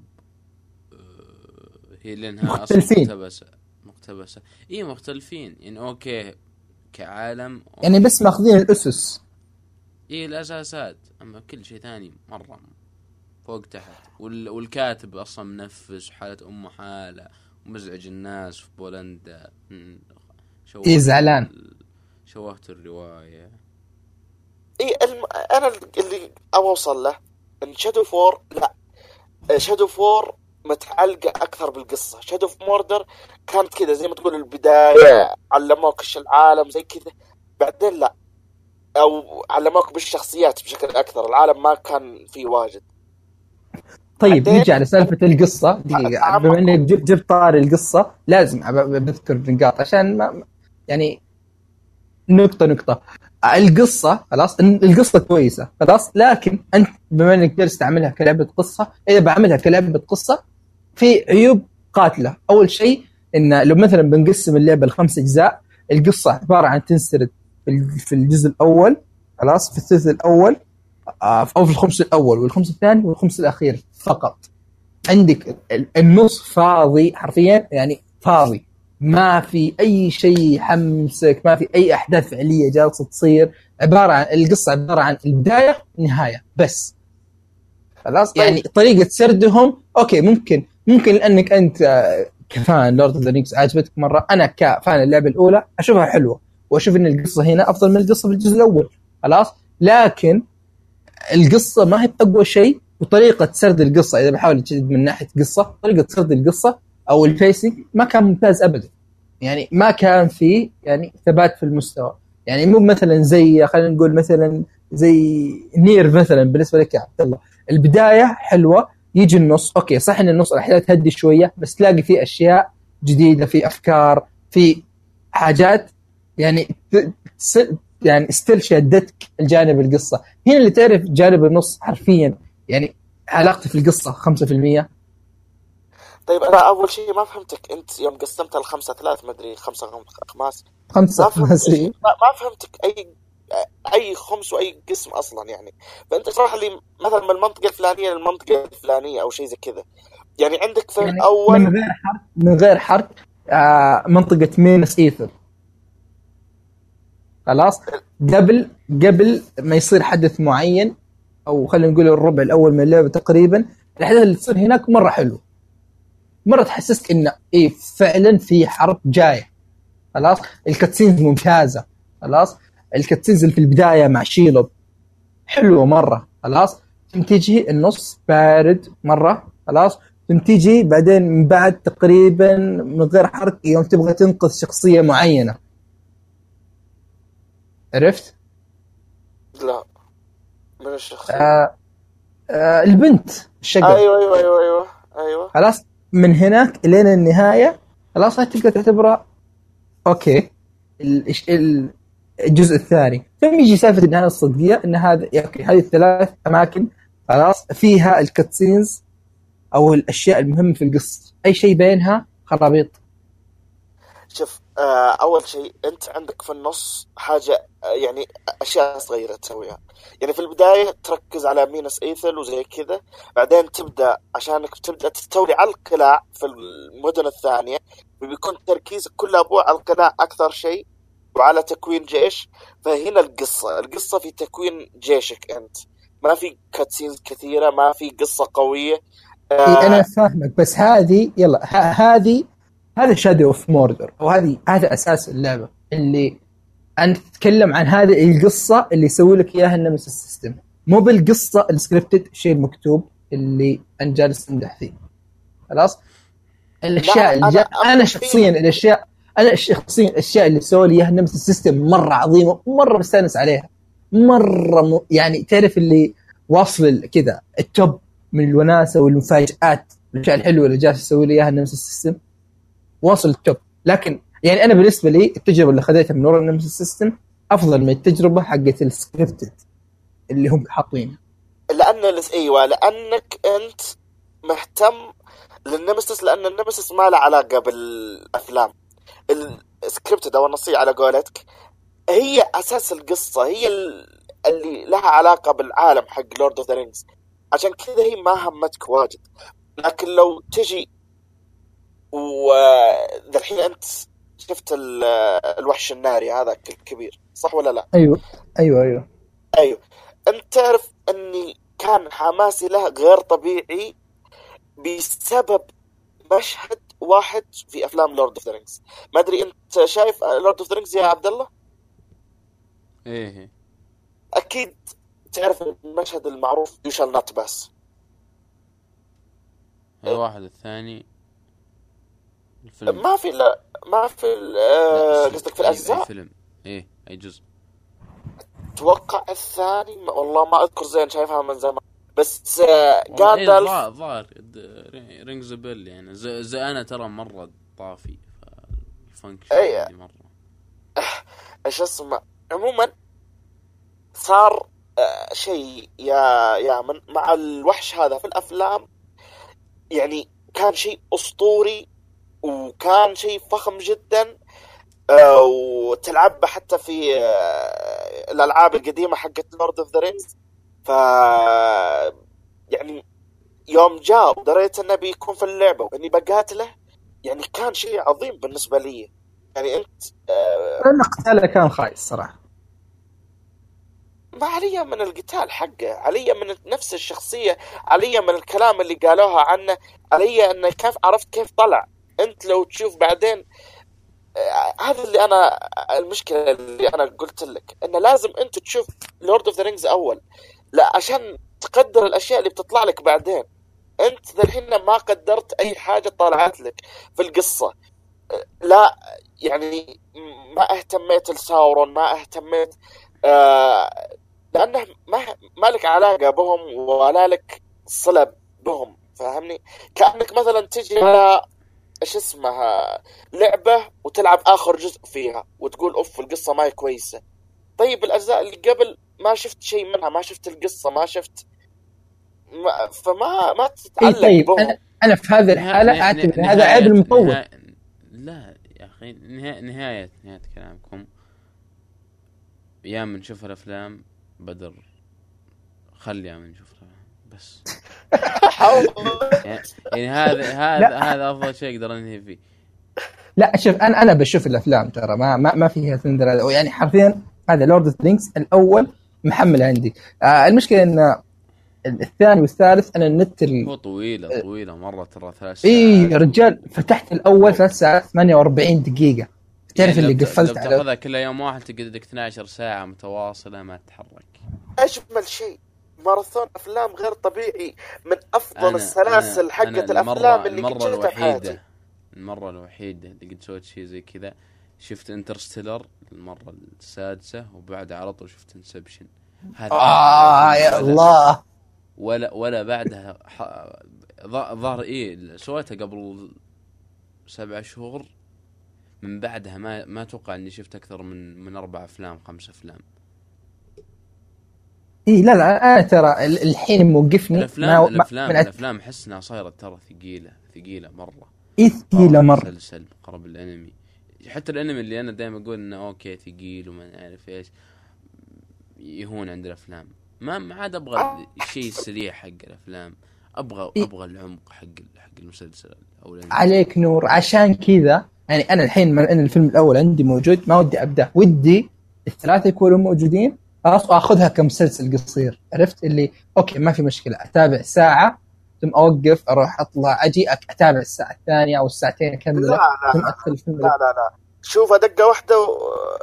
Speaker 2: هي لانها اصلا مقتبسه مقتبسه اي مختلفين يعني اوكي كعالم
Speaker 1: يعني بس ماخذين الاسس
Speaker 2: ايه الاساسات، اما كل شيء ثاني مره فوق تحت. وال... والكاتب اصلا منفس حاله امه حاله ومزعج الناس في بولندا.
Speaker 1: ايه زعلان
Speaker 2: شوهت الروايه.
Speaker 3: ايه الم... انا اللي اوصل له ان شادو فور لا شادو فور متعلقه اكثر بالقصه. شادو اوف موردر كانت كذا زي ما تقول البدايه علموك ايش العالم زي كذا، بعدين لا او علموك بالشخصيات بشكل اكثر، العالم ما كان فيه واجد.
Speaker 1: طيب نيجي على سالفه القصه دقيقه، بما انك جبت طاري القصه لازم بذكر نقاط عشان ما يعني نقطه نقطه. القصه خلاص القصه كويسه خلاص، لكن انت بما انك جالس تعملها كلعبه قصه، اذا بعملها كلعبه قصه في عيوب قاتله. اول شيء ان لو مثلا بنقسم اللعبه لخمس اجزاء، القصه عباره عن تنسرد في الجزء الاول خلاص، في الثلث الاول او في الخمس الاول والخمس الثاني والخمس الاخير فقط. عندك النص فاضي حرفيا، يعني فاضي، ما في اي شيء يحمسك، ما في اي احداث فعليه جالسه تصير. عباره عن القصه عباره عن البدايه نهايه بس خلاص. يعني طريقه سردهم اوكي ممكن ممكن لانك انت كفان لورد اوف ذا رينجز عجبتك مره، انا كفان اللعبه الاولى اشوفها حلوه واشوف ان القصه هنا افضل من القصه في الجزء الاول خلاص. لكن القصه ما هي اقوى شيء، وطريقه سرد القصه اذا بحاول اجيب من ناحيه قصه، طريقه سرد القصه او الفيسنج ما كان ممتاز ابدا. يعني ما كان فيه يعني ثبات في المستوى. يعني مو مثلا زي خلينا نقول مثلا زي نير مثلا بالنسبه لك يا عبد الله. البدايه حلوه، يجي النص اوكي صح ان النص الاحداث تهدي شويه، بس تلاقي فيه اشياء جديده، في افكار، في حاجات يعني يعني ستيل شدتك الجانب القصه. هنا اللي تعرف جانب النص حرفيا يعني علاقتي في القصه خمسة في المية.
Speaker 3: طيب انا اول شيء ما فهمتك انت يوم قسمت الخمسة ثلاث ما ادري خمسة خماس
Speaker 1: خمسة
Speaker 3: ما فهمت
Speaker 1: خماسي.
Speaker 3: ما, ما فهمتك اي اي خمس واي قسم اصلا يعني. فانت اشرح لي مثلا من المنطقه الفلانيه للمنطقه الفلانيه او شيء زي كذا. يعني عندك في
Speaker 1: يعني
Speaker 3: الاول
Speaker 1: من غير حرق من غير حرق آه منطقه مينس ايثر خلاص قبل قبل ما يصير حدث معين، او خلينا نقول الربع الاول من اللعبه تقريبا، الاحداث اللي تصير هناك مره حلو، مره تحسسك انه ايه فعلا في حرب جايه. خلاص الكاتسينز ممتازه، خلاص الكاتسينز اللي في البدايه مع شيلوب حلوه مره، خلاص ثم تيجي النص بارد مره، خلاص ثم تيجي بعدين من بعد تقريبا من غير حرق يوم تبغى تنقذ شخصيه معينه. عرفت؟
Speaker 3: لا من الشخصيه
Speaker 1: آه آه البنت الشقر.
Speaker 3: ايوه ايوه ايوه ايوه ايوه
Speaker 1: خلاص من هناك الين النهايه خلاص تقدر تعتبره اوكي. ال الجزء الثاني ثم يجي سالفه النهايه الصدقيه ان هذا اوكي هذه الثلاث اماكن خلاص فيها الكاتسينز او الاشياء المهمه في القصه، اي شيء بينها خرابيط.
Speaker 3: شوف آه اول شيء انت عندك في النص حاجه يعني اشياء صغيره تسويها. يعني في البدايه تركز على مينس ايثل وزي كذا، بعدين تبدا عشانك تبدا تستولي على القلاع في المدن الثانيه، بيكون تركيزك كله ابو على القلاع اكثر شيء وعلى تكوين جيش. فهنا القصه القصه في تكوين جيشك انت، ما في كاتسينز كثيره، ما في قصه قويه.
Speaker 1: آه إيه انا فاهمك، بس هذه يلا هذه هذا شادو اوف موردر، وهذه هذا اساس اللعبه اللي انت تتكلم عن هذه القصه اللي يسوي لك اياها النمس السيستم، مو بالقصه السكريبتد الشيء المكتوب اللي انت جالس تمدح فيه. خلاص الاشياء اللي أنا, انا شخصيا الاشياء انا شخصيا الاشياء اللي سووا لي اياها النمس السيستم مره عظيمه، مره مستانس عليها، مره م... يعني تعرف اللي واصل كذا التوب من الوناسه والمفاجات والاشياء الحلوه اللي جالس يسوي لي اياها النمس السيستم واصل التوب. لكن يعني انا بالنسبه لي التجربه اللي خذيتها من ورا النمس سيستم افضل من التجربه حقت السكريبتد اللي هم حاطينها.
Speaker 3: لان ايوه لانك انت مهتم للنمسس، لان النمسس ما له علاقه بالافلام. السكريبتد او النصيه على قولتك هي اساس القصه، هي اللي لها علاقه بالعالم حق لورد اوف ذا رينجز، عشان كذا هي ما همتك واجد. لكن لو تجي وذا الحين انت شفت الوحش الناري هذا الكبير صح ولا لا؟
Speaker 1: ايوه ايوه ايوه
Speaker 3: ايوه انت تعرف اني كان حماسي له غير طبيعي بسبب مشهد واحد في افلام لورد اوف ذا رينجز. ما ادري انت شايف لورد اوف ذا رينجز يا عبد الله؟
Speaker 2: ايه
Speaker 3: اكيد تعرف المشهد المعروف يو شال نوت باس.
Speaker 2: الواحد الثاني
Speaker 3: الفيلم ما في لا ما في قصدك في الاجزاء
Speaker 2: اي فيلم ايه اي جزء
Speaker 3: اتوقع الثاني والله ما اذكر زين، شايفها من زمان بس جاندالف
Speaker 2: إيه ظاهر رينجز بيل يعني زي, زي انا ترى مره طافي الفانكشن
Speaker 3: أيه.
Speaker 2: دي مره
Speaker 3: ايش اسمه. عموما صار آه شيء يا يا من مع الوحش هذا في الافلام، يعني كان شيء اسطوري وكان شيء فخم جدا. آه وتلعب حتى في آه الالعاب القديمه حقت لورد اوف ذا رينجز. ف يعني يوم جاء دريت انه بيكون في اللعبه واني بقاتله، يعني كان شيء عظيم بالنسبه لي. يعني انت
Speaker 1: آه قتاله كان خايس صراحه،
Speaker 3: ما عليا من القتال حقه، عليا من نفس الشخصيه، عليا من الكلام اللي قالوها عنه، عليا انه كيف عرفت كيف طلع. انت لو تشوف بعدين آه هذا اللي انا المشكله اللي انا قلت لك انه لازم انت تشوف لورد اوف ذا رينجز اول، لا عشان تقدر الاشياء اللي بتطلع لك بعدين. انت الحين ما قدرت اي حاجه طلعت لك في القصه، لا يعني ما اهتميت لساورون، ما اهتميت آه لأنه ما ما لك علاقة بهم ولا لك صلة بهم، فاهمني؟ كأنك مثلا تجي على ايش اسمها لعبة وتلعب آخر جزء فيها وتقول أوف القصة ما هي كويسة. طيب الأجزاء اللي قبل ما شفت شيء منها، ما شفت القصة، ما شفت ما فما ما تتعلق
Speaker 1: طيب
Speaker 3: بهم.
Speaker 1: أنا أنا في هذه الحالة أعتبر هذا عيب المطور.
Speaker 2: لا يا أخي، نهاية نهاية نهاية كلامكم يا من نشوف الأفلام بدر، خلي يا من نشوف بس يعني هذا هذا هذا أفضل شيء أقدر أنهي فيه.
Speaker 1: لا شوف، أنا أنا بشوف الأفلام ترى ما ما ما فيها ثندر، يعني حرفيا هذا لورد اوف رينجز الأول محمل عندي. آه المشكلة إن الثاني والثالث أنا النت
Speaker 2: هو طويلة طويلة مرة ترى ثلاث ساعات.
Speaker 1: إيه رجال فتحت الأول ثلاث ساعات ثمانية وأربعين دقيقة، تعرف
Speaker 2: يعني
Speaker 1: اللي قفلت
Speaker 2: على هذا كله يوم واحد تقعد اثنتي عشرة ساعة متواصلة ما تتحرك.
Speaker 3: أجمل شيء ماراثون أفلام غير طبيعي، من أفضل السلاسل حقة الأفلام اللي
Speaker 2: المرة الوحيدة المرة الوحيدة اللي قد سويت شيء زي كذا شفت انترستيلر المرة السادسة، وبعد على طول شفت انسبشن.
Speaker 1: هذا آه يا الله.
Speaker 2: ولا ولا بعدها ظهر إيه سويتها قبل سبع شهور، من بعدها ما ما أتوقع إني شفت أكثر من من أربع أفلام خمس أفلام.
Speaker 1: إيه لا لا أنا ترى الحين موقفني.
Speaker 2: الأفلام ما الأفلام ما الأفلام أحس إنها صايرة ترى ثقيلة ثقيلة مرة.
Speaker 1: إيه ثقيلة مرة.
Speaker 2: سلسل قرب الأنمي، حتى الأنمي اللي أنا دائما أقول إنه أوكي ثقيل وما نعرف إيش يهون عند الأفلام. ما ما عاد أبغى الشيء السريع حق الأفلام، أبغى إيه؟ أبغى العمق حق حق المسلسل أو الأنمي.
Speaker 1: عليك نور. عشان كذا يعني أنا الحين من أن الفيلم الأول عندي موجود ما ودي أبدأ، ودي الثلاثة يكونوا موجودين خلاص وأخذها كمسلسل قصير، عرفت اللي أوكي ما في مشكلة أتابع ساعة ثم أوقف أروح أطلع أجي أتابع الساعة الثانية أو الساعتين أكمل ثم أدخل الفيلم.
Speaker 3: لا لا لا شوفها دقة واحدة و...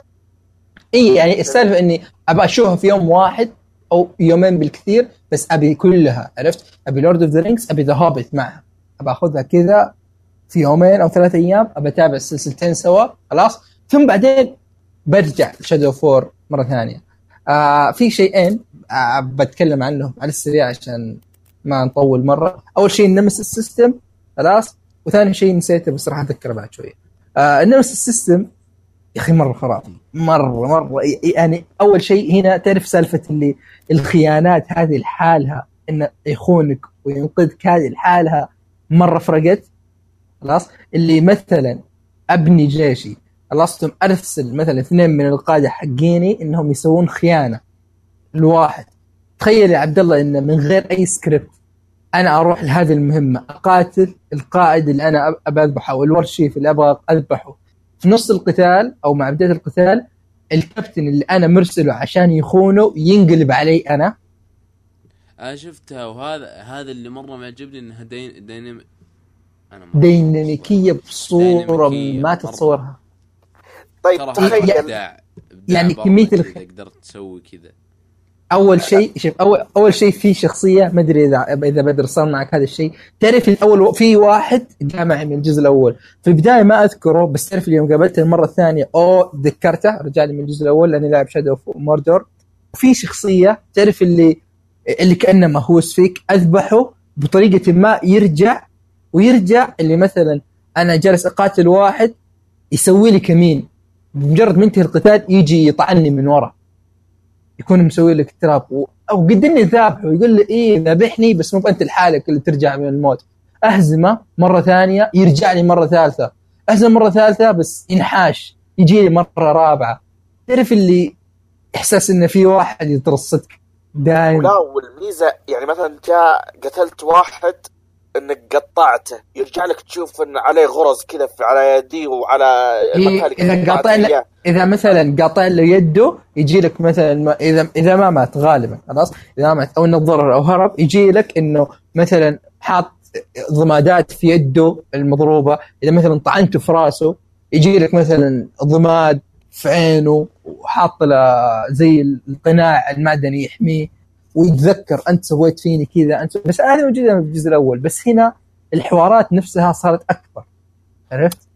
Speaker 1: إيه يعني السالفة إني أبغى أشوفها في يوم واحد أو يومين بالكثير، بس أبي كلها، عرفت؟ أبي لورد أوف ذا رينجز أبي ذا هوبيت معها، أبغى أخذها كذا في يومين أو ثلاثة أيام، أبى أتابع السلسلتين سوا خلاص، ثم بعدين برجع شادو فور مرة ثانية. آه في شيئين آه بتكلم عنهم على السريع عشان ما نطول مرة. أول شيء النمس السيستم خلاص، وثاني شيء نسيته بس راح أذكره بعد شوية. آه النمس السيستم يا أخي مرة خرافي مرة مرة. يعني أول شيء هنا تعرف سالفة اللي الخيانات هذه لحالها إنه يخونك وينقذك، هذه لحالها مرة فرقت خلاص. اللي مثلا أبني جيشي خلاص ثم أرسل مثلا اثنين من القادة حقيني إنهم يسوون خيانة لواحد. تخيل يا عبد الله إن من غير أي سكريبت أنا أروح لهذه المهمة أقاتل القائد اللي أنا أبى أذبحه أو الورشيف اللي أبغى أذبحه، في نص القتال أو مع بداية القتال الكابتن اللي أنا مرسله عشان يخونه ينقلب علي أنا.
Speaker 2: أنا شفتها وهذا هذا اللي مرة معجبني إنها دين دينام
Speaker 1: أنا ديناميكية بصورة ما تتصورها.
Speaker 3: طيب تخيل
Speaker 1: يعني كمية الخ...
Speaker 2: قدرت تسوي كذا.
Speaker 1: أول شيء شوف أول أول شيء في شخصية ما أدري إذا إذا بدر صار معك هذا الشيء. تعرف الأول في واحد جاء معي من الجزء الأول في البداية ما أذكره، بس تعرف اليوم قابلته المرة الثانية أو ذكرته رجال من الجزء الأول لأني لاعب شادو اوف موردور. وفي شخصية تعرف اللي اللي كأنه مهووس فيك أذبحه بطريقة ما يرجع ويرجع اللي مثلا أنا جالس أقاتل واحد يسوي لي كمين، بمجرد ما ينتهي القتال يجي يطعني من ورا يكون مسوي لك تراب و... أو قد إني ذابحه ويقول لي إيه ذبحني بس مو أنت لحالك اللي ترجع من الموت. أهزمه مرة ثانية يرجع لي مرة ثالثة، أهزم مرة ثالثة بس ينحاش يجي لي مرة رابعة. تعرف اللي إحساس إن في واحد يترصدك دائما.
Speaker 3: لا والميزة يعني مثلا جاء قتلت واحد انك قطعته يرجع لك تشوف ان عليه غرز كذا على يديه وعلى
Speaker 1: المكان اللي اذا قاطع له اذا مثلا قاطع له يده يجي لك مثلا اذا اذا ما مات غالبا خلاص اذا ما مات او انه ضرر او هرب يجي لك انه مثلا حاط ضمادات في يده المضروبه. اذا مثلا طعنته في راسه يجي لك مثلا ضماد في عينه وحاط له زي القناع المعدني يحميه ويتذكر أنت سويت فيني كذا أنت. بس هذه موجودة في الجزء الأول، بس هنا الحوارات نفسها صارت أكبر، عرفت؟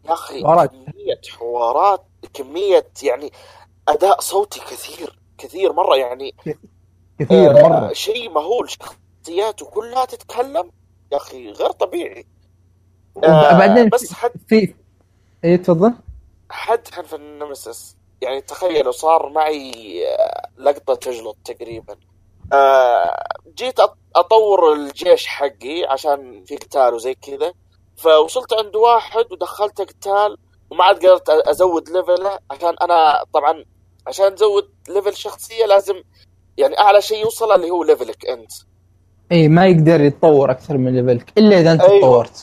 Speaker 3: يا أخي كمية حوارات، كمية يعني أداء صوتي كثير كثير مرة يعني
Speaker 1: كثير
Speaker 3: آه
Speaker 1: مرة
Speaker 3: شيء مهول، شخصياته كلها تتكلم يا أخي غير طبيعي. آه
Speaker 1: وبعدين
Speaker 3: بس حد
Speaker 1: في ايه تفضل.
Speaker 3: حد في النمسيس يعني تخيلوا صار معي آه لقطة تجلط تقريبا. آه جيت أطور الجيش حقي عشان في قتال وزي كذا، فوصلت عند واحد ودخلت قتال وما عاد قدرت أزود ليفله، عشان أنا طبعا عشان تزود ليفل شخصية لازم يعني أعلى شيء يوصل اللي هو ليفلك أنت.
Speaker 1: اي ما يقدر يتطور أكثر من ليفلك إلا إذا أنت
Speaker 3: أيوة.
Speaker 1: تطورت.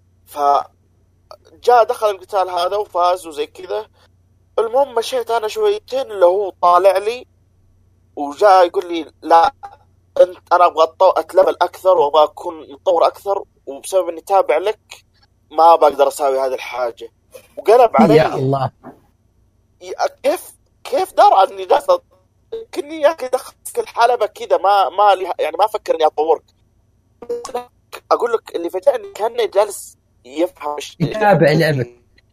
Speaker 3: فجاء دخل القتال هذا وفاز وزي كذا. المهم مشيت أنا شويتين اللي هو طالع لي وجاء يقول لي لا أنت أنا أبغى أتلبل أكثر وأبغى أكون متطور أكثر، وبسبب إني تابع لك ما بقدر أسوي هذه الحاجة. وقلب علي
Speaker 1: يا الله
Speaker 3: كيف كيف دار أني جالس كني يا أخي دخلت الحلبة كذا ما ما يعني ما أفكر إني أطورك. أقول لك اللي فاجأني كان جالس يفهم
Speaker 1: يتابع لعبك.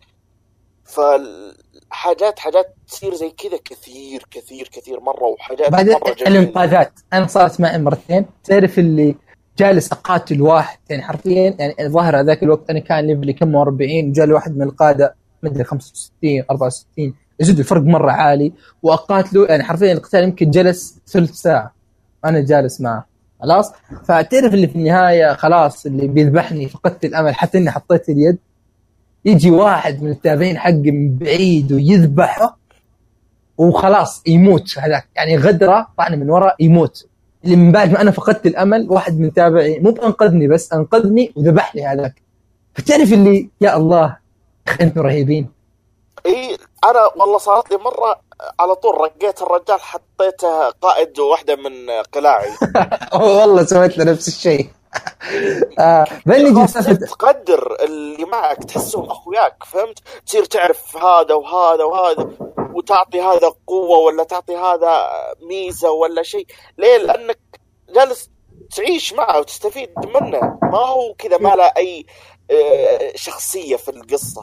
Speaker 3: فالحاجات حاجات تصير زي كذا كثير كثير كثير مرة، وحاجات
Speaker 1: بعدين
Speaker 3: مرة جميلة.
Speaker 1: الانقاذات أنا صارت معي مرتين، تعرف اللي جالس أقاتل واحد يعني حرفيا يعني الظاهر هذاك الوقت أنا كان ليفلي كم أربعين، جاء واحد من القادة مدري خمسة وستين أربعة وستين، يزيد الفرق مرة عالي وأقاتله يعني حرفيا القتال يمكن جلس ثلث ساعة أنا جالس معه خلاص. فتعرف اللي في النهاية خلاص اللي بيذبحني فقدت الأمل، حتى إني حطيت اليد يجي واحد من التابعين حقي من بعيد ويذبحه وخلاص يموت هذاك يعني غدرة طعني من وراء يموت. اللي من بعد ما أنا فقدت الأمل واحد من تابعي مو بأنقذني بس أنقذني وذبحني هذاك. فتعرف اللي يا الله أنتم رهيبين.
Speaker 3: إيه أنا والله صارت لي مرة على طول رقيت الرجال حطيته قائد واحدة من قلاعي.
Speaker 1: والله سويت له نفس الشيء. آه بني جلسة
Speaker 3: تقدر اللي معك تحسهم أخوياك، فهمت؟ تصير تعرف هذا وهذا وهذا وتعطي هذا قوة ولا تعطي هذا ميزة ولا شيء. ليه؟ لأنك جالس تعيش معه وتستفيد منه، ما هو كذا ما له أي شخصية في القصة.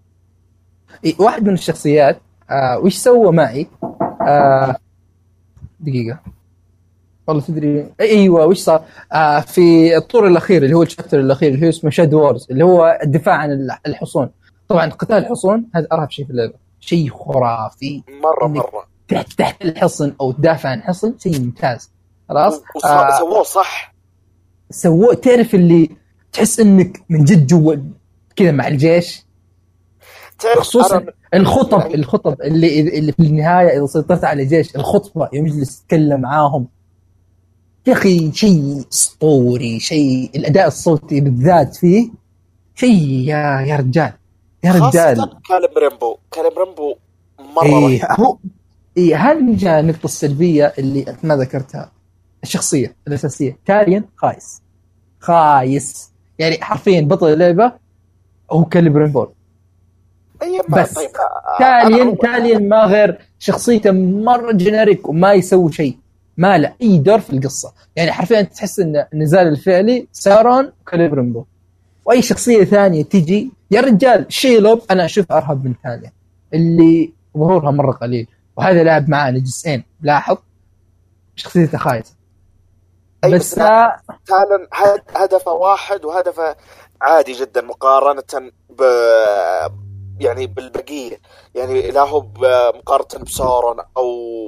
Speaker 1: واحد من الشخصيات آه وش سوى معي آه دقيقة والله تدري ايوه وش صار آه في الطور الاخير اللي هو الشابتر الاخير اللي هو اسمه شادو وورز اللي هو الدفاع عن الحصون. طبعا قتال الحصون هذا ارهب شيء في اللعبه، شيء خرافي
Speaker 3: مره مره.
Speaker 1: تحت تحت الحصن او تدافع عن حصن شيء ممتاز خلاص.
Speaker 3: آه سووه صح
Speaker 1: سووه تعرف اللي تحس انك من جد جوا كذا مع الجيش، خصوصا الخطب يعني الخطب اللي اللي في النهايه اذا سيطرت على جيش الخطبه يوم يجلس يتكلم معاهم يا اخي شيء اسطوري، شيء الاداء الصوتي بالذات فيه شيء يا يا رجال يا رجال.
Speaker 3: كالب ريمبو كالب ريمبو مره
Speaker 1: إيه هو إيه هذه جاء النقطه السلبيه اللي ما ذكرتها. الشخصيه الاساسيه تاليان خايس خايس يعني حرفيا بطل اللعبه هو كالب ريمبو بس. طيب تاليان تاليان ما غير شخصيته مرة جينيريك وما يسوي شيء، ما له أي دور في القصة يعني حرفيا تحس إن النزال الفعلي سارون وكاليبرمبو. وأي شخصية ثانية تيجي يا رجال شيلوب أنا أشوف أرهب من تاليان اللي ظهورها مرة قليل، وهذا لاعب معانا جزئين لاحظ شخصيته خايسة. بس
Speaker 3: تاليان هدفه واحد وهدفه عادي جدا مقارنة ب يعني بالبقية، يعني لا هو مقارنة بسارون أو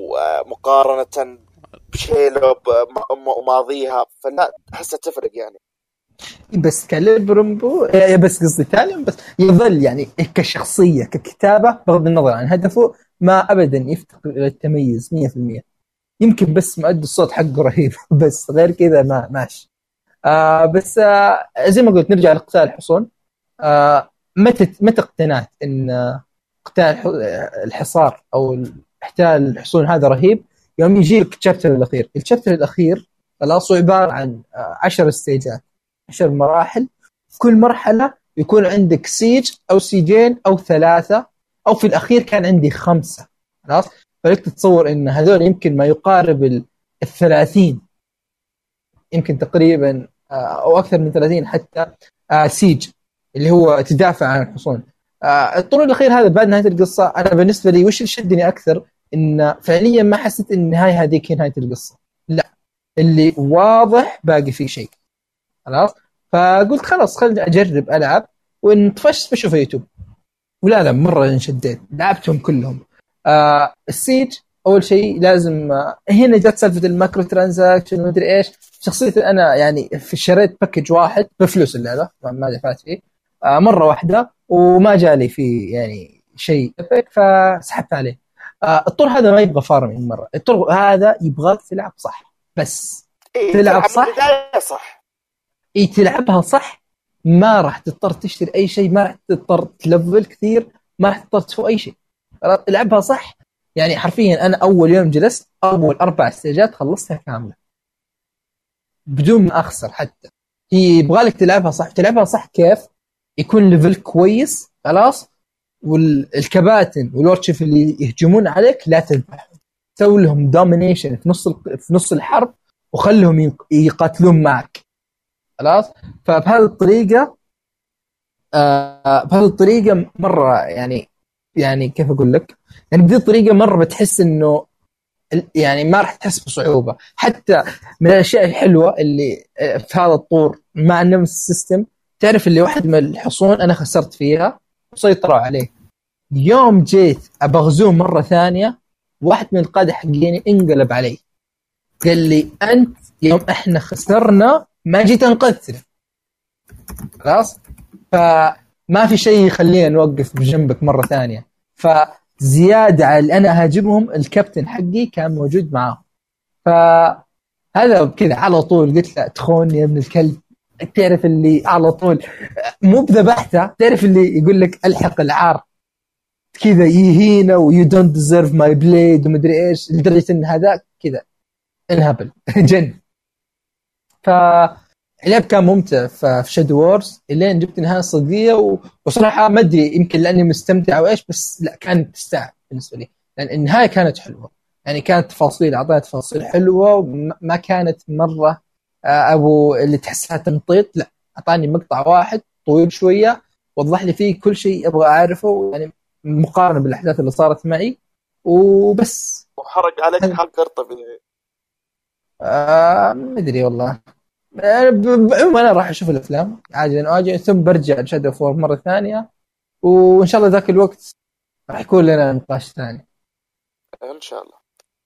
Speaker 3: مقارنة بشيلو وماضيها، فلا أحسها تفرق يعني.
Speaker 1: بس كاليبرمبو بس قصدي تاليان بس يظل يعني كشخصية ككتابة بغض النظر عن هدفه ما أبدا يفتقر إلى التميز مية في المية. يمكن بس مؤدي الصوت حقه رهيب بس غير كذا ما ماشي. آه بس آه زي ما قلت نرجع لقتال الحصون. آه متى متى اقتنعت ان قتال الحصار او احتلال الحصون هذا رهيب؟ يوم يجي لك الشابتر الاخير. الشابتر الاخير خلاص عباره عن عشر استيجات عشر مراحل، كل مرحله يكون عندك سيج او سيجين او ثلاثه او في الاخير كان عندي خمسه خلاص. فلك تتصور ان هذول يمكن ما يقارب الثلاثين يمكن تقريبا او اكثر من ثلاثين حتى سيج اللي هو تدافع عن الحصون. آه الطور الاخير هذا بعد نهايه القصه، انا بالنسبه لي وش شدني اكثر ان فعليا ما حسيت ان النهايه هذيك نهايه القصه، لا اللي واضح باقي في شيء خلاص. فقلت خلاص خلني اجرب العب، وان طفشت بشوف يوتيوب. ولا لا مره انشديت لعبتهم كلهم. آه السيج اول شيء لازم آه هنا جت سالفه الماكرو ترانزاكشن ومدري ايش. شخصيتي انا يعني في شريت باكج واحد بفلوس اللعبه ما دفعت فيه آه مره واحده، وما جالي فيه يعني شيء فسحبت عليه. آه الطور هذا ما يبغى فارمينج مره، الطور هذا يبغاك تلعب صح بس.
Speaker 3: إيه
Speaker 1: تلعب صح
Speaker 3: صح
Speaker 1: اي تلعبها صح، ما راح تضطر تشتري اي شيء، ما راح تضطر تلفل كثير، ما راح تضطر تسوي اي شيء. العبها صح. يعني حرفيا انا اول يوم جلست اول اربع استيجات خلصتها كامله بدون ما اخسر حتى. هي يبغالك تلعبها صح. تلعبها صح كيف؟ يكون ليفل كويس خلاص، والكباتن والورشف اللي يهجمون عليك لا تذبحهم، سوي لهم دومينيشن في نص في نص الحرب وخلهم يقاتلون معك خلاص. فبهذه الطريقه آه بهذه الطريقه مره يعني يعني كيف اقول لك، يعني بهذه الطريقه مره بتحس انه يعني ما راح تحس بصعوبه. حتى من الاشياء الحلوه اللي في هذا الطور مع نفس السيستم، تعرف اللي واحد من الحصون انا خسرت فيها وسيطروا عليه، يوم جيت ابغزوه مره ثانيه واحد من القاده حقيني انقلب علي قال لي انت يوم احنا خسرنا ما جيت انقذتنا خلاص، فما في شيء يخلينا نوقف بجنبك مرة ثانية. فزيادة على اللي أنا هاجمهم الكابتن حقي كان موجود معاهم، فهذا كذا على طول قلت له تخوني يا ابن الكلب. تعرف اللي على طول مو بذبحته، تعرف اللي يقول لك الحق العار كذا يهينا ويو دونت ديزيرف ماي بليد ومدري ايش، لدرجة ان هذا كذا انهبل جن. ف اللعب كان ممتع في شادو وورز الين جبت النهايه الصدقيه، وصراحه ما ادري يمكن لاني مستمتع او ايش، بس لا كانت تستاهل بالنسبه لي لان النهايه كانت حلوه. يعني كانت تفاصيل اعطيت تفاصيل حلوه وما كانت مره ابو اللي تحسها تمطيط، لا اعطاني مقطع واحد طويل شويه وضح لي فيه كل شيء ابغى اعرفه يعني مقارنه بالاحداث اللي صارت معي وبس.
Speaker 3: وحرق عليك حق قرطبي
Speaker 1: آه ما ادري والله. بعموما انا راح اشوف الافلام عاجلا واجلا ثم برجع لشادو فور مره ثانيه، وان شاء الله ذاك الوقت راح يكون لنا نقاش ثاني
Speaker 3: ان شاء الله.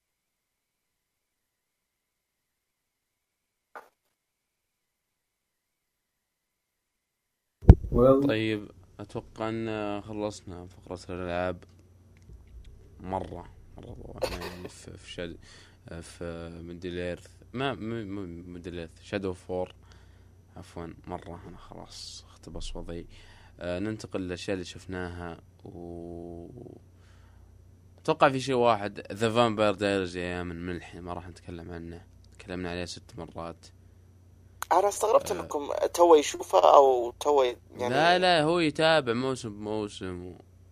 Speaker 2: طيب اتوقع ان خلصنا فقره الالعاب مره مره يعني في في شادو في ميدل ايرث ما ميدل ايرث شادو فور عفوا مرة أنا خلاص اختبص وضعي. آه ننتقل للأشياء اللي شفناها، و أتوقع في شيء واحد The Vampire Diaries يا من من الحين ما راح نتكلم عنه، تكلمنا عليه ست مرات.
Speaker 3: أنا استغربت آه. أنكم توي يشوفه أو توي يعني
Speaker 2: لا لا هو يتابع موسم بموسم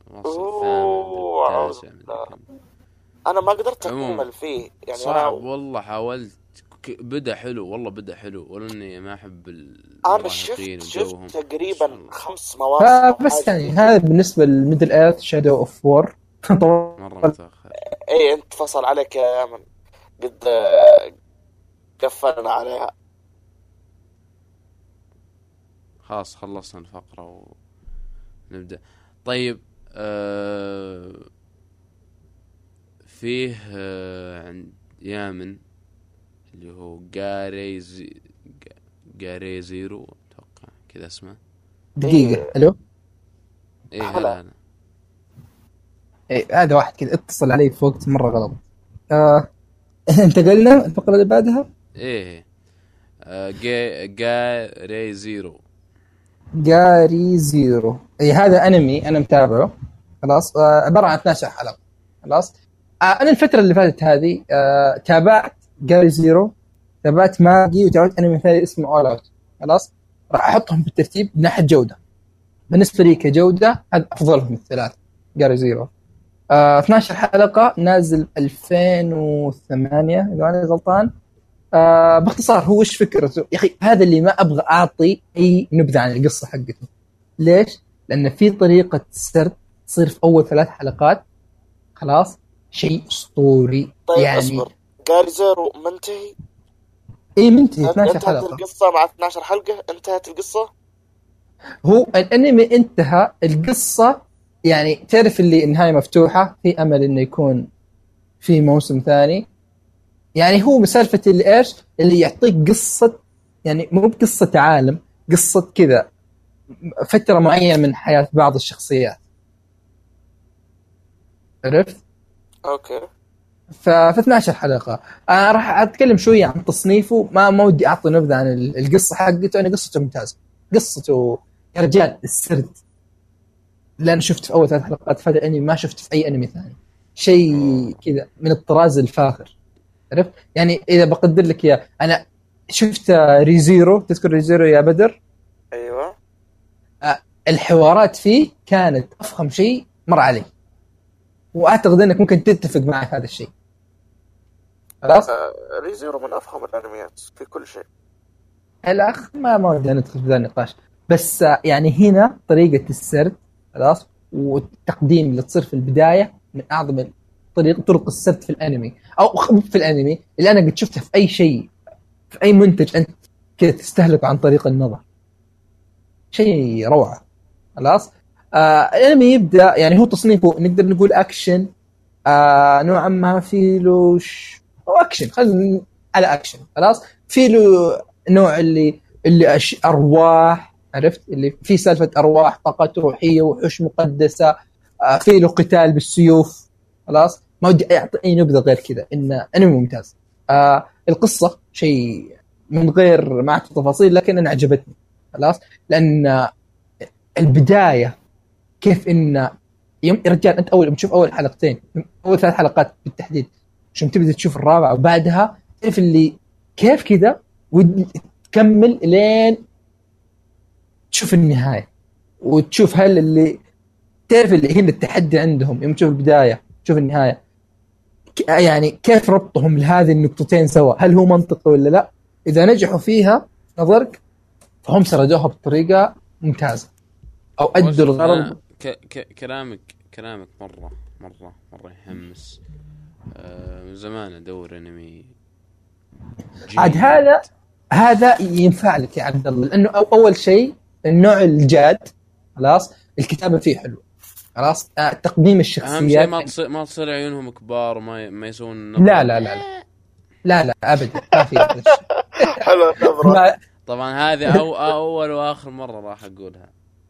Speaker 2: ووصل الثامن
Speaker 3: أنا ما قدرت أكمل فيه يعني
Speaker 2: صعب أنا... والله حاولت بدأ حلو والله بدأ حلو ولو اني ما احب
Speaker 3: انا شفت شفت تقريبا خمس مواسم
Speaker 1: بس يعني هذا بالنسبه للميدل ايرث شادو اوف وور
Speaker 2: مره متاخر.
Speaker 3: ايه انت فصل عليك يا من قد قفلنا عليها
Speaker 2: خلاص خلصنا الفقره ونبدا. طيب آه فيه آه عند يامن اللي هو جاري زي... جاري زيرو اتوقع كذا اسمه.
Speaker 1: دقيقة الو
Speaker 2: ايه هلا هلا
Speaker 1: ايه هذا واحد كذا اتصل علي في وقت مرة غلط. آه... انتقلنا الفقرة اللي بعدها.
Speaker 2: ايه آه... جا... جاري زيرو
Speaker 1: جاري زيرو اي هذا انمي انا متابعه خلاص. آه... عبارة عن اثنا عشر حلقة خلاص. آه... انا الفترة اللي فاتت هذه آه... تابعت جاري زيرو، تابعت ماجي، وتابعت انمي ثاني اسمه اول اوت خلاص. راح احطهم بالترتيب من ناحيه جوده. بالنسبه لي كجوده هذا افضلهم الثلاث. جاري زيرو آه اثنا عشر حلقه نازل ألفين وثمانية اذا انا غلطان. آه باختصار هو ايش فكرته يا اخي؟ هذا اللي ما ابغى اعطي اي نبذه عن القصه حقته. ليش؟ لأن في طريقة سرد تصير في أول ثلاث حلقات خلاص شيء أسطوري.
Speaker 3: طيب
Speaker 1: يعني
Speaker 3: أصبر، قال زيرو منتهي؟
Speaker 1: إيه منتهي اثنا عشر
Speaker 3: انتهت
Speaker 1: حلقة
Speaker 3: القصة مع اثنا عشر حلقة انتهت القصة.
Speaker 1: هو الأنمي انتهى القصة، يعني تعرف اللي النهاية مفتوحة، في أمل إنه يكون في موسم ثاني. يعني هو مسالفة اللي إيش اللي يعطيك قصة، يعني مو بقصة عالم، قصة كذا فترة معينة من حياة بعض الشخصيات، عرفت؟
Speaker 3: اوكي.
Speaker 1: ف اثنا عشر حلقة. أنا راح أتكلم شوية عن تصنيفه، ما ما ودي أعطي نبذة عن القصة حقته. أنا قصته ممتازة، قصته يا رجال السرد اللي أنا شفت في أول ثلاث حلقات في هذا الأنمي ما شفت في أي أنمي ثاني، شيء كذا من الطراز الفاخر، عرفت؟ يعني إذا بقدر لك يا أنا شفت ريزيرو، تذكر ريزيرو يا بدر؟
Speaker 3: ايوه.
Speaker 1: الحوارات فيه كانت أفخم شيء مر علي، وأعتقد أنك ممكن تتفق معي هذا الشيء. خلاص؟
Speaker 3: آه ريزيرو من افخم الانميات في كل شيء.
Speaker 1: الأخ ما ما ودي ندخل في ذا النقاش، بس يعني هنا طريقة السرد خلاص والتقديم اللي تصير في البداية من أعظم طريق طرق السرد في الأنمي، أو في الأنمي اللي أنا قد شفته في أي شيء، في أي منتج أنت كذا تستهلك عن طريق النظر، شيء روعة. خلاص. آه الأنمي يبدأ، يعني هو تصنيفه نقدر نقول أكشن، آه نوعا ما في له ش... أو أكشن، خلينا على أكشن. خلاص. في له نوع اللي اللي أش... أرواح، عرفت؟ اللي في سالفة أرواح، طاقات روحية، وحوش مقدسة، آه في له قتال بالسيوف. خلاص. ما ودي أعطي أي نبذة غير كذا، إن أنمي ممتاز. آه القصة شيء من غير ما أعطي تفاصيل، لكن أنا عجبتني. خلاص. لأن البداية كيف إن يوم رجال أنت أول تشوف أول حلقتين، أول ثلاث حلقات بالتحديد، عشان تبدأ تشوف الرابعة، وبعدها تعرف اللي كيف كذا وتكمل لين تشوف النهاية، وتشوف هل اللي تعرف اللي هنا التحدي عندهم يوم تشوف البداية تشوف النهاية، يعني كيف ربطهم لهذه النقطتين سوا، هل هو منطقي ولا لا. إذا نجحوا فيها نظرك فهم سردوها بطريقة ممتازة، أو أدوا الغرض.
Speaker 2: ك... ك... كلامك كلامك مرة مرة مرة يحمس. آه من زمان أدور أنمي
Speaker 1: عاد هذا هذا ينفع لك يا عبد الله، لأنه أول شيء النوع الجاد. خلاص. الكتابة فيه حلو. خلاص. آه تقديم الشخصيات
Speaker 2: أهم شيء ما تصير ما تصير عيونهم كبار وما ما يسوون
Speaker 1: لا لا لا لا لا لا أبدا ما في هذا الشيء.
Speaker 3: حلو النظرة.
Speaker 2: طبعا هذه أو أول وآخر مرة راح أقولها،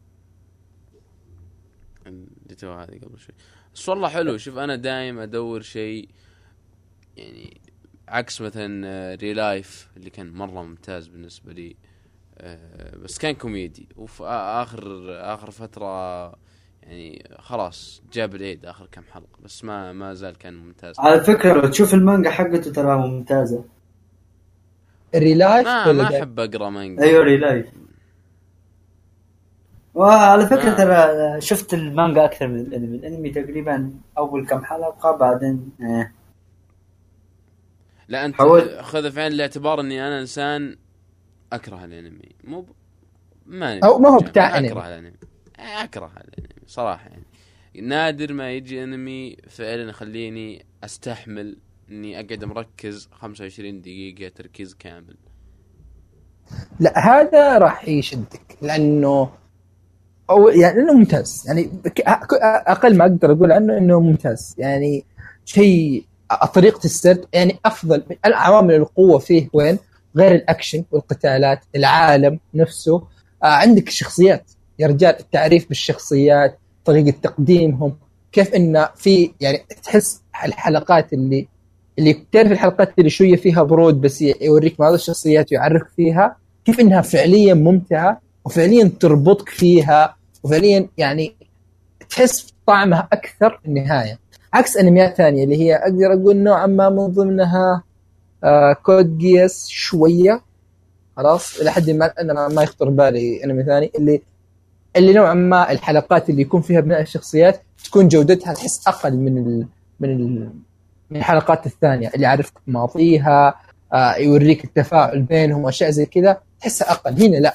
Speaker 2: ديتو هذه قبل شوي. بس والله حلو. شوف أنا دائم أدور شيء يعني عكس مثلا ريلايف اللي كان مرة ممتاز بالنسبة لي، بس كان كوميدي، وفي آخر آخر فترة يعني خلاص جاب العيد آخر كم حلقة، بس ما ما زال كان ممتاز.
Speaker 4: على فكرة لو تشوف المانجا حقته ترى ممتازة.
Speaker 1: ريلايف
Speaker 2: ما ما أحب أقرأ مانجا.
Speaker 4: أيوة ريلايف. وعلى فكرة آه. ترى شفت المانجا أكثر من الأنمي. الأنمي تقريبا أول كم حلقة بعدين آه.
Speaker 2: لا أنت
Speaker 4: حاول...
Speaker 2: خذ في عين الاعتبار إني أنا إنسان أكره الأنمي، مو ب... ما
Speaker 1: أو ما هو بتاع أنمي.
Speaker 2: أكره الأنمي أكره الأنمي صراحة. يعني نادر ما يجي أنمي فعلا يخليني أستحمل إني أقعد مركز خمسة وعشرين دقيقة تركيز كامل.
Speaker 1: لا هذا راح يشدك لأنه أو يعني إنه ممتاز، يعني أقل ما أقدر أقول عنه إنه ممتاز. يعني شيء طريقة السرد يعني أفضل. من العوامل القوة فيه وين غير الأكشن والقتالات، العالم نفسه. آه عندك الشخصيات يا رجال، التعريف بالشخصيات، طريقة تقديمهم، كيف إنه في يعني تحس الحلقات اللي اللي تعرف الحلقات اللي شوية فيها برود بس يوريك بعض الشخصيات ويعرفك فيها، كيف إنها فعليا ممتعة وفعليا تربطك فيها، وفعليا يعني تحس طعمها أكثر في النهاية، عكس أنميات ثانية اللي هي أقدر أقول نوعا ما من ضمنها آه كود جياس شوية. خلاص. إلى حد ما أنا ما يخطر بالي أنمي ثاني اللي اللي نوعا ما الحلقات اللي يكون فيها بناء الشخصيات تكون جودتها تحس أقل من ال من ال من الحلقات الثانية اللي عارفك ماضيها، آه يوريك التفاعل بينهم وأشياء زي كذا تحسها أقل. هنا لا،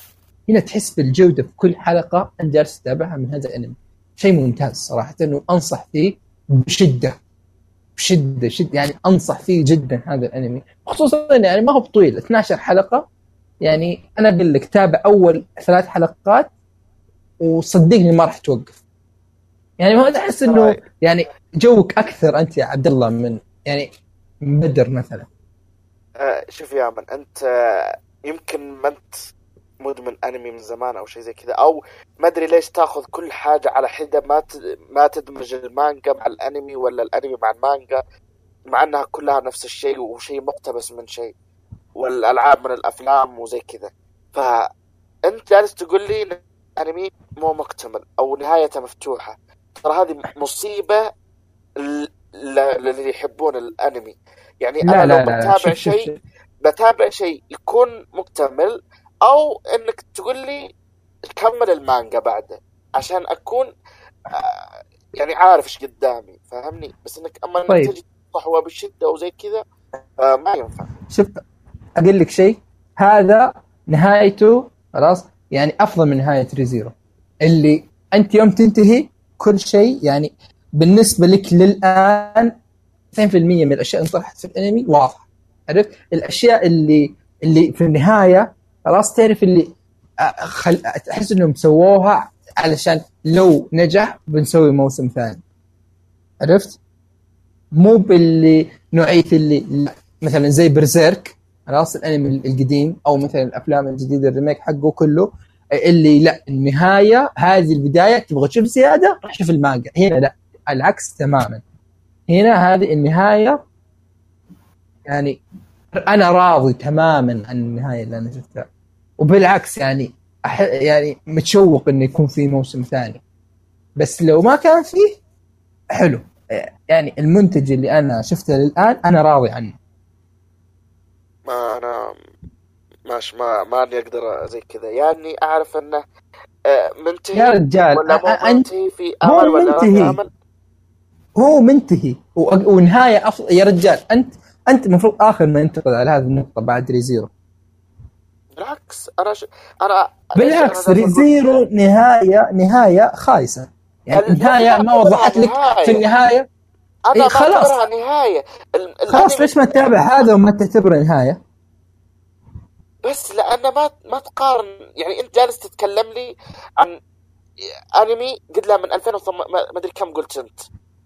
Speaker 1: هنا تحس بالجودة في كل حلقة أنت جالس تتابعها من هذا الأنمي. شيء ممتاز صراحة، إنه أنصح فيه بشدة بشدة شدة يعني أنصح فيه جدا هذا الأنمي، خصوصا يعني ما هو طويل اثنا عشر حلقة. يعني أنا أقول لك تابع أول ثلاث حلقات وصدقني ما راح توقف. يعني ما أحس إنه يعني جوك أكثر أنت يا عبد الله من يعني من بدر مثلا.
Speaker 3: آه شوف يا من أنت يمكن ما أنت مدمن أنمي من زمان أو شيء زي كذا، أو ما أدري ليش تأخذ كل حاجة على حدة، ما ما تدمج المانجا مع الأنمي ولا الأنمي مع المانجا، مع أنها كلها نفس الشيء وشيء مقتبس من شيء، والألعاب من الأفلام وزي كذا. فأنت جالس تقول لي أنمي مو مكتمل أو نهايته مفتوحة. ترى هذه مصيبة للي يحبون الأنمي. يعني
Speaker 1: لا
Speaker 3: أنا
Speaker 1: لا
Speaker 3: لو بتابع شيء بتابع شيء يكون مكتمل، أو إنك تقول لي كمل المانجا بعده عشان أكون آه يعني عارف إيش قدامي، فهمني؟ بس إنك أما إنك
Speaker 1: طيب.
Speaker 3: تجي صحوة بالشدة وزي كذا آه ما ينفع.
Speaker 1: شوف أقول لك شيء، هذا نهايته خلاص يعني أفضل من نهاية ريزيرو، اللي أنت يوم تنتهي كل شيء يعني بالنسبة لك للآن تسعين بالمئة من الأشياء اللي طرحت في الأنمي واضح. عرفت الأشياء اللي اللي في النهاية خلاص تعرف اللي خل... أحس إنهم سووها علشان لو نجح بنسوي موسم ثاني. عرفت مو باللي نوعية اللي مثلا زي برزيرك خلاص الأنمي القديم، أو مثلا الأفلام الجديدة الريميك حقه كله اللي لا النهاية هذه البداية تبغى تشوف زيادة راح شوف المانجا. هنا لا العكس تماما، هنا هذه النهاية يعني أنا راضي تماما عن النهاية اللي أنا شفتها، وبالعكس يعني أح... يعني متشوق إنه يكون في موسم ثاني. بس لو ما كان فيه حلو يعني المنتج اللي أنا شفته للآن أنا راضي عنه.
Speaker 3: ما أنا ماش ما ما أقدر زي كذا، يعني أعرف أنه منتهي
Speaker 1: يا رجال
Speaker 3: ولا مو منتهي، في أمل ولا ما في أمل.
Speaker 1: هو منتهي ونهاية أفضل يا رجال. أنت أنت المفروض آخر ما ينتقد على هذه النقطة بعد ريزيرو.
Speaker 3: بالعكس أنا ش... أنا
Speaker 1: بالعكس أنا ريزيرو نهاية نهاية خايسة يعني نهاية ما وضحت لك في النهاية.
Speaker 3: أنا إيه خلاص نهاية
Speaker 1: خلاص ليش ما تتابع هذا وما تعتبره نهاية؟
Speaker 3: بس لأن ما ما تقارن. يعني أنت جالس تتكلم لي عن أنمي قد له من ألفين وثمانية ما أدري كم قلت أنت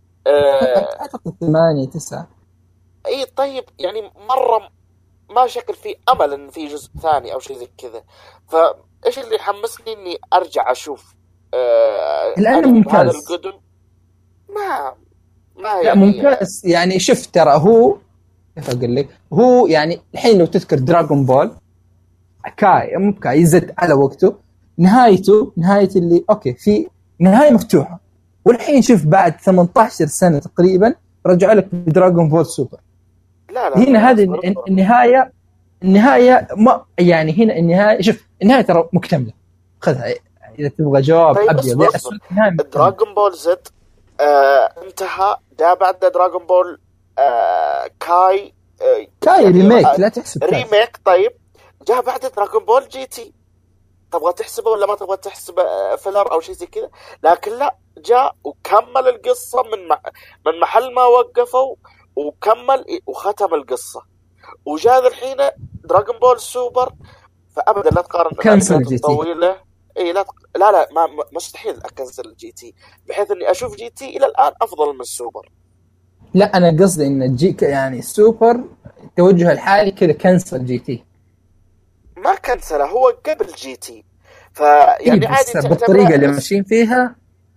Speaker 1: أعتقد ثمانية تسعة.
Speaker 3: أي طيب يعني مرة ما شكل في أمل إن في جزء ثاني أو شيء زي كذا. فإيش اللي يحمسني إني أرجع أشوف آه
Speaker 1: الأنمي ممتاز.
Speaker 3: القدم ما ما
Speaker 1: لا
Speaker 3: يعني
Speaker 1: ممتاز يعني شوف ترى هو كيف أقول لك، هو يعني الحين لو تذكر دراغون بول كاي مو كاي يزد على وقته نهايته نهاية اللي أوكي في نهاية مفتوحة، والحين شوف بعد ثمانية عشر سنة تقريبا رجعوا لك بدراغون بول سوبر.
Speaker 3: لا لا
Speaker 1: هنا هذه النهاية النهاية ما يعني هنا النهاية شوف النهاية ترى مكتملة خذها إذا تبغى جواب
Speaker 3: طيب
Speaker 1: أبيض يا أسود.
Speaker 3: دراغون بول زد آه انتهى ده بعد دراغون بول آه كاي آه
Speaker 1: كاي ريميك لا تحسب
Speaker 3: ريميك. طيب جاء بعد دراغون بول جي تي، تبغى تحسبه ولا ما تبغى تحسبه فيلر أو شيء زي كذا؟ لكن لا جاء وكمل القصة من مح... من محل ما وقفوا وكمل وختم القصة، وجاء الحين دراغون بول سوبر. فأبدا لا تقارن
Speaker 1: كنسل الجي تي
Speaker 3: طويلة. إيه لا تق... لا لا ما مستحيل أكنسل الجي تي، بحيث إني أشوف جي تي إلى الآن أفضل من السوبر.
Speaker 1: لا أنا قصدي إن الجي يعني السوبر توجه الحالي كذا كنسل جي تي
Speaker 3: ما كنسله هو قبل جي تي. فيعني
Speaker 1: إيه
Speaker 3: عادي
Speaker 1: بالطريقة اللي ماشيين فيها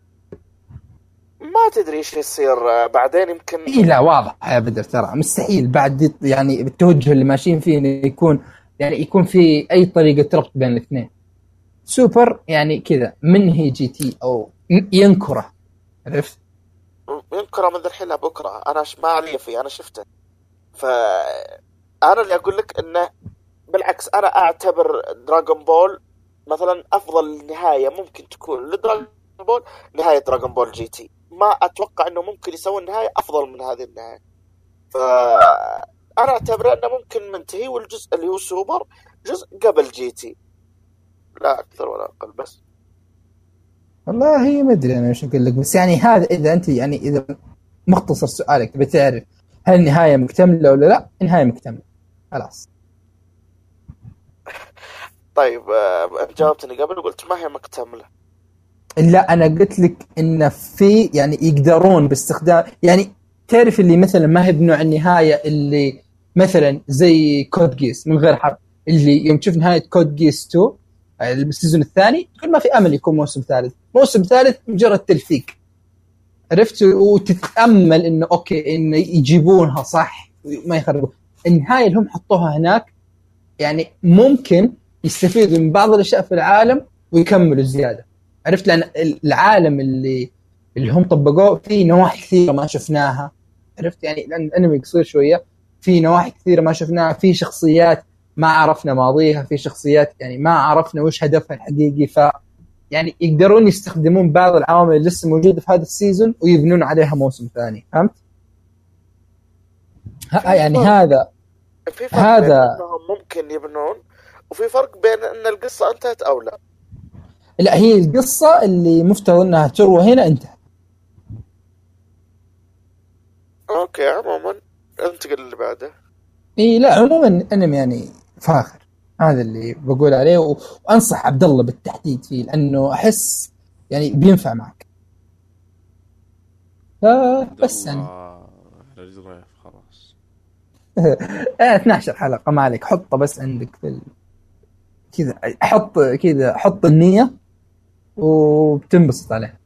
Speaker 3: ما تدري ايش يصير بعدين يمكن.
Speaker 1: إيه لا واضح يا بدر ترى مستحيل بعد يعني بالتوجه اللي ماشيين فيه إنه يكون يعني يكون في أي طريقة ربط بين الاثنين. سوبر يعني كذا منهي جي تي أو ينكره. عرفت
Speaker 3: ينكره من الحين لبكرة. أنا ما علي فيه أنا شفته. فأنا اللي أقول لك إنه بالعكس أنا أعتبر دراغون بول مثلا أفضل نهاية ممكن تكون لدراغون بول نهاية دراغون بول جي تي. ما أتوقع إنه ممكن يسوي النهاية أفضل من هذه النهاية. فأنا أعتبر إنه ممكن منتهي، والجزء اللي هو سوبر جزء قبل جي تي. لا اكثر ولا اقل. بس
Speaker 1: والله ما ادري انا ايش اقول لك، بس يعني هذا اذا انت يعني اذا مختصر سؤالك تبي تعرف هل النهايه مكتمله ولا لا، النهايه مكتمله خلاص.
Speaker 3: طيب انت جاوبتني قبل وقلت ما هي مكتمله.
Speaker 1: لا انا قلت لك ان في يعني يقدرون باستخدام، يعني تعرف اللي مثلا ما هي بنوع النهايه اللي مثلا زي كود جيس من غير حرب، اللي يوم تشوف نهايه كود جيس اثنين السيزون الثاني تقول ما في امل يكون موسم ثالث، موسم ثالث مجرد تلفيق، عرفت؟ وتتامل انه اوكي انه يجيبونها صح ما يخربوا. النهايه اللي هم حطوها هناك يعني ممكن يستفيدوا من بعض الاشياء في العالم ويكملوا زياده، عرفت؟ لان العالم اللي اللي هم طبقوه فيه نواحي كثيره ما شفناها، عرفت؟ يعني لان الانمي قصير شويه، في نواحي كثيره ما شفناها، في شخصيات ما عرفنا ماضيها، في شخصيات يعني ما عرفنا وش هدفها الحقيقي، ف يعني يقدرون يستخدمون بعض العوامل اللي لسه موجوده في هذا السيزون ويبنون عليها موسم ثاني، فهمت؟ يعني هذا
Speaker 3: في فرق
Speaker 1: هذا
Speaker 3: بين انهم ممكن يبنون وفي فرق بين ان القصه انتهت او لا.
Speaker 1: لا هي القصه اللي مفترض انها تروى هنا انتهت.
Speaker 3: اوكي عموما انتقل اللي بعده.
Speaker 1: اي لا عموما انمي يعني فاخر، هذا اللي بقول عليه، و... وانصح عبد الله بالتحديد فيه لانه احس يعني بينفع معك. فبس يعني
Speaker 2: رجل خلاص
Speaker 1: اثنا عشر حلقه ما عليك، حطه بس عندك في ال... كذا حط كذا حط النيه وبتنبسط عليه.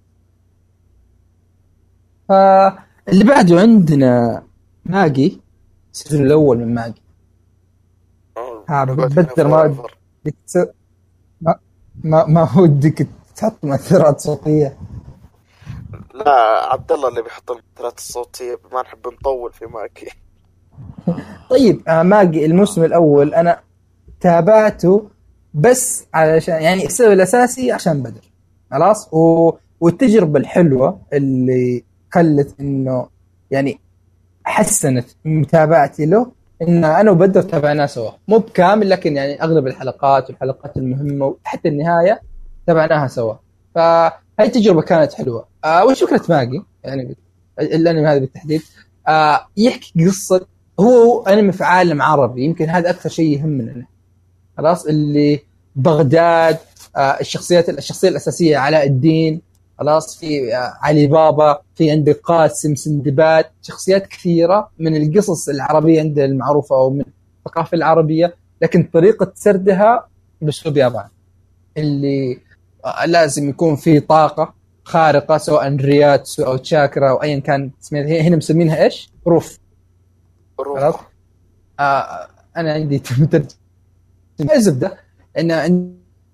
Speaker 1: فاللي بعده عندنا ماجي، السيزون الاول من ماجي. ها بدر ما ما ما, ما ودك تحط مؤثرات صوتيه؟
Speaker 3: لا عبد الله اللي بيحط المؤثرات الصوتيه، ما نحب نطول في ماجي.
Speaker 1: طيب ماجي الموسم الاول انا تابعته بس علشان يعني السبب الاساسي عشان بدر خلاص، و... والتجربه الحلوه اللي خلت انه يعني حسنت متابعتي له ان انا وبدر تابعناه سوا، مو بكامل لكن يعني اغلب الحلقات والحلقات المهمه وحتى النهايه تابعناها سوا، فهاي التجربه كانت حلوه. آه وش فكره ماجي يعني الانمي هذا بالتحديد؟ آه يحكي قصه، هو انمي في عالم عربي، يمكن هذا اكثر شيء يهمنا خلاص، اللي بغداد، آه الشخصيات الشخصيه الاساسيه علاء الدين خلاص، في آه علي بابا، في عندك قاسم، سندباد، شخصيات كثيره من القصص العربيه عندنا المعروفه او من الثقافه العربيه، لكن طريقه سردها باسلوب ياباني اللي آه لازم يكون في طاقه خارقه سواء رياتسو او تشاكرا او ايا كان اسمها، هنا مسمينها ايش؟ روف. خلاص آه انا عندي ترجمه الزبده ان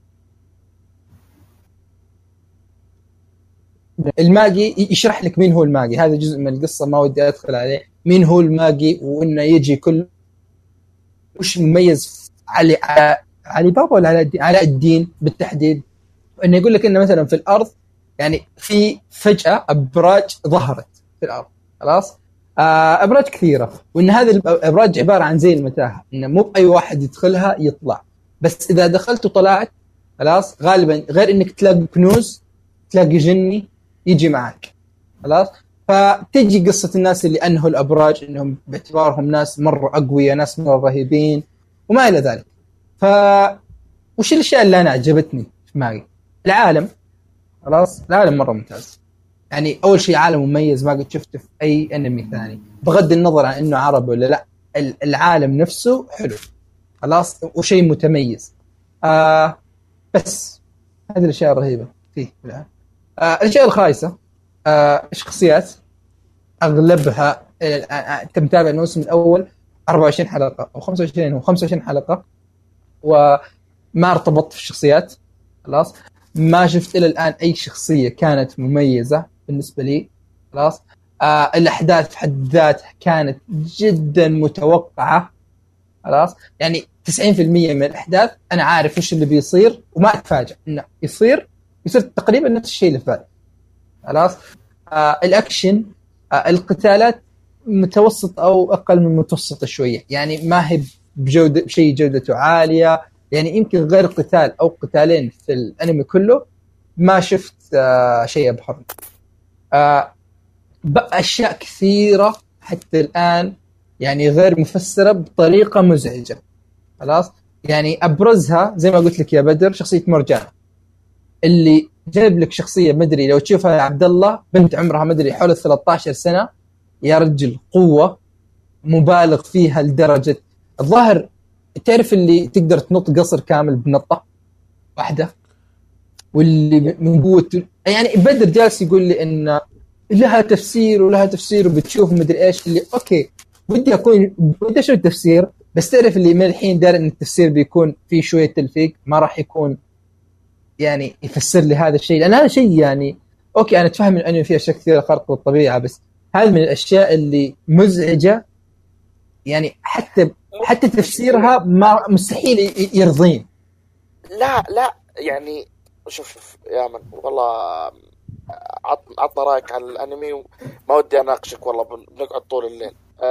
Speaker 1: الماجي يشرح لك مين هو الماجي، هذا جزء من القصه ما ودي ادخل عليه، مين هو الماجي وانه يجي كل وش مميز علي علي بابا ولا علاء الدين؟ علاء الدين بالتحديد، انه يقول لك انه مثلا في الارض يعني في فجاه ابراج ظهرت في الارض خلاص، ابراج كثيره، وان هذه الابراج عباره عن زي المتاهه، انه مو باي واحد يدخلها يطلع، بس اذا دخلت وطلعت خلاص غالبا غير انك تلاقي كنوز تلاقي جني يجي معك خلاص. فتجي قصه الناس اللي انهوا الابراج انهم باعتبارهم ناس مره اقوياء، ناس مره رهيبين وما الى ذلك. ف وش الاشياء اللي انا عجبتني في ماجي؟ العالم خلاص، العالم مره ممتاز، يعني اول شيء عالم مميز ما قد شفته في اي انمي ثاني، بغض النظر عن انه عربي ولا لا، العالم نفسه حلو خلاص وشيء متميز. آه بس هذه الاشياء الرهيبه فيه الان. آه الاشياء الخايسه آه شخصيات اغلبها انت متابع الموسم الاول أربعة وعشرين حلقه او خمسة وعشرين او خمسة وعشرين حلقه وما ارتبطت في الشخصيات خلاص، ما شفت الى الان اي شخصيه كانت مميزه بالنسبه لي خلاص. آه الاحداث في حد ذاتها كانت جدا متوقعه خلاص، يعني تسعين بالمئة من الاحداث انا عارف ايش اللي بيصير وما اتفاجئ انه يصير يصير تقريبا نفس الشيء اللي فات خلاص. آه الاكشن آه القتالات متوسط او اقل من متوسط شويه، يعني ما هي بجوده بشيء جودته عاليه، يعني يمكن غير قتال او قتالين في الانمي كله ما شفت آه شيء ابهرني. آه اشياء كثيره حتى الان يعني غير مفسره بطريقه مزعجه. خلاص يعني ابرزها زي ما قلت لك يا بدر شخصيه مرجان اللي جايب لك شخصيه مدري لو تشوفها يا عبد الله بنت عمرها مدري حول ثلاثة عشر سنه يا رجل قوه مبالغ فيها لدرجه الظاهر تعرف اللي تقدر تنط قصر كامل بنطه واحده واللي من قوه يعني بدر جالس يقول لي ان لها تفسير ولها تفسير وبتشوف مدري ايش اللي اوكي بدي اكون بدي اشوف التفسير بس تعرف اللي من الحين دار ان التفسير بيكون فيه شويه تلفيق ما راح يكون يعني يفسر لي هذا الشيء لان هذا شيء يعني اوكي انا اتفهم انه فيه اشياء كثيره خارقه للطبيعه بس هذا من الاشياء اللي مزعجه يعني حتى حتى تفسيرها ما مستحيل يرضين.
Speaker 3: لا لا يعني شوف شوف يا من والله عطنا رايك على الانمي وما ودي اناقشك والله بنقعد طول الليل.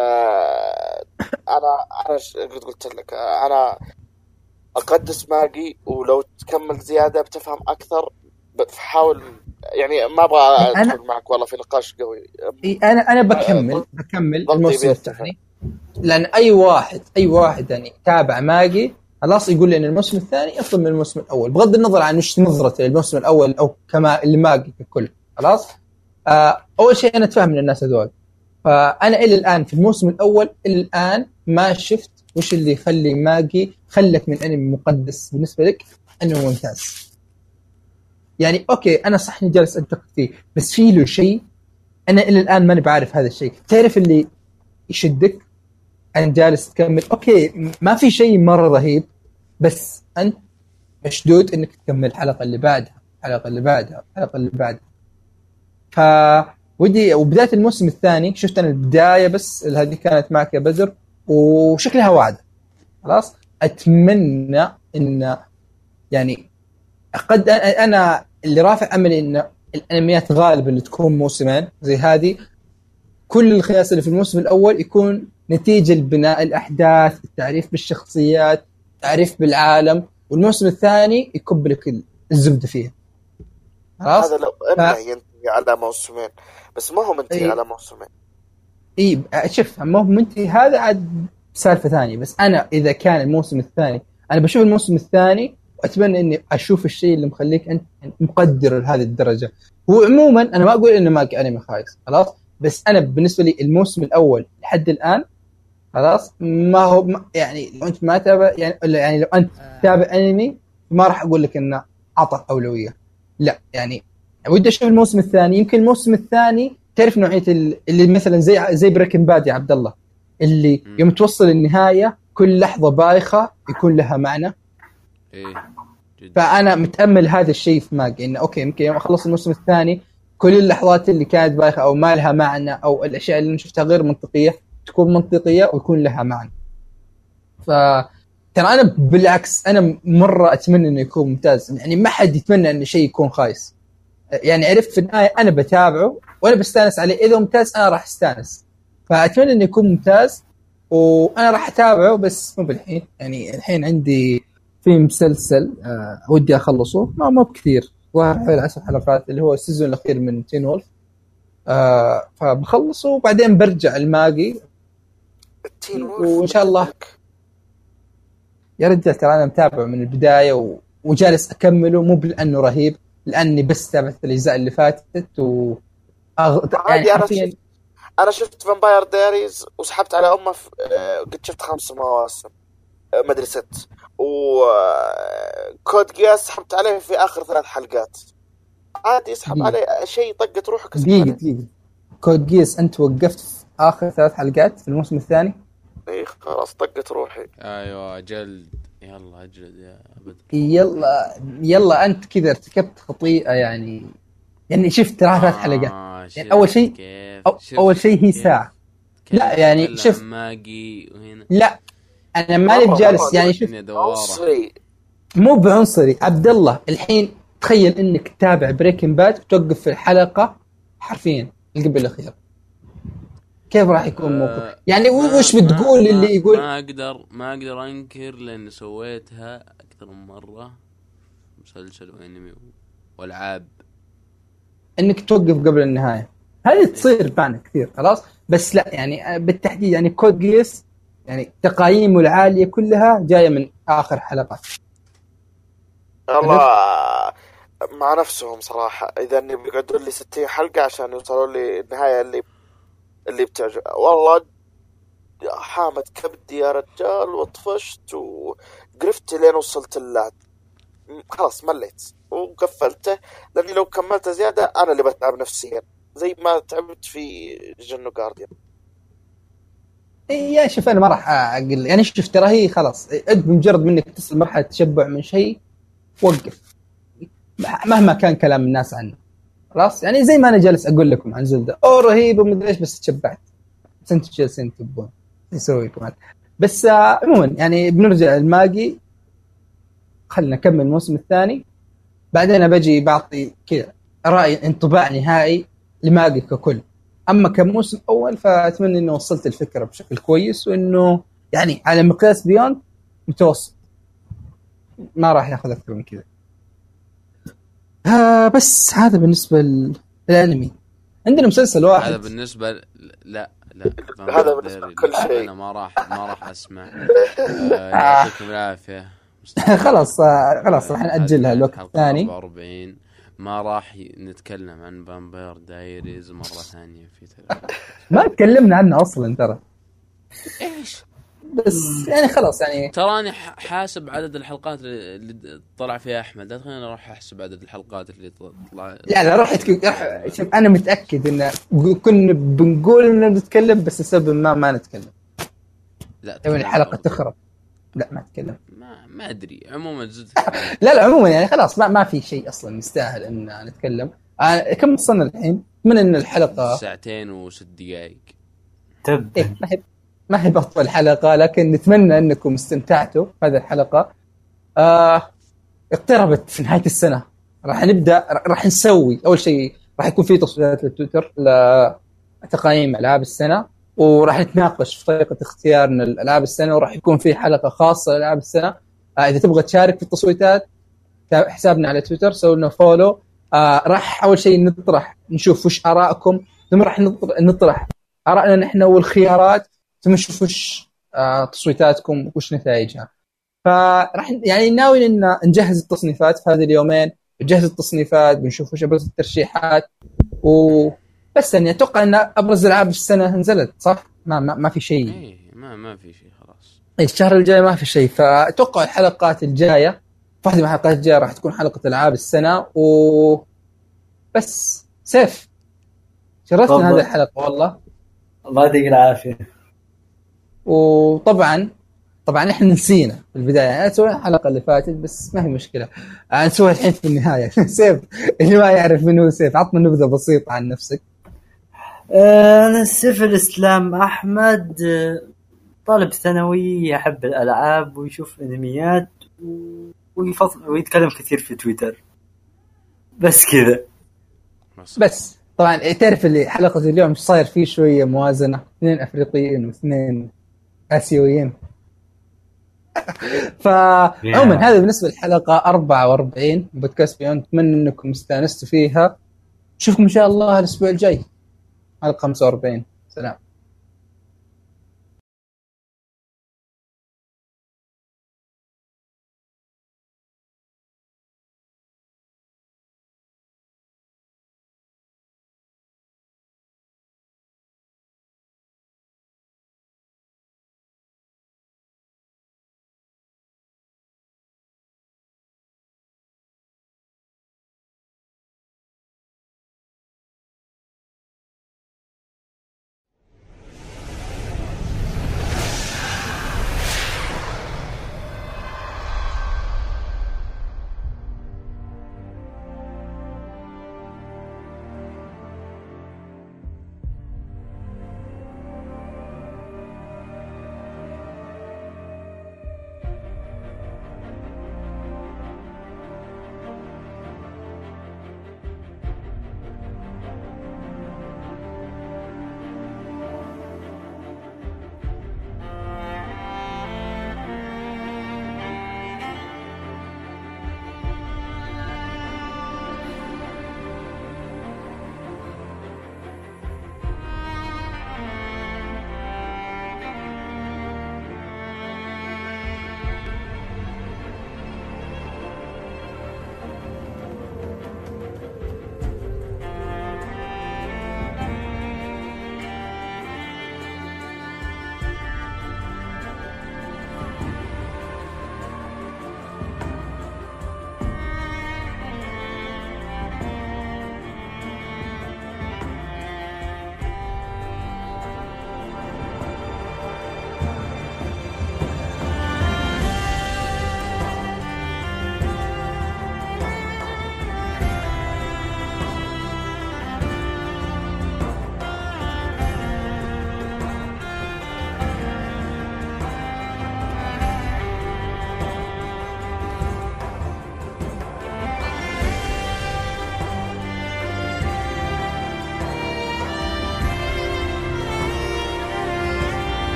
Speaker 3: آه انا انا قلت قلت لك انا اقدس ماجي ولو تكمل زياده بتفهم اكثر بحاول يعني ما ابغى ادخل معك والله في نقاش قوي.
Speaker 1: انا انا بكمل آه بكمل الموسم الثاني لان اي واحد اي واحد يعني تابع ماجي خلاص يقول لي ان الموسم الثاني افضل من الموسم الاول بغض النظر عن وش نظرته للموسم الاول او كما اللي ماجي ككل. خلاص آه اول شيء انا اتفهم من الناس هذول فانا الى الان في الموسم الاول الى الان ما شفت وش اللي يخلي ماجي خلك من انمي مقدس بالنسبه لك انه ممتاز. يعني اوكي انا صح اني جالس انتقد فيه بس في له شيء انا الى الان ماني بعرف هذا الشيء. تعرف اللي يشدك أنت جالس تكمل أوكي ما في شيء مرة رهيب بس أنت مشدود إنك تكمل الحلقة اللي بعدها الحلقة اللي بعدها الحلقة اللي بعدها. فودي وبداية الموسم الثاني شفت أنا البداية بس هذه كانت معك يا بدر وشكلها واعدة. خلاص أتمنى إن يعني قد أنا اللي رافع أملي إن الأنميات غالبا اللي تكون موسمين زي هذه كل الخياس اللي في الموسم الأول يكون نتيجة البناء الأحداث التعريف بالشخصيات تعريف بالعالم والموسم الثاني يكب لك الزبدة فيه.
Speaker 3: خلاص هذا لو أنه ف... ينتهي على موسمين بس ما هو منتهي إيه؟ على موسمين
Speaker 1: إيه شوف ما هو منتهي هذا عاد سالفة ثانية بس أنا إذا كان الموسم الثاني أنا بشوف الموسم الثاني وأتمنى إني أشوف الشيء اللي مخليك أنت مقدر لهذه الدرجة. هو عموما أنا ما أقول إنه ماك أنمي خايس خلاص بس أنا بالنسبة لي الموسم الأول لحد الآن خلاص ما هو يعني لو أنت ما تابع يعني يعني لو أنت تابع أنمي ما راح أقول لك إنه عطى أولوية لا يعني ودي أشوف الموسم الثاني. يمكن الموسم الثاني تعرف نوعية اللي مثلا زي زي بريكنج باد يا عبد الله اللي يوم توصل النهاية كل لحظة بايخة يكون لها معنى.
Speaker 2: إيه
Speaker 1: فأنا متأمل هذا الشيء في ماجي إنه أوكي يمكن يوم أخلص الموسم الثاني كل اللحظات اللي كانت بايخة أو ما لها معنى أو الأشياء اللي شفتها غير منطقية تكون منطقية ويكون لها معنى. فترى أنا بالعكس أنا مرة أتمنى إنه يكون ممتاز يعني ما حد يتمنى إن شيء يكون خايس. يعني عرفت في النهاية أنا بتابعه وأنا بستانس عليه إذا ممتاز أنا راح استانس فأتمنى إنه يكون ممتاز وأنا راح أتابعه بس مو بالحين يعني الحين عندي في مسلسل أه ودي أخلصه ما مو بكثير وحوالي عشر حلقات اللي هو السيزون الأخير من تين وولف آه فبخلصه وبعدين برجع الماجي وإن شاء الله يا رجال ترى أنا متابعه من البداية و... وجالس أكمله مو لأنه رهيب لأني بس تابعت الأجزاء اللي فاتت و أغ...
Speaker 3: يعني أنا شفت أنا شفت فامباير دايريز وسحبت على أمه في... قد شفت خمس مواسم مدري ست وكود جياس سحبت عليه في آخر ثلاث حلقات عادي يسحب عليه شيء طقت روحك.
Speaker 1: دقيقة دقيقة كود جياس أنت وقفت في آخر ثلاث حلقات في الموسم الثاني؟
Speaker 3: إيه خلاص طقت روحي.
Speaker 2: أيوة جلد يلا أجلد يا أبد
Speaker 1: يلا يلا أنت كذا ارتكبت خطيئة يعني يعني شفت ثلاث آه حلقات يعني أول شيء أو أول شيء هي ساعة لا يعني شوف
Speaker 2: ماجي وهنا
Speaker 1: لا أنا مالي بجالس يعني شوف
Speaker 3: عنصري
Speaker 1: مو بعنصري عبد الله الحين تخيل إنك تتابع بريكنج باد وتوقف في الحلقة حرفيا اللي قبل الأخير كيف راح يكون موقف
Speaker 2: آه
Speaker 1: يعني وش بتقول
Speaker 2: ما
Speaker 1: اللي يقول
Speaker 2: ما اقدر ما اقدر انكر لان سويتها اكثر من مره، مسلسل وانمي والعاب،
Speaker 1: انك توقف قبل النهايه. هذه تصير معنا كثير خلاص، بس لا يعني بالتحديد يعني كود جيس يعني تقييمه العاليه كلها جايه من اخر حلقه.
Speaker 3: الله مع نفسهم صراحه، اذا اني بيقعدوا لي ستين حلقه عشان يوصلوا لي النهايه اللي اللي بتعجب. والله حامد كبدي يا رجال وطفشت وقرفت لين وصلت اللعب، خلاص مليت وقفلته، لاني لو كملت زياده انا اللي بتعب نفسيا زي ما تعبت في جنو جارديان.
Speaker 1: يا شوف انا ما راح اقل يعني شوف ترى هي خلاص انت بمجرد منك تصل مرحله تشبع من شيء وقف مهما كان كلام الناس عنه خلاص. يعني زي ما انا جالس اقول لكم عن زلدة او رهيبه ومدري ايش بس تشبعت، بس انتوا جالسين تبون يسويكم. بس عموما يعني بنرجع الماجي، خلنا نكمل الموسم الثاني بعدين بجي بعطي كذا راي انطباع نهائي لماجي ككل. اما كموسم اول فاتمنى انه وصلت الفكره بشكل كويس، وانه يعني على مقياس بيوند متوسط، ما راح ياخذ اكثر من كذا. آه بس هذا بالنسبه للانمي. عندنا مسلسل واحد
Speaker 2: هذا بالنسبه ل... لا لا
Speaker 3: هذا بالنسبه كل شيء
Speaker 2: انا ما راح ما راح اسمع. آه يعطيكم العافيه.
Speaker 1: خلاص آه خلاص راح ناجلها الوقت الثاني.
Speaker 2: أربعة وأربعين ما راح نتكلم عن فامباير دايريز مره ثانيه في ثلاثة.
Speaker 1: ما تكلمنا عنه اصلا ترى
Speaker 2: ايش،
Speaker 1: بس يعني خلاص يعني
Speaker 2: تراني حاسب عدد الحلقات اللي طلع فيها احمد، لا تخليني اروح احسب عدد الحلقات اللي طلع.
Speaker 1: لا لا روح تك... شوف انا متاكد ان كنا بنقول اننا نتكلم بس لسبب ما ما نتكلم.
Speaker 2: لا
Speaker 1: يعني الحلقه تخرب. لا ما اتكلم
Speaker 2: ما ما ادري عموما زد.
Speaker 1: لا لا عموما يعني خلاص ما ما في شيء اصلا يستاهل ان نتكلم. آه كم وصلنا الحين؟ من ان الحلقه
Speaker 2: ساعتين وست دقائق
Speaker 4: تب
Speaker 1: إيه ما هي ما هي بطل حلقه، لكن نتمنى انكم استمتعتوا بهذه الحلقه. آه اقتربت نهايه السنه، راح نبدا راح نسوي اول شيء راح يكون في تصويتات للتويتر لتقييم العاب السنه، وراح نتناقش في طريقه اختيارنا الالعاب السنه، وراح يكون في حلقه خاصه لالعاب السنه. آه اذا تبغى تشارك في التصويتات حسابنا على تويتر سووا لنا فولو. آه راح اول شيء نطرح نشوف وش ارائكم، ثم راح نطرح ارائنا نحن والخيارات، ثم نشوف وش آه تصويتاتكم وش نتائجها. فراح يعني ناوي ان نجهز التصنيفات في هذه اليومين، نجهز التصنيفات بنشوف وش ابرز الترشيحات وبس. يعني اتوقع ان ابرز العاب السنه نزلت صح، ما ما, ما في شيء.
Speaker 2: اي ما ما في شيء خلاص.
Speaker 1: الشهر الجاي ما في شيء، فاتوقع الحلقات الجايه واحده من الحلقات الجايه راح تكون حلقه العاب السنه و بس. سيف شرفتنا هذه الحلقه والله،
Speaker 4: الله يديك العافيه.
Speaker 1: وطبعا طبعا احنا نسينا في البدايه يعني سوينا الحلقه اللي فاتت بس ما هي مشكله نسويها الحين في النهايه. سيف اللي ما يعرف منه سيف عطنا نبذه بسيطه عن نفسك.
Speaker 4: انا سيف الاسلام احمد، طالب ثانوي يحب الالعاب ويشوف انميات ويفضل ويتكلم كثير في تويتر، بس كذا
Speaker 1: بس. طبعا تعرف اللي حلقه اليوم صاير فيه شويه موازنه، اثنين افريقيين واثنين اسيويين. فعموما هذا بالنسبه للحلقه أربعة وأربعين بودكاست بيوند. اتمنى انكم استانستوا فيها، نشوفكم ان شاء الله الاسبوع الجاي حلقه خمسة وأربعين. سلام.